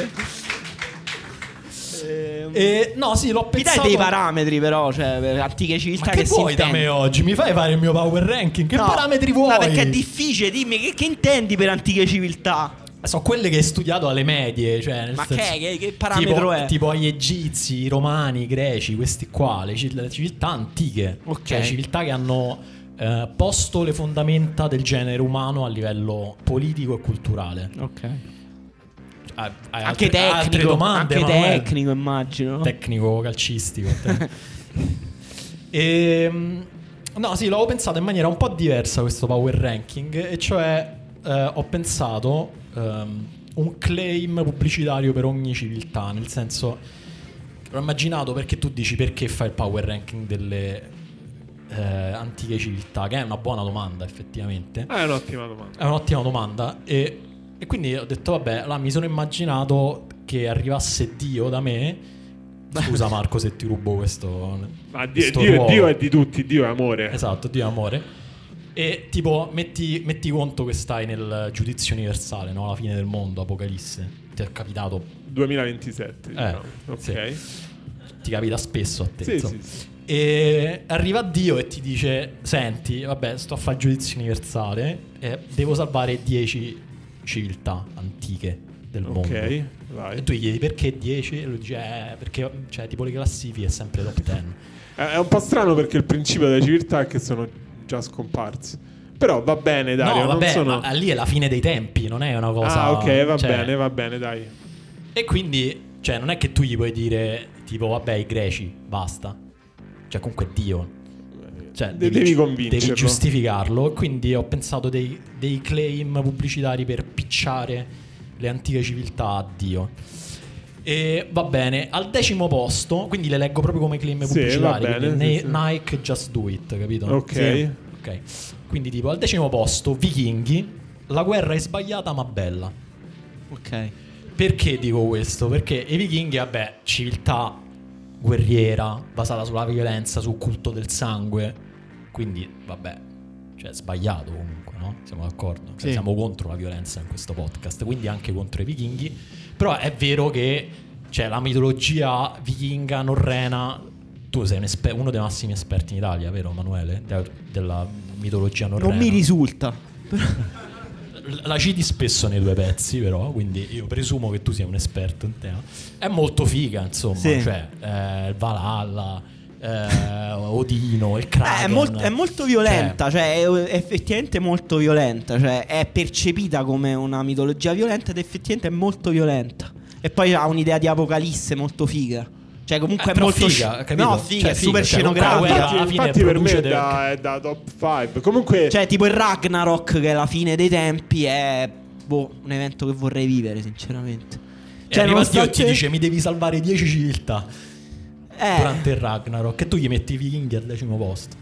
Ehm, E no, sì, l'ho Mi dai pensato. dei parametri però, cioè per antiche civiltà Ma che, che si vuoi da intende? me oggi? Mi fai fare il mio power ranking? Che No, parametri vuoi? Ma perché è difficile, dimmi che, che intendi per antiche civiltà? So quelle che hai studiato alle medie, cioè nel Ma senso- che- che- che parametro tipo, è? Tipo gli egizi, i romani, i greci, questi qua, le, ci- le civiltà antiche. Ok. Cioè civiltà che hanno eh, posto le fondamenta del genere umano a livello politico e culturale. Ok. Hai- hai Anche altre, altre tecnico, domande, anche Emanuele? tecnico immagino. Tecnico calcistico. te- Ehm, no, sì, l'avevo pensato in maniera un po' diversa questo power ranking, e cioè eh, ho pensato ehm, un claim pubblicitario per ogni civiltà, nel senso l'ho immaginato perché tu dici perché fai il power ranking delle eh, antiche civiltà, che è una buona domanda effettivamente. Ah, è un'ottima domanda. È un'ottima domanda e, e quindi ho detto vabbè, là mi sono immaginato che arrivasse Dio da me. Scusa Marco se ti rubo questo, Ma Dio, questo Dio, ruolo. Dio è di tutti, Dio è amore. Esatto, Dio è amore. E tipo, metti, metti conto che stai nel giudizio universale, no? La fine del mondo, Apocalisse. Ti è capitato? duemilaventisette, diciamo. Eh, Ok. sì. Ti capita spesso a te. Sì, insomma. sì, sì. E arriva Dio e ti dice: senti, vabbè, sto a fare giudizio universale e devo salvare dieci civiltà antiche del mondo. Ok, vai. E tu gli chiedi perché dieci? E lui dice: eh, perché cioè, tipo le classifiche è sempre top dieci. È un po' strano perché il principio della civiltà è che sono già scomparsi. Però va bene, Dario. No, vabbè, non sono... ma lì è la fine dei tempi, non è una cosa. Ah, ok, va cioè... bene, va bene, dai. E quindi, cioè, non è che tu gli puoi dire, tipo, vabbè, i greci, basta. Cioè, comunque Dio. Cioè, De- devi convincerlo. Devi giustificarlo. Quindi ho pensato dei, dei claim pubblicitari per picciare le antiche civiltà a Dio. E va bene, al decimo posto, quindi le leggo proprio come claim Sì, pubblicitari. va bene, quindi sì, sì. Nike Just Do It, capito? Ok. Sì. Ok. Quindi tipo al decimo posto, vichinghi, la guerra è sbagliata ma bella. Ok. Perché dico questo? Perché i vichinghi, vabbè, civiltà guerriera, basata sulla violenza, sul culto del sangue. Quindi, vabbè, cioè sbagliato comunque, no? Siamo d'accordo? Sì. Siamo contro la violenza in questo podcast, quindi anche contro i vichinghi. Però è vero che, cioè, la mitologia vichinga, norrena... Tu sei un esper- uno dei massimi esperti in Italia, vero Emanuele? De- della mitologia norrena. Non mi risulta. La citi spesso nei due pezzi, però, quindi io presumo che tu sia un esperto in tema. È molto figa, insomma, Sì. cioè eh, il Valhalla, eh, Odino, il Kraken. Eh, è, molt- è molto violenta, cioè, è effettivamente molto violenta, cioè è percepita come una mitologia violenta ed effettivamente è molto violenta. E poi ha un'idea di apocalisse molto figa. Cioè comunque Eh, è però molto figa, sci- capito? No, figa, Cioè, è super figa, cioè, comunque la scenografica. guerra- alla fine Infatti per me produce è del- da, è da top cinque. Comunque Cioè tipo il Ragnarok, che è la fine dei tempi, è boh, un evento che vorrei vivere sinceramente. E Cioè arriva Dio e nonostante- ti dice mi devi salvare dieci civiltà eh, durante il Ragnarok e tu gli metti i vichinghi al decimo posto.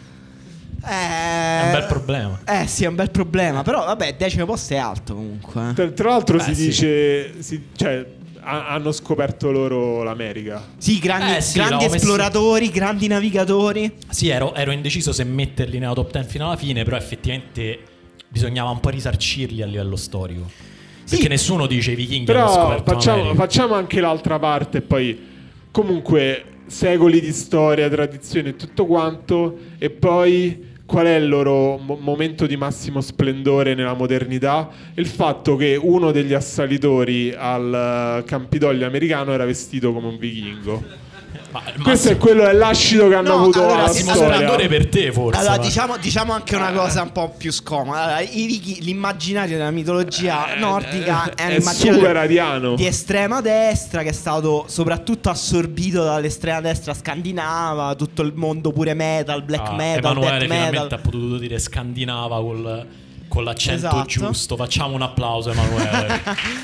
eh, È un bel problema. Eh sì, è un bel problema. Però vabbè, decimo posto è alto comunque. eh. tra, tra l'altro Beh, si sì. dice si- cioè ha- hanno scoperto loro l'America. Sì, grandi, Eh, sì, grandi l'avevo messo- esploratori, grandi navigatori. Sì, ero, ero indeciso se metterli nella top dieci fino alla fine, però effettivamente bisognava un po' risarcirli a livello storico. Perché Sì. nessuno dice i vichinghi hanno Però scoperto facciamo, l'America. facciamo anche l'altra parte e poi comunque secoli di storia, tradizione e tutto quanto, e poi qual è il loro mo- momento di massimo splendore nella modernità? Il fatto che uno degli assalitori al uh, Campidoglio americano era vestito come un vichingo. Ma il Questo massimo- è quello, è l'ascito che hanno No, avuto allora, alla sì, massimo storia. splendore per te forse. Allora, ma- diciamo, diciamo anche una cosa un po' più scomoda. Allora, i vichi- l'immaginario della mitologia Eh, nordica eh, è un è immaginario super ariano. di estrema destra che è stato soprattutto assorbito dall'estrema destra scandinava, tutto il mondo pure metal, black Ah, metal, Emanuele death finalmente metal. ha potuto dire scandinava col, con l'accento Esatto. giusto. Facciamo un applauso Emanuele.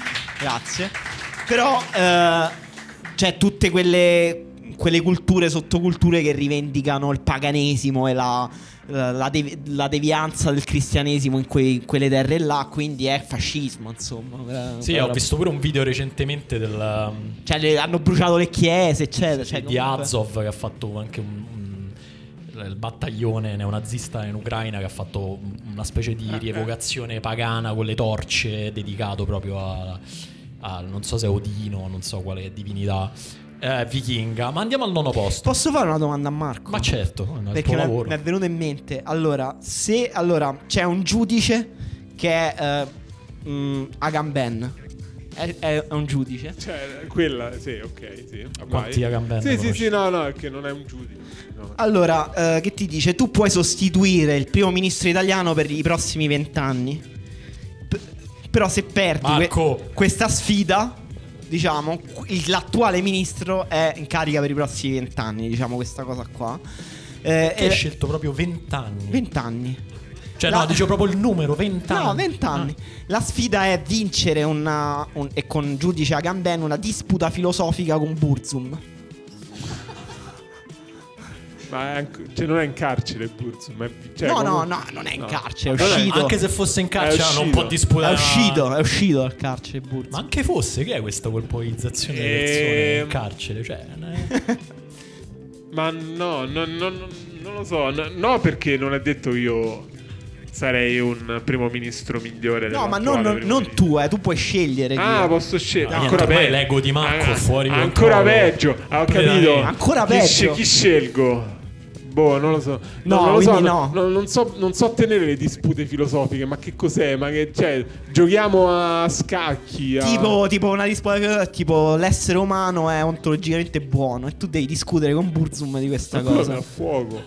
Grazie. Però eh, c'è tutte quelle quelle culture, sottoculture che rivendicano il paganesimo e la, la, la devi- la devianza del cristianesimo in, quei- in quelle terre là, quindi è fascismo, insomma. quella- Sì, quella ho roba. visto pure un video recentemente del, Cioè, le- hanno bruciato le chiese, eccetera. Cioè, di comunque- Azov che ha fatto anche un, un- il battaglione neonazista in Ucraina che ha fatto una specie di rievocazione pagana con le torce dedicato proprio a, a non so se è Odino, non so quale divinità eh, vichinga. Ma andiamo al nono posto. Posso fare una domanda a Marco? Ma certo, è il Perché tuo mi è, lavoro. mi è venuto in mente. Allora, se allora c'è un giudice che è eh, mm, Agamben, è, è un giudice. Cioè, quella, sì, ok, sì. Quanti Agamben Sì, sì, conosci? sì, no, no, è che non è un giudice. No. Allora, eh, che ti dice? Tu puoi sostituire il primo ministro italiano per i prossimi vent'anni. P- però se perdi que- Marco. questa sfida, diciamo, il- l'attuale ministro è in carica per i prossimi vent'anni, diciamo questa cosa qua. Eh, Che hai e- scelto proprio vent'anni. vent'anni. Cioè, La- no, dicevo proprio il numero, vent'anni. No, vent'anni. La sfida è vincere una, un- e con giudice Agamben una disputa filosofica con Burzum. Ma è anche- cioè, non è in carcere Burzum, ma è, cioè, no, no, comunque- no, non è in no. carcere, è Non è- uscito. Anche se fosse in carcere È non uscito. può disputare. È uscito, è uscito dal carcere Burzum. Ma anche fosse, che è questa colpoizzazione delle persone Ehm. in carcere? Cioè, eh, Ma no, no, no, no, non lo so. No, no, perché non è detto che io sarei un primo ministro migliore. No, ma dell'attuale non, primo non ministro. tu, eh, tu puoi scegliere. chi Ah, è. posso scegliere. No, Ancora ormai peggio. l'ego di Marco Ah, fuori Ancora controllo. peggio. Ah, ho capito. Completamente. Ancora Chi, peggio. sce- chi scelgo? Boh, non lo so. No, non lo so, quindi no- no. non, non so. Non so tenere le dispute filosofiche. Ma che cos'è? Ma che, cioè, giochiamo a scacchi. A... Tipo, tipo una disputa, tipo l'essere umano è ontologicamente buono e tu devi discutere con Burzum di questa quello cosa. a fuoco.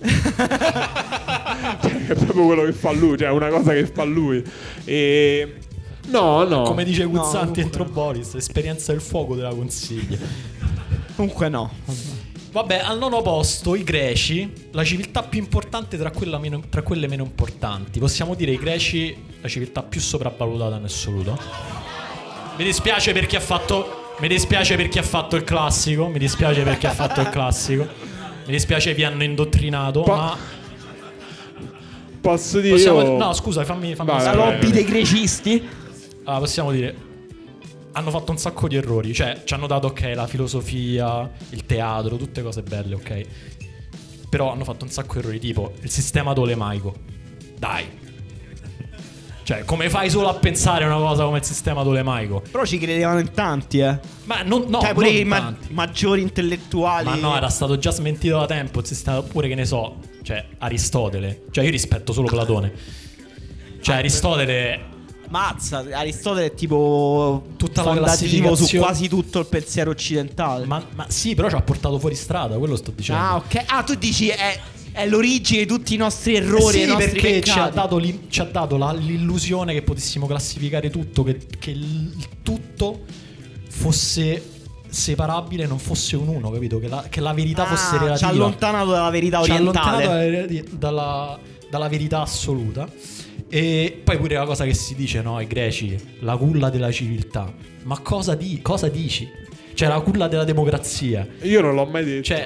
Cioè, è proprio quello che fa lui. Cioè, è una cosa che fa lui. E. No, no. Come dice No, Guzzanti comunque. entro Boris, l'esperienza del fuoco te la consiglio. Comunque no. Vabbè, al nono posto i greci, la civiltà più importante tra, quella meno- tra quelle meno importanti. Possiamo dire i greci la civiltà più sopravvalutata in assoluto. Mi dispiace per chi ha fatto Mi dispiace per chi ha fatto il classico, mi dispiace per chi ha fatto il classico. Mi dispiace vi hanno indottrinato, Po- ma Posso dire possiamo io... No, scusa, fammi, fammi Vai, La vai, lobby dei grecisti. Ah, possiamo dire hanno fatto un sacco di errori. Cioè, ci hanno dato, ok, la filosofia, il teatro, tutte cose belle, ok. Però hanno fatto un sacco di errori, tipo il sistema tolemaico. Dai. Cioè, come fai solo a pensare a una cosa come il sistema tolemaico? Però ci credevano in tanti, eh. Ma non, no, cioè, pure non i ma- tanti. maggiori intellettuali. Ma no, era stato già smentito da tempo il sistema, oppure che ne so, cioè Aristotele. Cioè, io rispetto solo Platone. Cioè, Aristotele Mazza, Aristotele è tipo Tutta la fondativo su classificazione- quasi tutto il pensiero occidentale. Ma, ma sì, però ci ha portato fuori strada, quello sto dicendo. Ah, ok. Ah, tu dici è, è l'origine di tutti i nostri errori, Sì, i nostri perché ci ha peccati. dato, l'in- ci ha dato la- l'illusione che potessimo classificare tutto, che, che il, il tutto fosse separabile, non fosse un uno, capito? Che la, che la verità Ah, fosse ci relativa. ha allontanato dalla verità Ci ha orientale. allontanato dalla, dalla, dalla verità assoluta. E poi pure la cosa che si dice, no, ai greci, la culla della civiltà. Ma cosa, di, cosa dici? Cioè, la culla della democrazia. Io non l'ho mai detto. Cioè,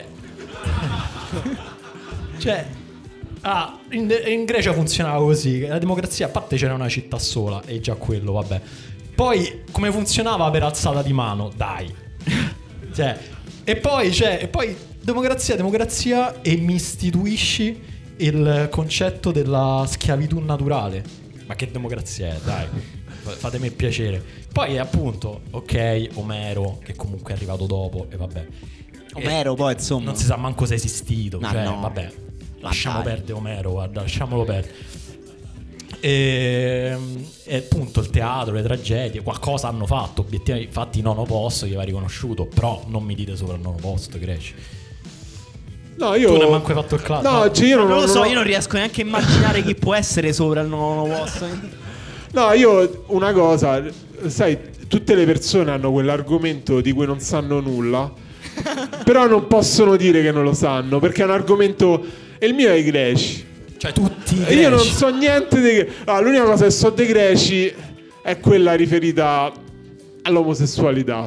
cioè, ah, in, in Grecia funzionava così. La democrazia, a parte c'era una città sola, e già quello, vabbè. Poi, come funzionava per alzata di mano? Dai. Cioè, e poi, cioè, e poi democrazia, democrazia, e mi istituisci il concetto della schiavitù naturale. Ma che democrazia è? Dai, fatemi il piacere. Poi, appunto, ok, Omero, che comunque è arrivato dopo, e vabbè. Omero, E poi, insomma. non si sa manco se è esistito. Ma cioè, no. vabbè, lasciamo dai. perdere Omero, guarda, lasciamolo perdere. E, e appunto il teatro, le tragedie, qualcosa hanno fatto. Obiettivamente, infatti, nono posto gli va riconosciuto. Però non mi dite sopra il nono posto, i greci. No, io... Tu non hai manco fatto il classico. No, cioè io Ma non, non lo so, ho- io non riesco neanche a immaginare chi può essere sopra il nono posto. No, io una cosa, sai, tutte le persone hanno quell'argomento di cui non sanno nulla, però non possono dire che non lo sanno, perché è un argomento... E il mio è i greci. Cioè, tutti i E greci. io non so niente di... Ah, l'unica cosa che so dei greci è quella riferita all'omosessualità.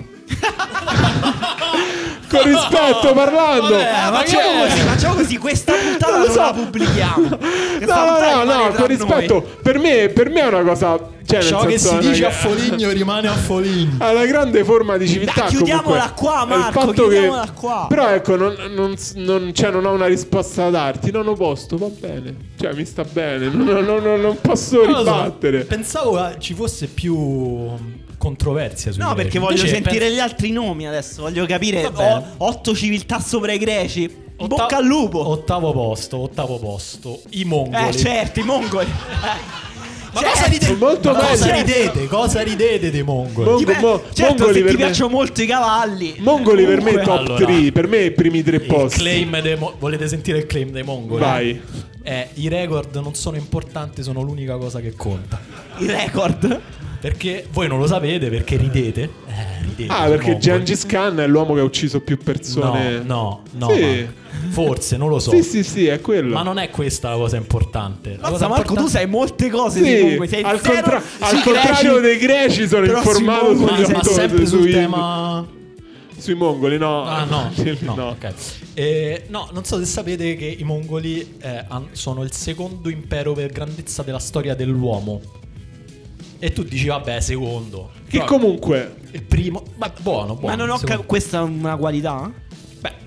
Con rispetto parlando. Vabbè, ma Facciamo che- così, facciamo così, questa puntata Non non, lo so. la pubblichiamo. Questa No, puntata no, no, rimane no, tra con rispetto, per me, per me è una cosa... Cioè, nel Ciò che senso, si è dice una- a Foligno rimane a Foligno. È una grande forma di civiltà. Dai, chiudiamola comunque. qua, È il Marco, fatto chiudiamola che... qua. Però ecco, non, non, non, cioè, non ho una risposta da darti. Non ho posto, va bene. Cioè, mi sta bene. Non, non, non, non posso Non lo so, ribattere. pensavo eh, ci fosse più controversia sui No, greci. perché voglio Invece sentire penso- gli altri nomi adesso. Voglio capire. Vabbè. Ho otto civiltà sopra i greci. In Otta- bocca al lupo. Ottavo posto, ottavo posto. I mongoli. Eh, certo, i mongoli. Eh. Ma Certo. cosa ridete? Molto Ma cosa meglio. ridete? Cosa ridete dei mongoli? Mon- Ti pe- mo- certo, mongoli se per ti me- piacciono molto i cavalli. Mongoli per me Comunque- top Allora, tre. Per me i primi tre Il posti. claim dei mo- volete sentire il claim dei mongoli? Vai. Eh, i record non sono importanti, sono l'unica cosa che conta. I record. Perché voi non lo sapete, perché ridete. Eh, ridete Ah, sui perché mongoli. Gengis Khan è l'uomo che ha ucciso più persone. No, no, no. Sì. ma- forse, non lo so. Sì, sì, sì, è quello. Ma non è questa la cosa importante. La Mazza, cosa Marco, tu importante- sai molte cose Sì, sui mongoli. Sei al, zero contra- sui al contrario greci, dei greci sono però sui informato mongoli sugli Ma, ma autori- sempre sul sui, tema. sui mongoli, no. Ah, no, Sì, no, no. ok. Eh, no, non so se sapete che i mongoli eh, han- sono il secondo impero per grandezza della storia dell'uomo. E tu dici, vabbè, secondo. Che Però comunque il primo, ma buono, buono. Ma non ho secondo. cap- questa è una qualità? Beh,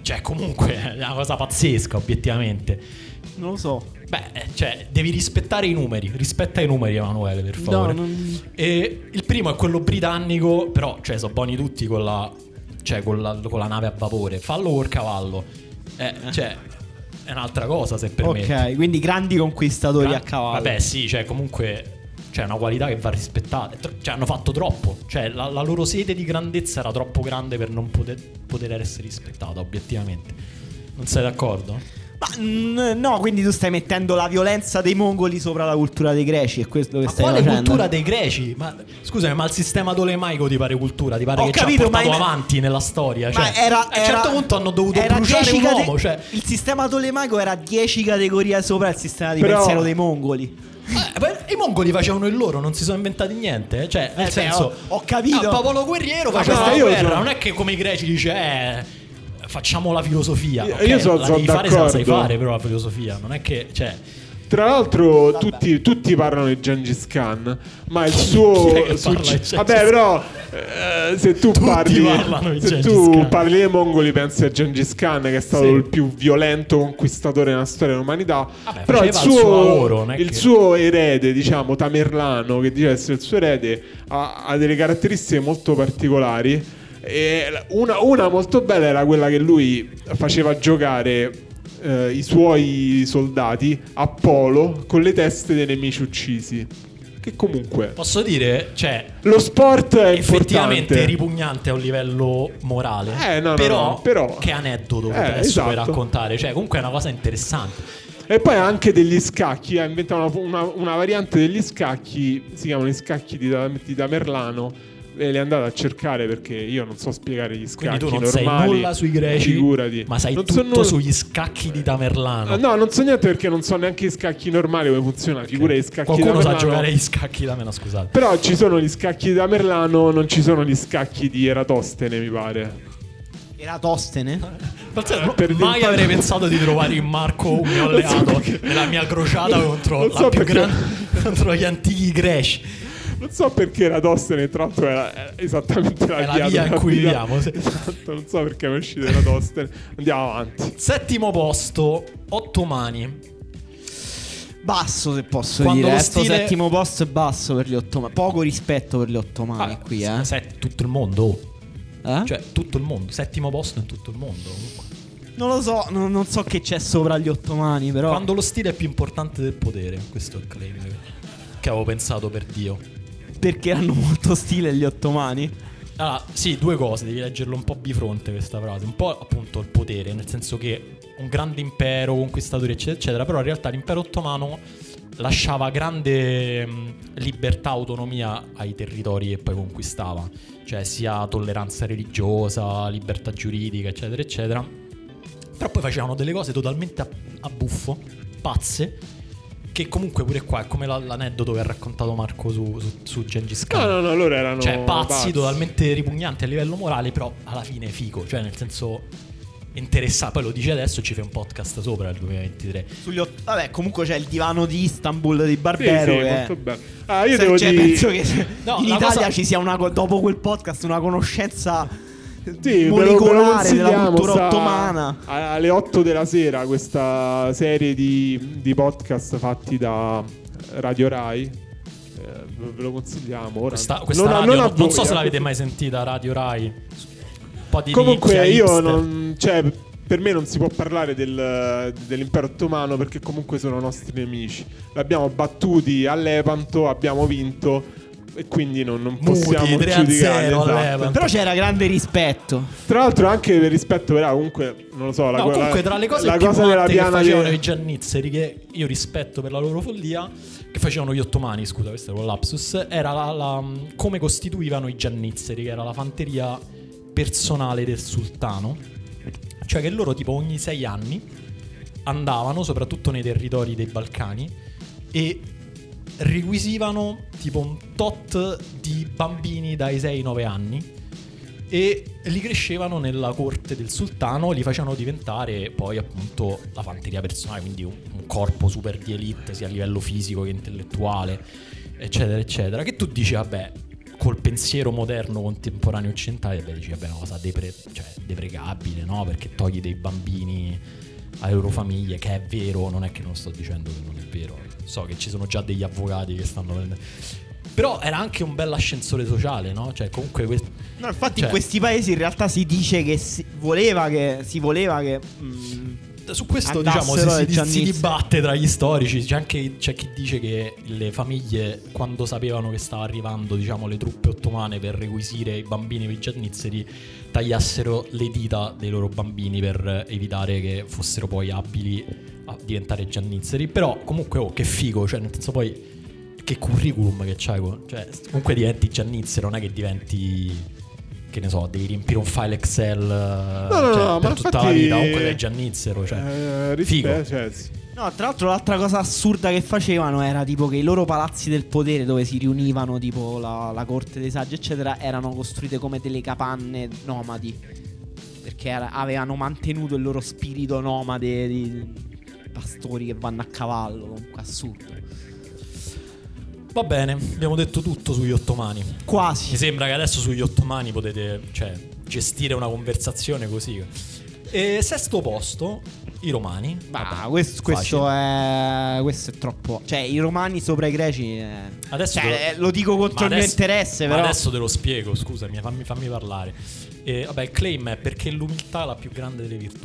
cioè comunque è una cosa pazzesca obiettivamente. Non lo so. Beh, cioè, devi rispettare i numeri. Rispetta i numeri, Emanuele, per favore. No, non... E il primo è quello britannico, però, cioè, sono buoni tutti con la, cioè, con la, con la nave a vapore. Fallo col cavallo. Eh, cioè, è un'altra cosa, se permetti. Ok, quindi grandi conquistatori Gra- a cavallo. Vabbè, sì, cioè, comunque, c'è una qualità che va rispettata. Cioè, hanno fatto troppo. Cioè, la, la loro sete di grandezza era troppo grande per non poter, poter essere rispettata, obiettivamente. Non sei d'accordo? Ma mm, no, quindi tu stai mettendo la violenza dei mongoli sopra la cultura dei greci, è questo che Ma stai quale facendo? cultura dei greci? Ma scusami, ma il sistema tolemaico ti pare cultura? Ti pare Ho che capito, ci ha portato ma in- avanti nella storia? Ma Cioè, era, a un certo era- punto hanno dovuto era bruciare dieci un cate- uomo. Cioè, Il sistema tolemaico era dieci categorie sopra il sistema di Però- pensiero dei mongoli. eh, beh, i mongoli facevano il loro, non si sono inventati niente. eh. Cioè, nel beh, senso, ho- ho capito. ah, popolo guerriero Ma faceva no, la io guerra. sono- Non è che come i greci dice, eh, facciamo la filosofia. Io- Ok, io so- la sono devi fare se la sai d'accordo. fare, però la filosofia. Non è che, cioè, Tra l'altro tutti, tutti parlano di Gengis Khan, ma il suo Chi è che succe- parla di Gengis vabbè, Khan? però eh, se tu Tutti parli parlano di se Gengis tu Khan. parli dei mongoli pensi a Gengis Khan, che è stato Sì. il più violento conquistatore nella storia dell'umanità. Vabbè, Però il faceva il suo, suo lavoro, non è il che- suo erede, diciamo Tamerlano, che dice essere il suo erede, ha, ha delle caratteristiche molto particolari. E una, una molto bella era quella che lui faceva giocare eh, i suoi soldati a polo con le teste dei nemici uccisi. Che comunque posso dire, cioè, lo sport è effettivamente importante. ripugnante a un livello morale. Eh, no, no, però, no, però- che aneddoto Eh, adesso puoi esatto. raccontare. Cioè, comunque è una cosa interessante. E poi anche degli scacchi, ha inventato una, una- una variante degli scacchi, si chiamano gli scacchi di, Da- di Tamerlano. E li andate a cercare perché io non so spiegare gli scacchi Quindi tu non normali. sai nulla sui greci, figurati. ma sai Non so tutto nulla- sugli scacchi di Tamerlano. Ah, no, non so niente perché non so neanche gli scacchi normali come funziona. Figura gli scacchi Qualcuno da sa Merlano. giocare agli scacchi da Merlano, scusate. Però ci sono gli scacchi da Merlano, non ci sono gli scacchi di Eratostene, mi pare. Eratostene? No, per mai dire- avrei pensato di trovare in Marco un mio Non so alleato perché- nella mia crociata contro Non la so più perché- grande contro gli antichi greci. Non so perché Eratostene, tra l'altro, è è esattamente la È la via via in della cui vita. viviamo, sì. Esatto, non so perché è uscito Eratostene. Andiamo avanti. Settimo posto, Ottomani. Basso, se posso Quando dire. lo eh, sto stile- settimo posto è basso per gli ottomani. Poco rispetto per gli ottomani qui, eh. Se- tutto il mondo, oh. Eh? Cioè, tutto il mondo, settimo posto in tutto il mondo. Comunque. Non lo so, non, non so che c'è sopra gli ottomani, però. Quando lo stile è più importante del potere, questo è il claim che avevo pensato per Dio. Perché hanno molto stile gli ottomani. Allora, sì, due cose, devi leggerlo un po' bifronte questa frase. Un po' appunto il potere, nel senso che un grande impero, conquistatori, eccetera, eccetera. Però in realtà l'impero ottomano lasciava grande mh, libertà, autonomia ai territori che poi conquistava. Cioè sia tolleranza religiosa, libertà giuridica, eccetera, eccetera. Però poi facevano delle cose totalmente a, a buffo, pazze, che comunque pure qua è come la- l'aneddoto che ha raccontato Marco su, su, su Gengis Khan. No, no, no, loro erano Cioè pazzi, totalmente ripugnanti a livello morale, però alla fine figo, cioè nel senso interessante. Poi lo dice adesso, ci fai un podcast sopra il duemilaventitré. Sugli ot- Vabbè, comunque c'è il divano di Istanbul di Sì, Barbero. sì, che è- molto bello. Ah, io Se- devo cioè, dire penso che se- No, in la Italia cosa- ci sia una co- dopo quel podcast una conoscenza Sì, ve lo- ve lo molecolare della consigliamo, cultura sta ottomana. a- alle otto della sera questa serie di, di podcast fatti da Radio Rai. Eh, ve ve lo consigliamo. Ora Questa, questa non, a- radio, non a non, non so voi, se eh. l'avete mai sentita, Radio Rai. Un po' di Comunque nicchia, io hipster. non, cioè, per me non si può parlare del- dell'impero ottomano perché comunque sono nostri nemici. L'abbiamo battuti a Lepanto, abbiamo vinto e quindi non, non Muti, possiamo tre a giudicare. zero a esatto. Lepanto. Però c'era grande rispetto. Tra l'altro anche per rispetto però comunque non lo so la, No, la- comunque tra le cose la più cosa della matte che piana facevano di- i giannizzeri, che io rispetto per la loro follia, che facevano gli ottomani, scusa, questo era un lapsus, era la, la- come costituivano i giannizzeri, che era la fanteria personale del sultano. Cioè che loro tipo ogni sei anni andavano, soprattutto nei territori dei Balcani, e requisivano tipo un tot di bambini dai sei ai nove anni e li crescevano nella corte del sultano, li facevano diventare poi appunto la fanteria personale, quindi un, un corpo super di elite sia a livello fisico che intellettuale, eccetera eccetera. Che tu dici vabbè, col pensiero moderno contemporaneo occidentale, beh, dici, vabbè, è una cosa depre- cioè, deprecabile, no? Perché togli dei bambini alle loro famiglie, che è vero, non è che non sto dicendo che non è vero, so che ci sono già degli avvocati che stanno prendendo, però era anche un bel ascensore sociale, no? Cioè comunque que- No, infatti cioè, in questi paesi in realtà si dice che si voleva che si voleva che mh, su questo diciamo si, andassero si, le si giannizie. dibatte tra gli storici. C'è anche c'è chi dice che le famiglie, quando sapevano che stava arrivando, diciamo, le truppe ottomane per requisire i bambini per i giannizzeri, tagliassero le dita dei loro bambini per evitare che fossero poi abili a diventare giannizzeri. Però comunque, oh, che figo, cioè nel senso, poi che curriculum che c'hai, cioè comunque diventi giannizzero, non è che diventi, che ne so, devi riempire un file Excel no, cioè, no, per ma tutta infatti, la vita, comunque sei giannizzero, cioè eh, rispe- figo. cioè, sì. No, tra l'altro l'altra cosa assurda che facevano era tipo che i loro palazzi del potere, dove si riunivano tipo la, la corte dei saggi eccetera, erano costruite come delle capanne nomadi, perché era- avevano mantenuto il loro spirito nomade di pastori che vanno a cavallo. Comunque assurdo. Va bene, abbiamo detto tutto sugli ottomani. Mi Quasi. sembra che adesso sugli ottomani potete, cioè, gestire una conversazione così. E sesto posto, i romani. Ma Vabbè, questo, questo facile. è questo è troppo. Cioè i romani sopra i greci è... Adesso cioè, te eh, lo dico contro ma il mio adesso- interesse, ma però adesso te lo spiego, scusami, fammi, fammi parlare. E, vabbè, il claim è perché l'umiltà è la più grande delle virtù.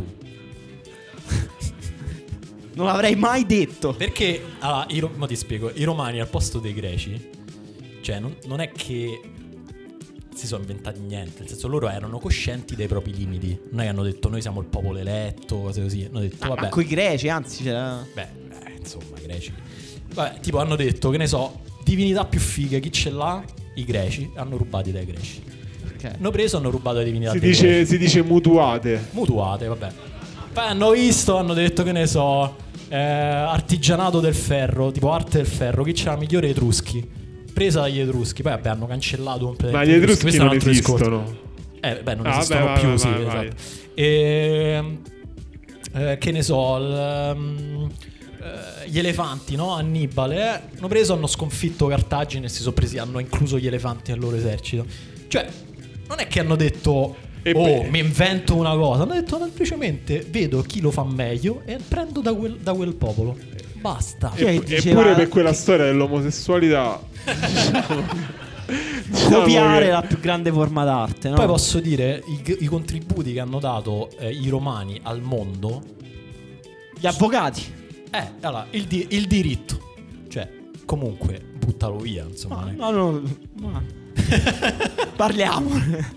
non l'avrei mai detto. Perché, allora, i, ro- mo ti spiego, i romani al posto dei greci, cioè non, non è che si sono inventati niente, nel senso, loro erano coscienti dei propri limiti. Non è che hanno detto noi siamo il popolo eletto, cose così. Hanno detto Ah, vabbè, ma coi greci, anzi, c'era... beh, eh, insomma, i greci. Vabbè, tipo hanno detto, che ne so, divinità più fighe, chi ce l'ha? I greci. Hanno rubati dai greci. Ok. Hanno preso, hanno rubato le divinità Si dei dice, greci. si dice mutuate. Mutuate, vabbè. Poi hanno visto, hanno detto, che ne so, eh, artigianato del ferro, tipo arte del ferro, chi c'era migliore? Etruschi. Presa dagli Etruschi. Poi vabbè, hanno cancellato completamente Ma gli Etruschi. Etruschi Questo è un non altro discorso. esistono. Eh, beh, non Ah, esistono vabbè, più, vai, sì, vai, vai. esatto. E, eh, che ne so, il, um, eh, gli elefanti, no? Annibale, eh, hanno preso, hanno sconfitto Cartagine e si sono presi, hanno incluso gli elefanti nel loro esercito. Cioè, non è che hanno detto E oh, beh- mi invento una cosa. Hanno detto semplicemente vedo chi lo fa meglio e prendo da quel, da quel popolo. Basta. Cioè, E- diceva- Eppure per quella storia dell'omosessualità diciamo, diciamo Copiare che- la più grande forma d'arte, no? Poi posso dire i, i contributi che hanno dato eh, i romani al mondo. Gli avvocati. Eh, allora, il, di- il diritto. Cioè, comunque, buttalo via, insomma. No, non è- no, no, ma- Parliamo.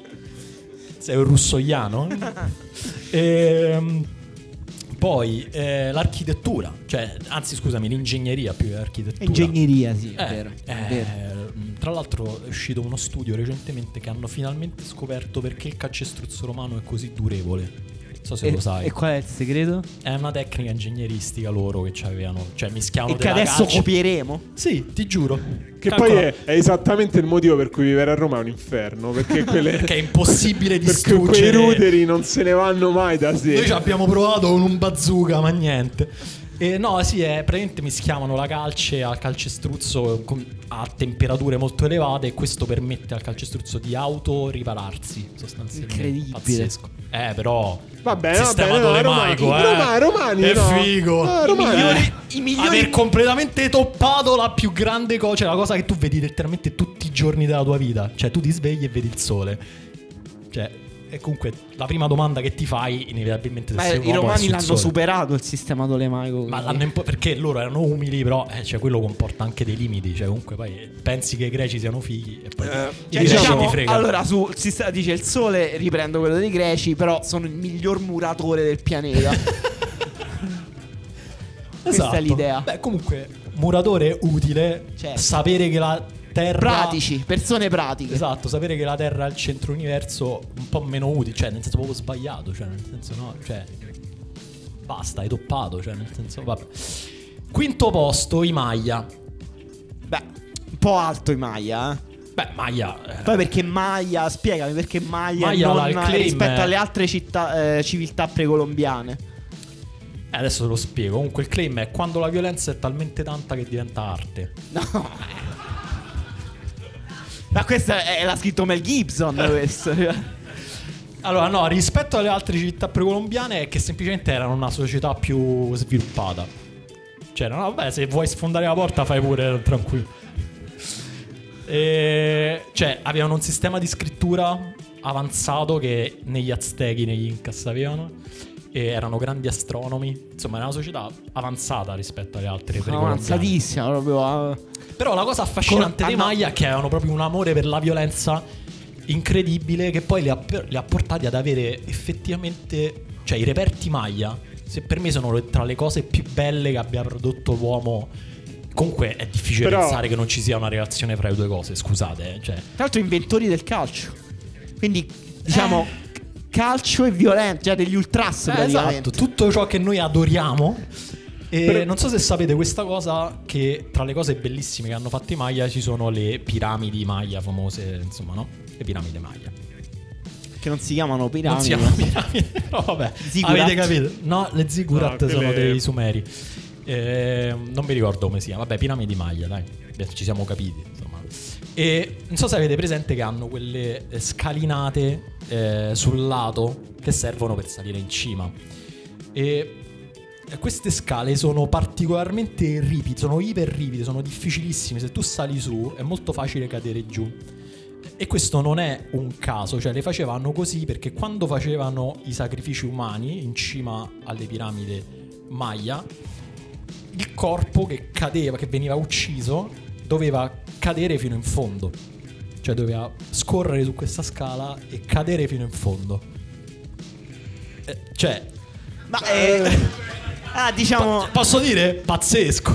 Sei un russoiano? Ehm, poi eh, l'architettura, cioè, anzi scusami, l'ingegneria più che l'architettura. Ingegneria, sì, è Eh, vero, è eh, vero. tra l'altro è uscito uno studio recentemente che hanno finalmente scoperto perché il calcestruzzo romano è così durevole. Non so se E, lo sai. e qual è il segreto? È una tecnica ingegneristica loro che avevano, cioè mischiavano E che della adesso calce- copieremo? Sì, ti giuro. Che Calcola- poi è, è esattamente il motivo per cui vivere a Roma è un inferno. Perché, quelle, Perché è impossibile perché distruggere. quei ruderi non se ne vanno mai da sé. Noi ci abbiamo provato con un bazooka, ma niente. E no, sì, è, praticamente mischiavano la calce al calcestruzzo con- a temperature molto elevate e questo permette al calcestruzzo di autoripararsi sostanzialmente. Incredibile. Pazzesco. Eh, però Va bene, va sistema bene, no, tolemaico, romani, eh. romani, romani, è no. figo. Ah, I romani. migliori, i migliori Aver completamente toppato la più grande cosa, cioè la cosa che tu vedi letteralmente tutti i giorni della tua vita. Cioè tu ti svegli e vedi il sole. Cioè, e comunque la prima domanda che ti fai inevitabilmente se Ma sei un i uomo è romani sul l'hanno sole. superato il sistema tolemaico. Ma l'hanno impo- perché loro erano umili, però eh, cioè, quello comporta anche dei limiti. Cioè, comunque poi pensi che i greci siano fighi e poi Eh, i Cioè, greci diciamo, ti fregano. allora, sul sistema dice il sole, riprendo quello dei greci, però sono il miglior muratore del pianeta. Questa è l'idea. Beh, comunque, muratore utile, Certo. sapere che la terra... Pratici, persone pratiche. Esatto, sapere che la Terra è il centro universo un po' meno utile, cioè nel senso proprio sbagliato, cioè nel senso no, cioè basta, hai toppato, cioè nel senso vabbè. Quinto posto, i Maya. Beh, un po' alto i Maya, eh. Beh, Maya eh, Poi perché Maya, spiegami perché Maya, Maya, non la- il claim rispetto è- alle altre città, eh, civiltà precolombiane. eh, adesso te lo spiego. Comunque il claim è quando la violenza è talmente tanta che diventa arte. No. Ma questa è, l'ha scritto Mel Gibson questo. Allora no, rispetto alle altre città precolombiane è che semplicemente erano una società più sviluppata. Cioè, no, vabbè, se vuoi sfondare la porta fai pure, tranquillo. E, cioè, avevano un sistema di scrittura avanzato che negli Aztechi, negli Incas avevano. E erano grandi astronomi. Insomma, era una società avanzata rispetto alle altre precolombiane. Avanzatissima proprio. Uh... Però la cosa affascinante Con... dei ah, Maya no. è che avevano proprio un amore per la violenza incredibile, che poi li ha, li ha portati ad avere effettivamente, cioè i reperti Maya, se per me sono tra le cose più belle che abbia prodotto l'uomo. Comunque è difficile Però... pensare che non ci sia una relazione fra le due cose, scusate, eh, cioè. Tra l'altro inventori del calcio. Quindi diciamo eh. calcio e violenza, cioè degli ultras, eh, esatto, tutto ciò che noi adoriamo. E Però... non so se sapete questa cosa, che tra le cose bellissime che hanno fatto i Maya ci sono le piramidi Maya famose, insomma, no? Le piramidi Maya. Che non si chiamano piramidi. Non si chiamano piramidi, però vabbè. Ziggurat. Avete capito? No, le ziggurat No, sono quelle... dei sumeri. Eh, non mi ricordo come si chiama. Vabbè, piramidi Maya, dai. Ci siamo capiti, insomma. E non so se avete presente che hanno quelle scalinate eh, sul lato che servono per salire in cima. E queste scale sono particolarmente ripide, sono iper ripide, sono difficilissime. Se tu sali su è molto facile cadere giù. E questo non è un caso, cioè le facevano così perché quando facevano i sacrifici umani in cima alle piramidi Maya, il corpo che cadeva, che veniva ucciso, doveva cadere fino in fondo. Cioè doveva scorrere su questa scala e cadere fino in fondo. Eh, cioè Ma eh... Ah, diciamo. Pa- posso dire? Pazzesco.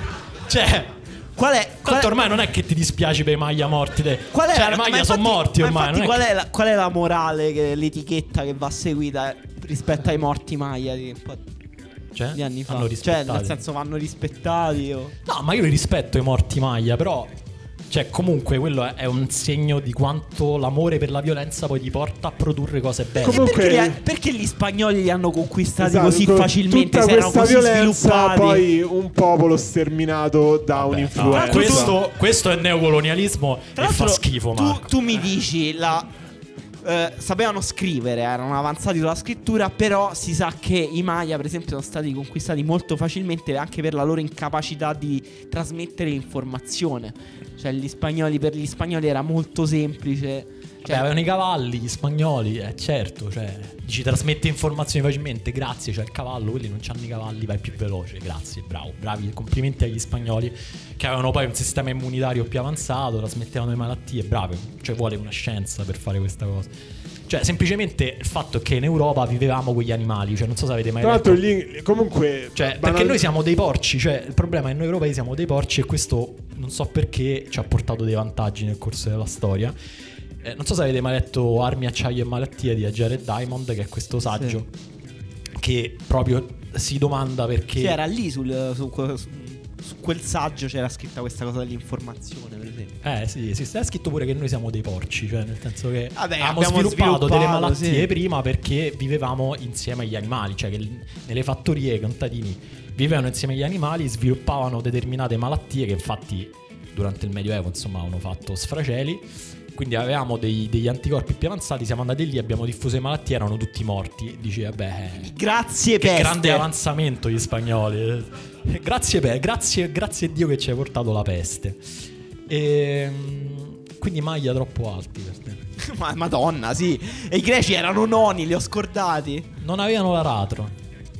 Cioè, qual è? Qual tanto è... ormai non è che ti dispiaci per i Maya morti. Te. Qual è cioè, la... i Maya sono morti ormai. Non è qual, che... è la, qual è la morale, che l'etichetta che va seguita rispetto ai morti Maya di, un po' cioè, di anni fa? vanno Cioè, nel senso, vanno rispettati. O... No, ma io li rispetto i morti Maya, però. Cioè, comunque, quello è un segno di quanto l'amore per la violenza poi ti porta a produrre cose belle. Comunque... Perché, li, perché gli spagnoli li hanno conquistati esatto, così facilmente? Tutta se erano questa così violenza, sviluppati. poi un popolo sterminato da Vabbè, un'influenza. no, questo, questo è neocolonialismo e fa schifo, tu, Marco. tu mi dici la... Eh, sapevano scrivere, erano avanzati sulla scrittura, però si sa che i Maya, per esempio, sono stati conquistati molto facilmente anche per la loro incapacità di trasmettere informazione. Cioè, gli spagnoli, per gli spagnoli era molto semplice. Cioè, Beh, avevano i cavalli, gli spagnoli, eh, certo, cioè, dici trasmette informazioni facilmente, grazie, c'è il cavallo, quelli non c'hanno i cavalli, vai più veloce, grazie, bravo, bravi, complimenti agli spagnoli che avevano poi un sistema immunitario più avanzato, trasmettevano le malattie, bravi, cioè vuole una scienza per fare questa cosa. Cioè, semplicemente il fatto è che in Europa vivevamo con gli animali, cioè non so se avete mai Tra l'altro letto. lì, comunque, Cioè, banal... perché noi siamo dei porci, cioè il problema è che noi europei siamo dei porci e questo non so perché ci ha portato dei vantaggi nel corso della storia. Eh, non so se avete mai letto Armi, acciaio e malattie di Jared Diamond, che è questo saggio sì. che proprio si domanda perché... Sì, era lì sul, su, su, su quel saggio c'era scritta questa cosa dell'informazione, per esempio. Eh sì, sì, sta scritto pure che noi siamo dei porci, cioè nel senso che Vabbè, abbiamo, abbiamo sviluppato, sviluppato delle malattie sì. prima perché vivevamo insieme agli animali, cioè che nelle fattorie i contadini vivevano insieme agli animali, sviluppavano determinate malattie che infatti durante il Medioevo insomma hanno fatto sfraceli. Quindi avevamo dei, degli anticorpi più avanzati, siamo andati lì, abbiamo diffuso le malattie, erano tutti morti. Dici, vabbè, grazie che peste. grande avanzamento gli spagnoli. Grazie, per, grazie, grazie a Dio che ci hai portato la peste. E, quindi maglia troppo alti per te. Ma Madonna, sì. E i greci erano noni, li ho scordati. Non avevano l'aratro.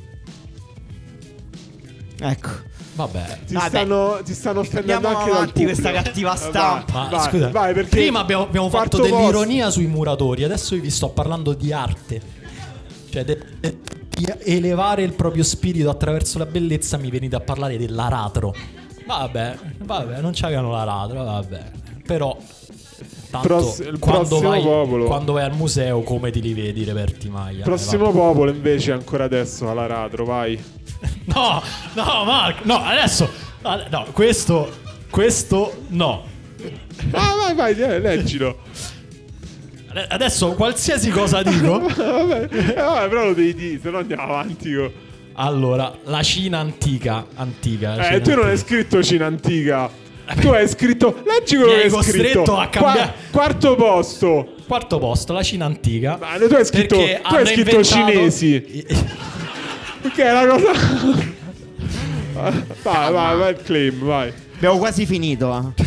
Ecco. Vabbè, ti, Vabbè. stanno, ti stanno offendendo Andiamo anche avanti dal questa pubblico. cattiva stampa. ma vai, scusa, vai, perché prima abbiamo, abbiamo fatto quarto dell'ironia posto. sui muratori, adesso io vi sto parlando di arte. Cioè de, de, di elevare il proprio spirito attraverso la bellezza, mi venite a parlare dell'aratro. Vabbè, vabbè, non c'avevano l'aratro, vabbè. Però tanto Pross- il quando, prossimo vai, popolo. quando vai al museo come ti li vedi i reperti Maya? Prossimo Eh, popolo invece ancora adesso all'aratro, vai. No, no Marco, no, adesso no, questo questo no. Ah, vai, vai, eh, leggilo. Adesso qualsiasi cosa dico. Vabbè, eh, vabbè, però lo devi dire, se no andiamo avanti. Io. Allora, la Cina antica, antica. La Eh, Cina tu non hai antica. scritto Cina antica. Tu hai scritto, leggi quello Mi che hai hai scritto. costretto a cambiare. Qua- quarto posto. Quarto posto, la Cina antica. Ma tu hai scritto, perché tu hai hanno scritto inventato- cinesi. Che è una cosa. Vai, vai, vai il claim, vai. Abbiamo quasi finito. Eh.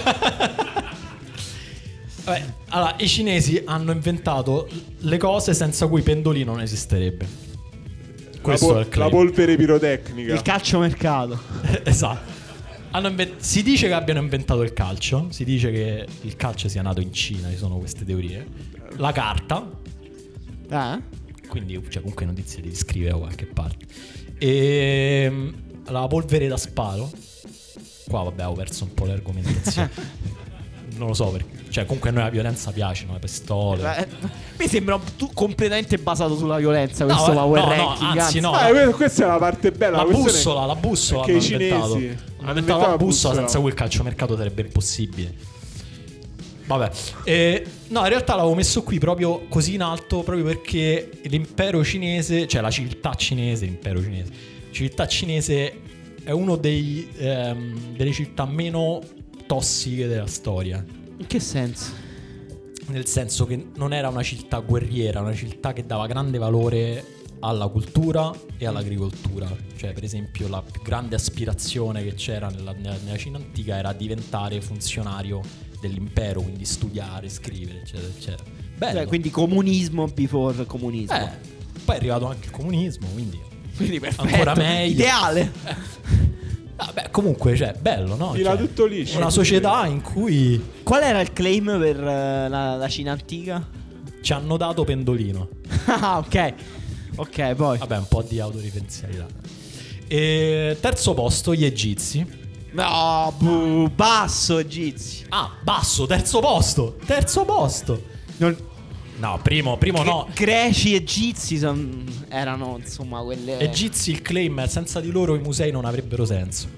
Vabbè, allora, i cinesi hanno inventato le cose senza cui Pendolino non esisterebbe. Questo la, pol- è il claim. la polvere pirotecnica. Il calciomercato. Esatto. Hanno inven- si dice che abbiano inventato il calcio. Si dice che il calcio sia nato in Cina. Ci sono queste teorie. La carta. Eh? Quindi, cioè, comunque notizie devi scrivere da qualche parte. E la polvere da sparo. Qua, vabbè, ho perso un po' le argomentazioni. Non lo so perché. Cioè, comunque a noi la violenza piace, no? Le pistole. Eh, mi sembra tu completamente basato sulla violenza. No, Questo eh, power no, no, ranking. anzi, no. Ah, que- questa è la parte bella. La questione bussola, la bussola è che hanno i cinesi inventato. hanno Hanno inventato inventato la la bussola, bussola. senza cui il calciomercato sarebbe impossibile. Vabbè, eh, no, in realtà l'avevo messo qui proprio così in alto proprio perché l'impero cinese, cioè la civiltà cinese, l'impero cinese, civiltà cinese è uno dei ehm, delle civiltà meno tossiche della storia. In che senso? Nel senso che non era una civiltà guerriera, una civiltà che dava grande valore alla cultura e all'agricoltura. Cioè, per esempio, la più grande aspirazione che c'era nella, nella, nella Cina antica era diventare funzionario dell'impero, quindi studiare, scrivere, eccetera, eccetera. Bello. Cioè, quindi comunismo before comunismo. Eh, poi è arrivato anche il comunismo, quindi Quindi perfetto. ancora meglio. Ideale. Vabbè, comunque, cioè, bello, no? Fila Cioè, tutto liscio. una società in cui Qual era il claim per eh, la, la Cina antica? ci hanno dato Pendolino. Ah, ok. Ok, poi. Vabbè, un po' di autoreferenzialità. E terzo posto, gli egizi. No, bu, basso, egizi. Ah, basso, terzo posto. Terzo posto. Non, No, primo, primo no. Greci, egizi son- erano, insomma, quelle. Egizi, il claim è senza di loro i musei non avrebbero senso.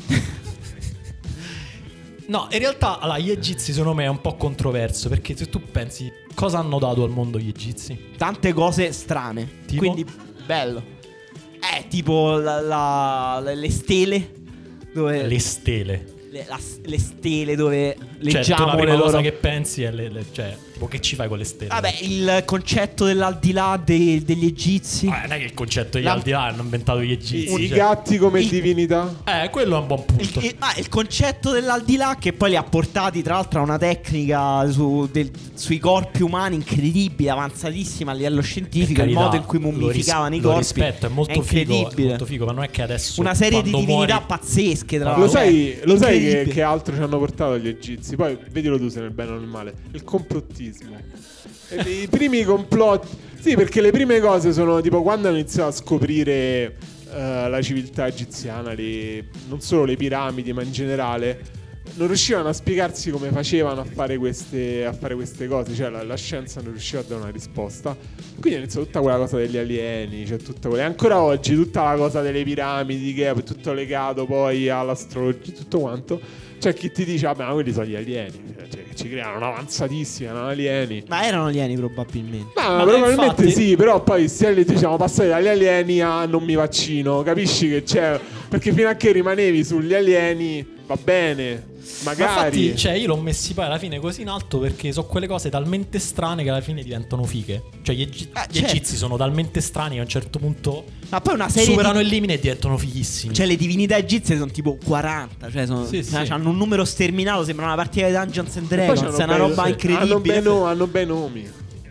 No, in realtà allora, gli egizi secondo me è un po' controverso, perché se tu pensi cosa hanno dato al mondo gli egizi? Tante cose strane. Tipo? Quindi, bello. Eh, tipo la, la- le stele. Dove. Le stele. le, la- le stele dove Cioè, tu leggiamo la prima le loro. cosa che pensi è le, le- cioè, tipo, che ci fai con le stelle? Vabbè, il concetto dell'aldilà dei- degli egizi. Ah, non è che il concetto degli La- aldilà hanno inventato gli I, egizi. i cioè. gatti come il- divinità. Eh, quello è un buon Il, punto. il- ah, il concetto dell'aldilà che poi li ha portati tra l'altro a una tecnica su- del- sui corpi umani incredibile, avanzatissima a livello scientifico. Per il carità, modo in cui lo ris- mummificavano i lo corpi rispetto, è molto figo, è incredibile. molto figo, ma non è che adesso Una serie di quando divinità muori- pazzesche, tra Lo l'altro. Lo sai, Cioè, lo sai che, incredibile. che altro ci hanno portato gli egizi? Poi vedilo tu se nel bene o nel male. Il complottismo. E I primi complotti. Sì, perché le prime cose sono tipo quando hanno iniziato a scoprire eh, la civiltà egiziana, le- non solo le piramidi, ma in generale. Non riuscivano a spiegarsi come facevano a fare queste, a fare queste cose, cioè la, la scienza non riusciva a dare una risposta. Quindi è iniziata tutta quella cosa degli alieni, cioè tutta quella. E ancora oggi tutta la cosa delle piramidi, che è tutto legato poi all'astrologia, tutto quanto. C'è chi ti dice, vabbè, ma quelli sono gli alieni, cioè che ci creano un'avanzatissima, erano alieni. Ma erano alieni probabilmente. Ma, Ma probabilmente infatti- sì, però poi se siamo passati dagli alieni a non mi vaccino, capisci che c'è? Perché fino a che rimanevi sugli alieni va bene, Ma magari. infatti, cioè, io l'ho messi poi alla fine così in alto perché sono quelle cose talmente strane che alla fine diventano fighe. Cioè, gli, egi- Ah, gli certo. egizi sono talmente strani che a un certo punto Ma poi una serie superano di... il limite e diventano fighissimi. Cioè le divinità egizie sono tipo quaranta. Cioè sono, Sì, cioè, sì. hanno un numero sterminato. Sembra una partita di Dungeons and Poi Dragons. c'hanno È una bei- roba sì, incredibile. Hanno bei, no- hanno bei nomi.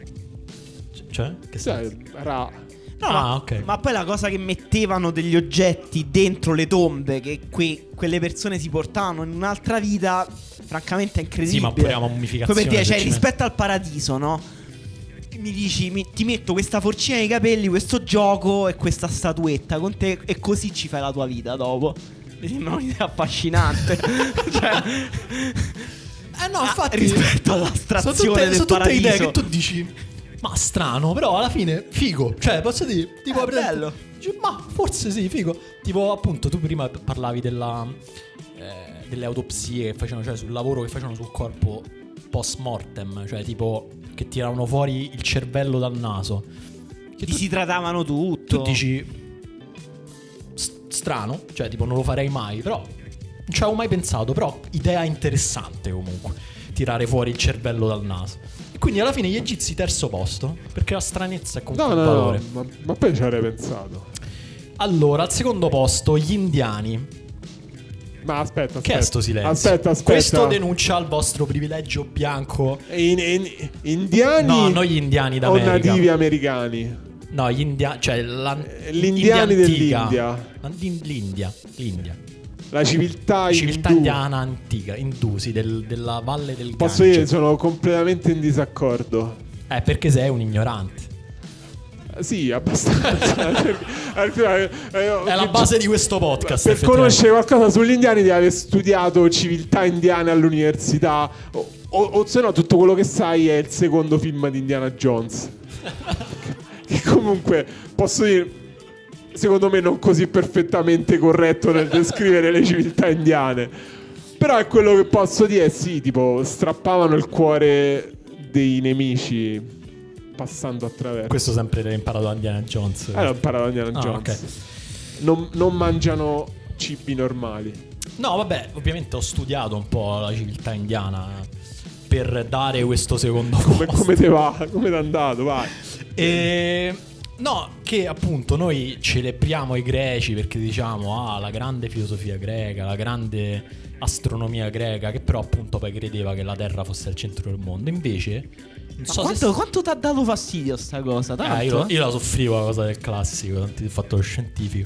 Cioè, che Cioè, senso? ra. No, Ah, ma, ok. ma poi la cosa che mettevano degli oggetti dentro le tombe che que- quelle persone si portavano in un'altra vita, francamente è incredibile. Sì, ma pure la mummificazione, Come per dire, se cioè, ci rispetto al paradiso, no? Mi dici, mi- ti metto questa forcina nei capelli, questo gioco e questa statuetta con te, e così ci fai la tua vita dopo. Mi sembra un'idea affascinante. Cioè, Eh no, ah, infatti rispetto sono all'astrazione tutte, del sono tutte paradiso. idee che tu dici ma strano, però alla fine figo. Cioè, posso dire, tipo È per esempio, bello. dici, ma forse sì, figo. Tipo, appunto, tu prima parlavi della eh, delle autopsie che facevano, cioè sul lavoro che facevano sul corpo post mortem, cioè tipo che tiravano fuori il cervello dal naso. Che Ti tu, si tratavano tutto. tu dici s- strano, cioè tipo non lo farei mai, però ci avevo mai pensato, però idea interessante comunque, tirare fuori il cervello dal naso. E quindi alla fine gli egizi terzo posto, perché la stranezza è comunque No, un no, valore. no, ma, ma poi ci avrei pensato. Allora, al secondo posto gli indiani. Ma aspetta, aspetta. Che è sto silenzio? Aspetta, aspetta. Questo denuncia il vostro privilegio bianco. In, in, indiani No, non gli indiani o d'America. nativi americani? No, gli indiani, cioè la, Gli indiani India antica. dell'India. L'India, l'India. La civiltà, Civiltà indù. indiana antica, indusi del- della valle del Posso Gange. dire, sono completamente in disaccordo. Eh, perché sei un ignorante. Sì, abbastanza. È È la base di questo podcast. Per effettivamente. conoscere qualcosa sugli indiani devi aver studiato civiltà indiane all'università. O, o, o se no, tutto quello che sai è il secondo film di Indiana Jones. Che comunque posso dire, secondo me, non così perfettamente corretto nel descrivere le civiltà indiane. Però è quello che posso dire. Sì, tipo, strappavano il cuore dei nemici passando attraverso. Questo sempre l'hai imparato da Indiana Jones. Eh, l'ho imparato da Indiana Ah, Jones. ok. Non, non mangiano cibi normali. No, vabbè, ovviamente ho studiato un po' la civiltà indiana per dare questo secondo Come, posto. come te va? Come ti è andato? Vai. E no, che appunto noi celebriamo i greci perché diciamo ah, la grande filosofia greca, la grande astronomia greca, che però appunto poi credeva che la Terra fosse al centro del mondo. Invece non Ma so quanto, se quanto ti ha dato fastidio sta cosa? Tanto? Eh, io, io la soffrivo la cosa del classico, tanto ho fatto lo scientifico.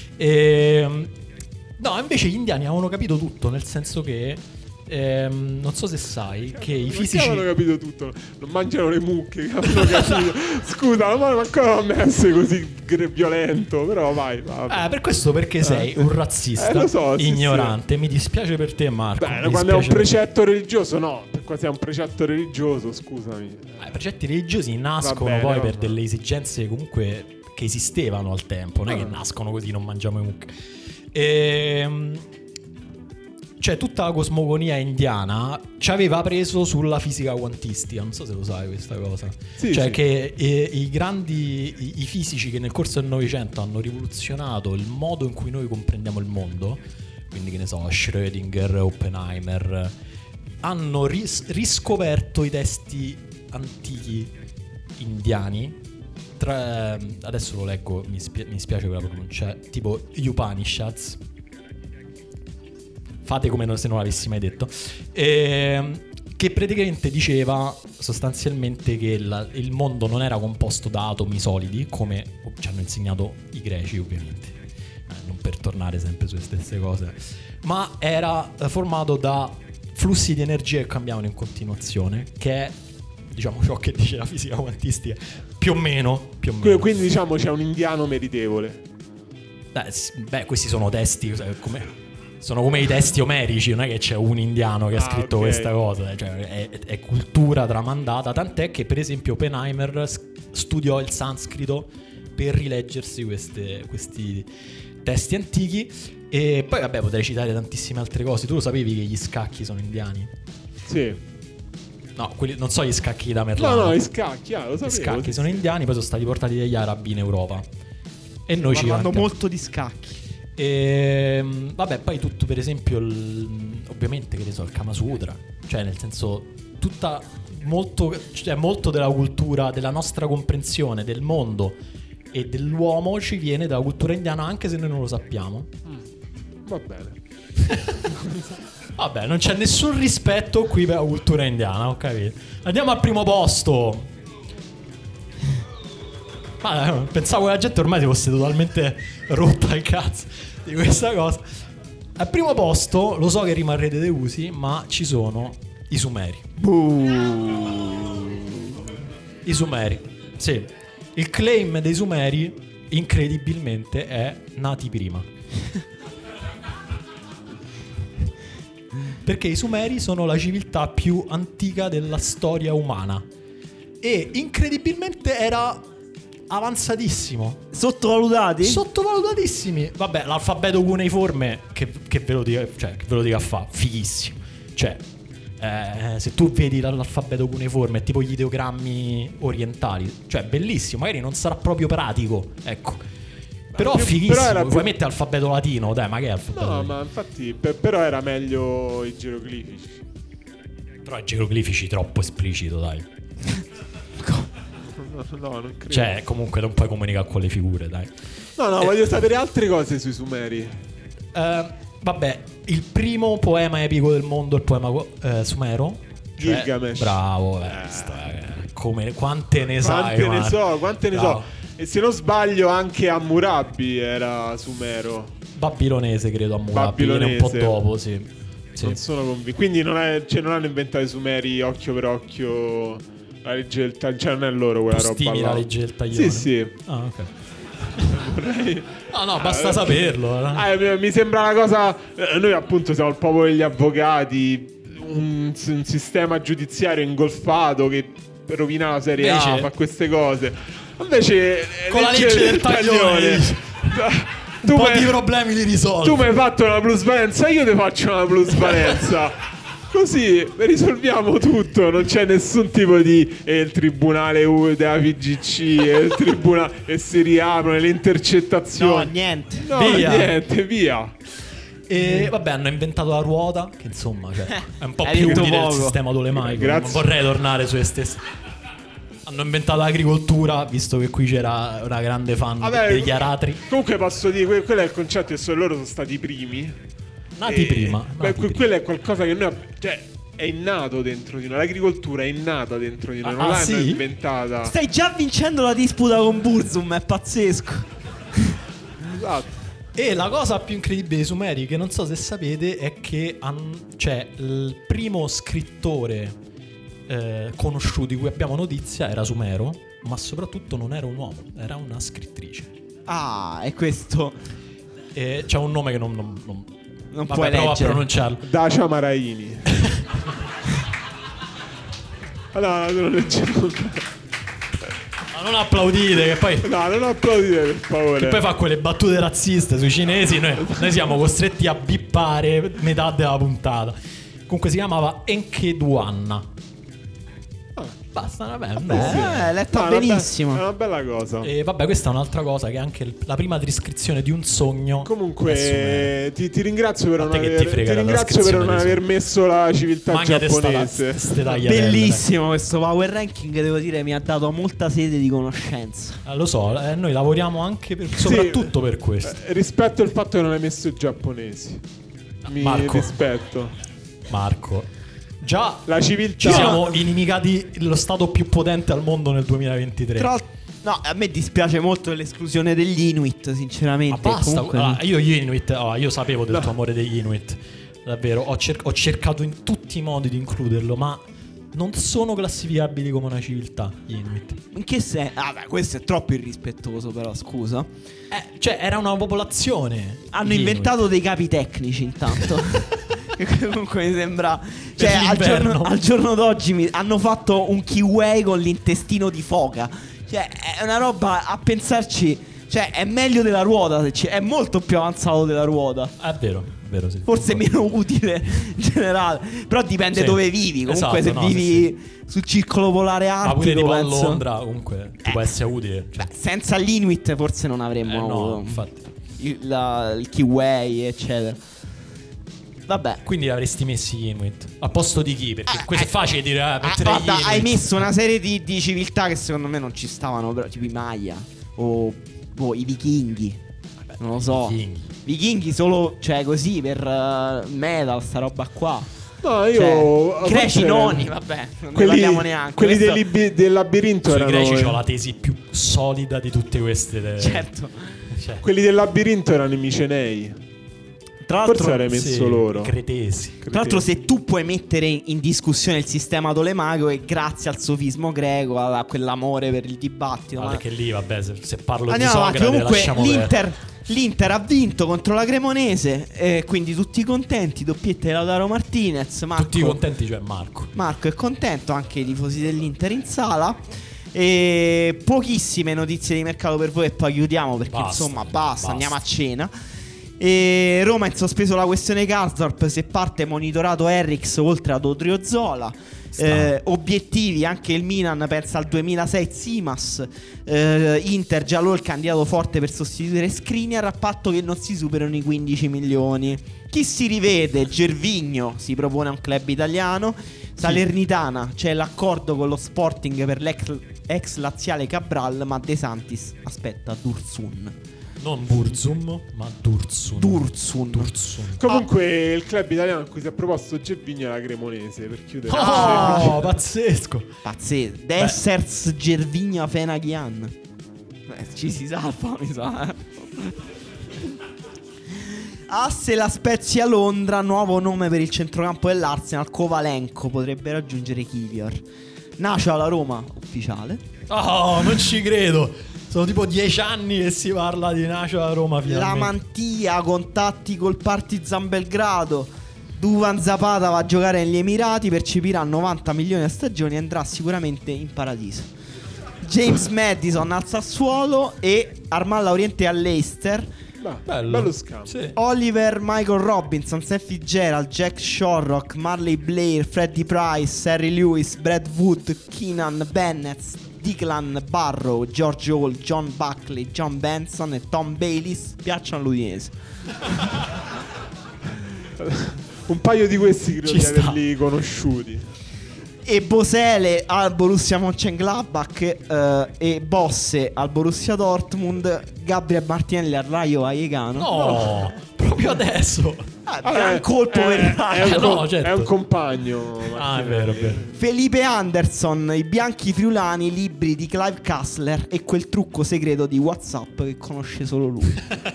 E, no, invece gli indiani avevano capito tutto, nel senso che ehm, non so se sai che i Perché fisici avevano capito tutto? Non mangiano le mucche, che avevano capito. Scusa, ma ancora non essere così gre- violento. Però vai, vai. Eh, per questo perché sei un razzista, Eh, lo so, sì, ignorante. Mi dispiace per te, Marco. Beh, mi quando è un dispiace per- precetto religioso, no. Quando è un precetto religioso, scusami. Eh, I precetti religiosi nascono bene, poi va per bene. delle esigenze comunque che esistevano al tempo, non è che Ah. nascono così, non mangiamo i mucche. Ehm, cioè tutta la cosmogonia indiana ci aveva preso sulla fisica quantistica, non so se lo sai questa cosa. Sì, cioè sì. che eh, i grandi i, i fisici che nel corso del Novecento hanno rivoluzionato il modo in cui noi comprendiamo il mondo, quindi che ne so, Schrödinger, Oppenheimer, hanno ris- riscoperto i testi antichi indiani. Tra, adesso lo leggo, mi, spia- mi spiace per la pronuncia, tipo gli Upanishads. Fate come se non l'avessi mai detto. Ehm, che praticamente diceva sostanzialmente che la- il mondo non era composto da atomi solidi, come ci hanno insegnato i greci, ovviamente. Eh, non per tornare sempre sulle stesse cose, ma era eh, formato da flussi di energia che cambiavano in continuazione, che è, diciamo, ciò che dice la fisica quantistica, più o meno, più o Quindi, meno. quindi diciamo c'è un indiano meritevole. Beh, s- beh, questi sono testi, eh, come, sono come i testi omerici, non è che c'è un indiano che ha Ah, scritto ok. questa cosa, cioè è, è cultura tramandata, tant'è che per esempio Oppenheimer s- studiò il sanscrito per rileggersi queste- questi testi antichi. E poi vabbè, potrei citare tantissime altre cose. Tu lo sapevi che gli scacchi sono indiani? Sì. No, quelli, non so gli scacchi da No, Merlano. no, i scacchi, ah, lo Gli sapevo. scacchi sì, sono sì. indiani, poi sono stati portati dagli arabi in Europa. E noi ci Parlando vantiamo. molto di scacchi. E, vabbè, poi tutto, per esempio, il- ovviamente, che ne so, il Kama Sutra, cioè nel senso, tutta molto, cioè molto della cultura, della nostra comprensione del mondo e dell'uomo ci viene dalla cultura indiana, anche se noi non lo sappiamo. Va bene. Vabbè, non c'è nessun rispetto qui per la cultura indiana, ho capito. Andiamo al primo posto. Ma eh, pensavo che la gente ormai si fosse totalmente rotta il cazzo di questa cosa. Al primo posto, lo so che rimarrete delusi, ma ci sono i Sumeri. I Sumeri, sì. Il claim dei Sumeri, incredibilmente, è nati prima. Perché i Sumeri sono la civiltà più antica della storia umana. E incredibilmente era avanzatissimo. Sottovalutati? Sottovalutatissimi. Vabbè, l'alfabeto cuneiforme, che, che ve lo dica, cioè, che ve lo dica a fa, fighissimo. Cioè, eh, se tu vedi l'alfabeto cuneiforme, è tipo gli ideogrammi orientali, cioè bellissimo. Magari non sarà proprio pratico, ecco. Però Però fighissimo, era puoi più- mettere alfabeto latino, dai, ma che è alfabeto No, latino? ma infatti, per- però era meglio i geroglifici. Però i geroglifici troppo esplicito, dai. No, no, non credo. Cioè, comunque non puoi comunicare con le figure, dai. no, no, eh. voglio sapere altre cose sui Sumeri. Eh, vabbè, il primo poema epico del mondo, il poema eh, sumero. Cioè, Gilgamesh. bravo, eh, sta- eh, come, quante ne sai? Quante ne Marco? so, quante ne Bravo. so. E se non sbaglio anche Hammurabi era sumero. Babilonese, credo, a Hammurabi, viene un po' Babilonese. dopo, sì. Sì. Non sono convinto. Quindi non, è, cioè, non hanno inventato i Sumeri occhio per occhio. La legge del taglione. Cioè, non è loro quella roba. Stimi là. la legge del taglione. Sì, sì. Ah, ok. Vorrei- No, no, basta saperlo. eh. Ah, mi- mi sembra una cosa. eh, Noi, appunto, siamo il popolo degli avvocati. Un, un sistema giudiziario ingolfato che rovina la Serie Invece- A, fa queste cose. Invece, eh, Con la legge del taglione. Tu Un po' mi- di problemi li risolvi. Tu mi hai fatto una plusvalenza, io ti faccio una plusvalenza. Così risolviamo tutto, non c'è nessun tipo di eh, il tribunale U della V G C, eh, il tribunale e si riaprono le No, intercettazioni. niente. No, Via. niente, via. E vabbè, hanno inventato la ruota, che insomma, cioè, è un po' Hai più detto utile del poco. sistema tolemaico. Grazie. Non vorrei tornare su se stessi. Hanno inventato l'agricoltura, visto che qui c'era una grande fan Vabbè, degli aratri. Comunque posso dire, que- quello è il concetto che solo loro sono stati i primi. Nati E- prima. beh, nati que- prima. quello è qualcosa che noi. Cioè, è innato dentro di noi. L'agricoltura è innata dentro di noi. Ah, non ah, l'hanno sì? inventata. Stai già vincendo la disputa con Burzum, è pazzesco. Esatto. E la cosa più incredibile dei Sumeri, che non so se sapete, è che han- cioè, il primo scrittore eh, conosciuto di cui abbiamo notizia era Sumero, ma soprattutto non era un uomo, era una scrittrice. Ah, è questo. E c'è un nome che non, non, non, Non vabbè, puoi prova a leggere. pronunciarlo. Dacia Maraini. Allora, non leggevo. Ma non applaudite, che poi, No, non applaudite per favore. che poi fa quelle battute razziste sui cinesi. Noi, noi siamo costretti a bippare metà della puntata. Comunque si chiamava Enkiduanna. Basta, vabbè, Beh, beh. è letta No, è una be- benissimo. È una bella cosa. E vabbè, questa è un'altra cosa, che è anche il- la prima descrizione di un sogno. è Sumero. Comunque ti, ti ringrazio per A non te che aver, ti frega ti la ringrazio per trascrizione non dei aver messo la civiltà Magnate sta- giapponese. ste tagliatelle. Bellissimo questo power ranking, devo dire, mi ha dato molta sede di conoscenza. Eh, lo so, eh, noi lavoriamo anche per, soprattutto per questo. Eh, rispetto il fatto che non hai messo i giapponesi. Mi Marco. rispetto. Marco, già La civiltà. ci siamo inimicati lo stato più potente al mondo nel duemilaventitré. Tra l'altro, no, a me dispiace molto dell'esclusione degli Inuit, Ma sinceramente. basta, Comunque, allora, io gli Inuit, allora, io sapevo del No. tuo amore degli Inuit. Davvero, ho, cer- ho cercato in tutti i modi di includerlo, ma non sono classificabili come una civiltà, gli Inuit. in che senso? Ah, beh, questo è troppo irrispettoso, però, scusa. Eh, cioè, era una popolazione. Hanno gli inventato dei capi tecnici, intanto. Che comunque mi sembra. Cioè, al l'inverno. giorno, al giorno d'oggi mi- hanno fatto un kiwi con l'intestino di foca. Cioè, è una roba a pensarci. Cioè, è meglio della ruota. Se ci- è molto più avanzato della ruota. Inuit. È vero, è vero, sì. Forse meno utile in generale. Però dipende Sì. dove vivi. Comunque, Esatto, se no, vivi sul circolo polare Ma pure artico, tipo a penso. Londra, comunque, ti può essere utile. Cioè, Beh, senza l'Inuit forse non avremmo eh, no, avuto infatti. il, la- il kiwi, eccetera. Vabbè. Quindi avresti messi gli Inuit a posto di chi? Perché Ah, questo eh, è facile dire eh, Ah, mettere guarda, gli Inuit. hai messo una serie di, di civiltà che secondo me non ci stavano, però, tipo i Maya o boh, i vichinghi. Non lo so. Vichinghi. Vichinghi solo, cioè, così per uh, metal, sta roba qua. No, io. Cioè, greci forse- noni, vabbè, non ne Quelli, parliamo neanche. quelli Questo- del, libi- del labirinto Sui erano. greci ho la tesi più solida di tutte queste. de- Certo. Cioè, Quelli del labirinto erano i micenei. Tra l'altro, Forse avrei messo sì, loro. i cretesi. tra l'altro, se tu puoi mettere in discussione il sistema tolemaico è grazie al sofismo greco, a, a quell'amore per il dibattito. Ma ma- perché lì, vabbè, se, se parlo Andiamo di avanti. Socrate Comunque, lasciamo perdere. l'Inter, l'Inter ha vinto contro la Cremonese. E quindi tutti contenti. Doppietta di Lautaro Martinez. Marco, Tutti contenti, cioè Marco. Marco è contento, anche i tifosi dell'Inter in sala. E pochissime notizie di mercato per voi e poi chiudiamo perché Basta, insomma basta, basta. andiamo a cena. E Roma ha in sospeso la questione Karsdorp, se parte monitorato Henriks oltre ad Odriozola. Eh, obiettivi, anche il Milan pensa al duemilasei Simas. eh, Inter già loro il candidato forte per sostituire Skriniar, a patto che non si superano i quindici milioni. Chi si rivede? Gervinho si propone a un club italiano. Salernitana, c'è l'accordo con lo Sporting per l'ex ex laziale Cabral, ma De Santis aspetta Dursun. Non Burzum, ma Dursun. Dursun. Dursun. Comunque il club italiano a cui si è proposto Gervinho è la Cremonese, per chiudere. Oh, pazzesco. Pazzesco. Dessers Gervinho Fenaghian. Eh, ci si salva, mi sa. Asse la Spezia Londra, nuovo nome per il centrocampo dell'Arsenal, Kovalenko potrebbe raggiungere Kivior. Nacio alla Roma, ufficiale. Oh, non ci credo. Sono tipo dieci anni che si parla di Nacio a Roma finalmente. La Mantia, contatti col Partizan Belgrado. Duvan Zapata va a giocare negli Emirati, percepirà novanta milioni a stagione e andrà sicuramente in paradiso. James Madison al Sassuolo e Armand Lauriente all'Eister. Beh, Bello. bello scambio. Sì. Oliver, Michael Robinson, Sam Fitzgerald, Jack Shorrock, Marley Blair, Freddie Price, Harry Lewis, Brad Wood, Keenan Bennett, Declan Barrow, George Hall, John Buckley, John Benson e Tom Bayliss piacciono all'Udinese. Un paio di questi credo Ci di sta. averli conosciuti. E Bosele al Borussia Mönchengladbach, eh, e Bosse al Borussia Dortmund, Gabriel Martinelli al Rayo Vallecano. No, proprio adesso. Ah, Ah, gran è- colpo è- per il è, Rayo. un Eh, no, co- certo. è un compagno. Ah, è vero, è vero. Felipe Anderson, i bianchi friulani, libri di Clive Kassler e quel trucco segreto di WhatsApp che conosce solo lui.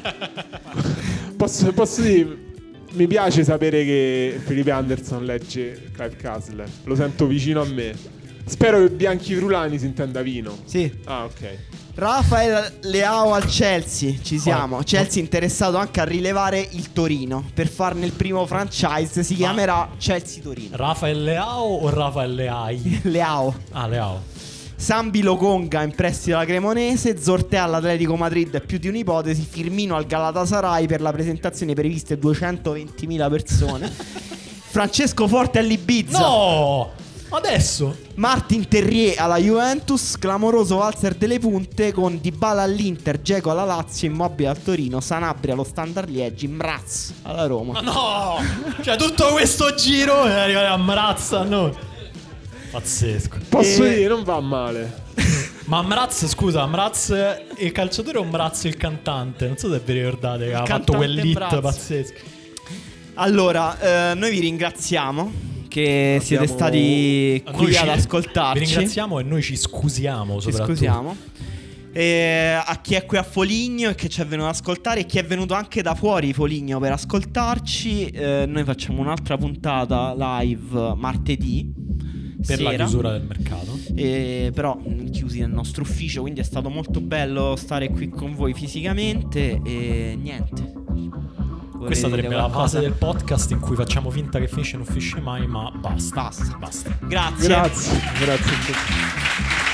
Posso, posso dire, mi piace sapere che Felipe Anderson legge Clive Kassler. Lo sento vicino a me. Spero che Bianchi Frulani si intenda vino. Sì. Ah, ok. Rafael Leao al Chelsea, ci siamo. Oh. Chelsea interessato anche a rilevare il Torino per farne il primo franchise, si chiamerà Chelsea Torino. Rafael Leao o Rafael Leai? Leao. Ah, Leao. Sambi Lokonga in prestito alla Cremonese, Zortea all'Atletico Madrid è più di un'ipotesi, Firmino al Galatasaray per la presentazione previste duecentoventimila persone. Francesco Forte all'Ibiza. No! Adesso? Martin Terrier alla Juventus, clamoroso valzer delle punte con Dybala all'Inter, Dzeko alla Lazio, Immobile al Torino, Sanabria allo Standard Liegi, Mraz alla Roma. Ma no! Cioè, tutto questo giro e arrivare a Mrazza, no? Pazzesco. Posso E- dire, non va male. Ma Mraz, scusa, Mraz il calciatore o Mraz il cantante? Non so se vi ricordate che ha fatto cantante quell'hit Mraz. pazzesco. Allora, eh, noi vi ringraziamo che Abbiamo- siete stati Noi qui ci- ad ascoltarci. Vi ringraziamo e noi ci scusiamo Ci soprattutto. scusiamo. E a chi è qui a Foligno e che ci è venuto ad ascoltare e chi è venuto anche da fuori Foligno per ascoltarci, eh, noi facciamo un'altra puntata live martedì Per la sera. chiusura del mercato. Eh, però mh, chiusi nel nostro ufficio, quindi è stato molto bello stare qui con voi fisicamente e niente. Questa Volete sarebbe dire la qualcosa? fase del podcast in cui facciamo finta che finisce e non finisce mai, ma basta. Basta. Basta. Grazie. Grazie. Grazie a tutti.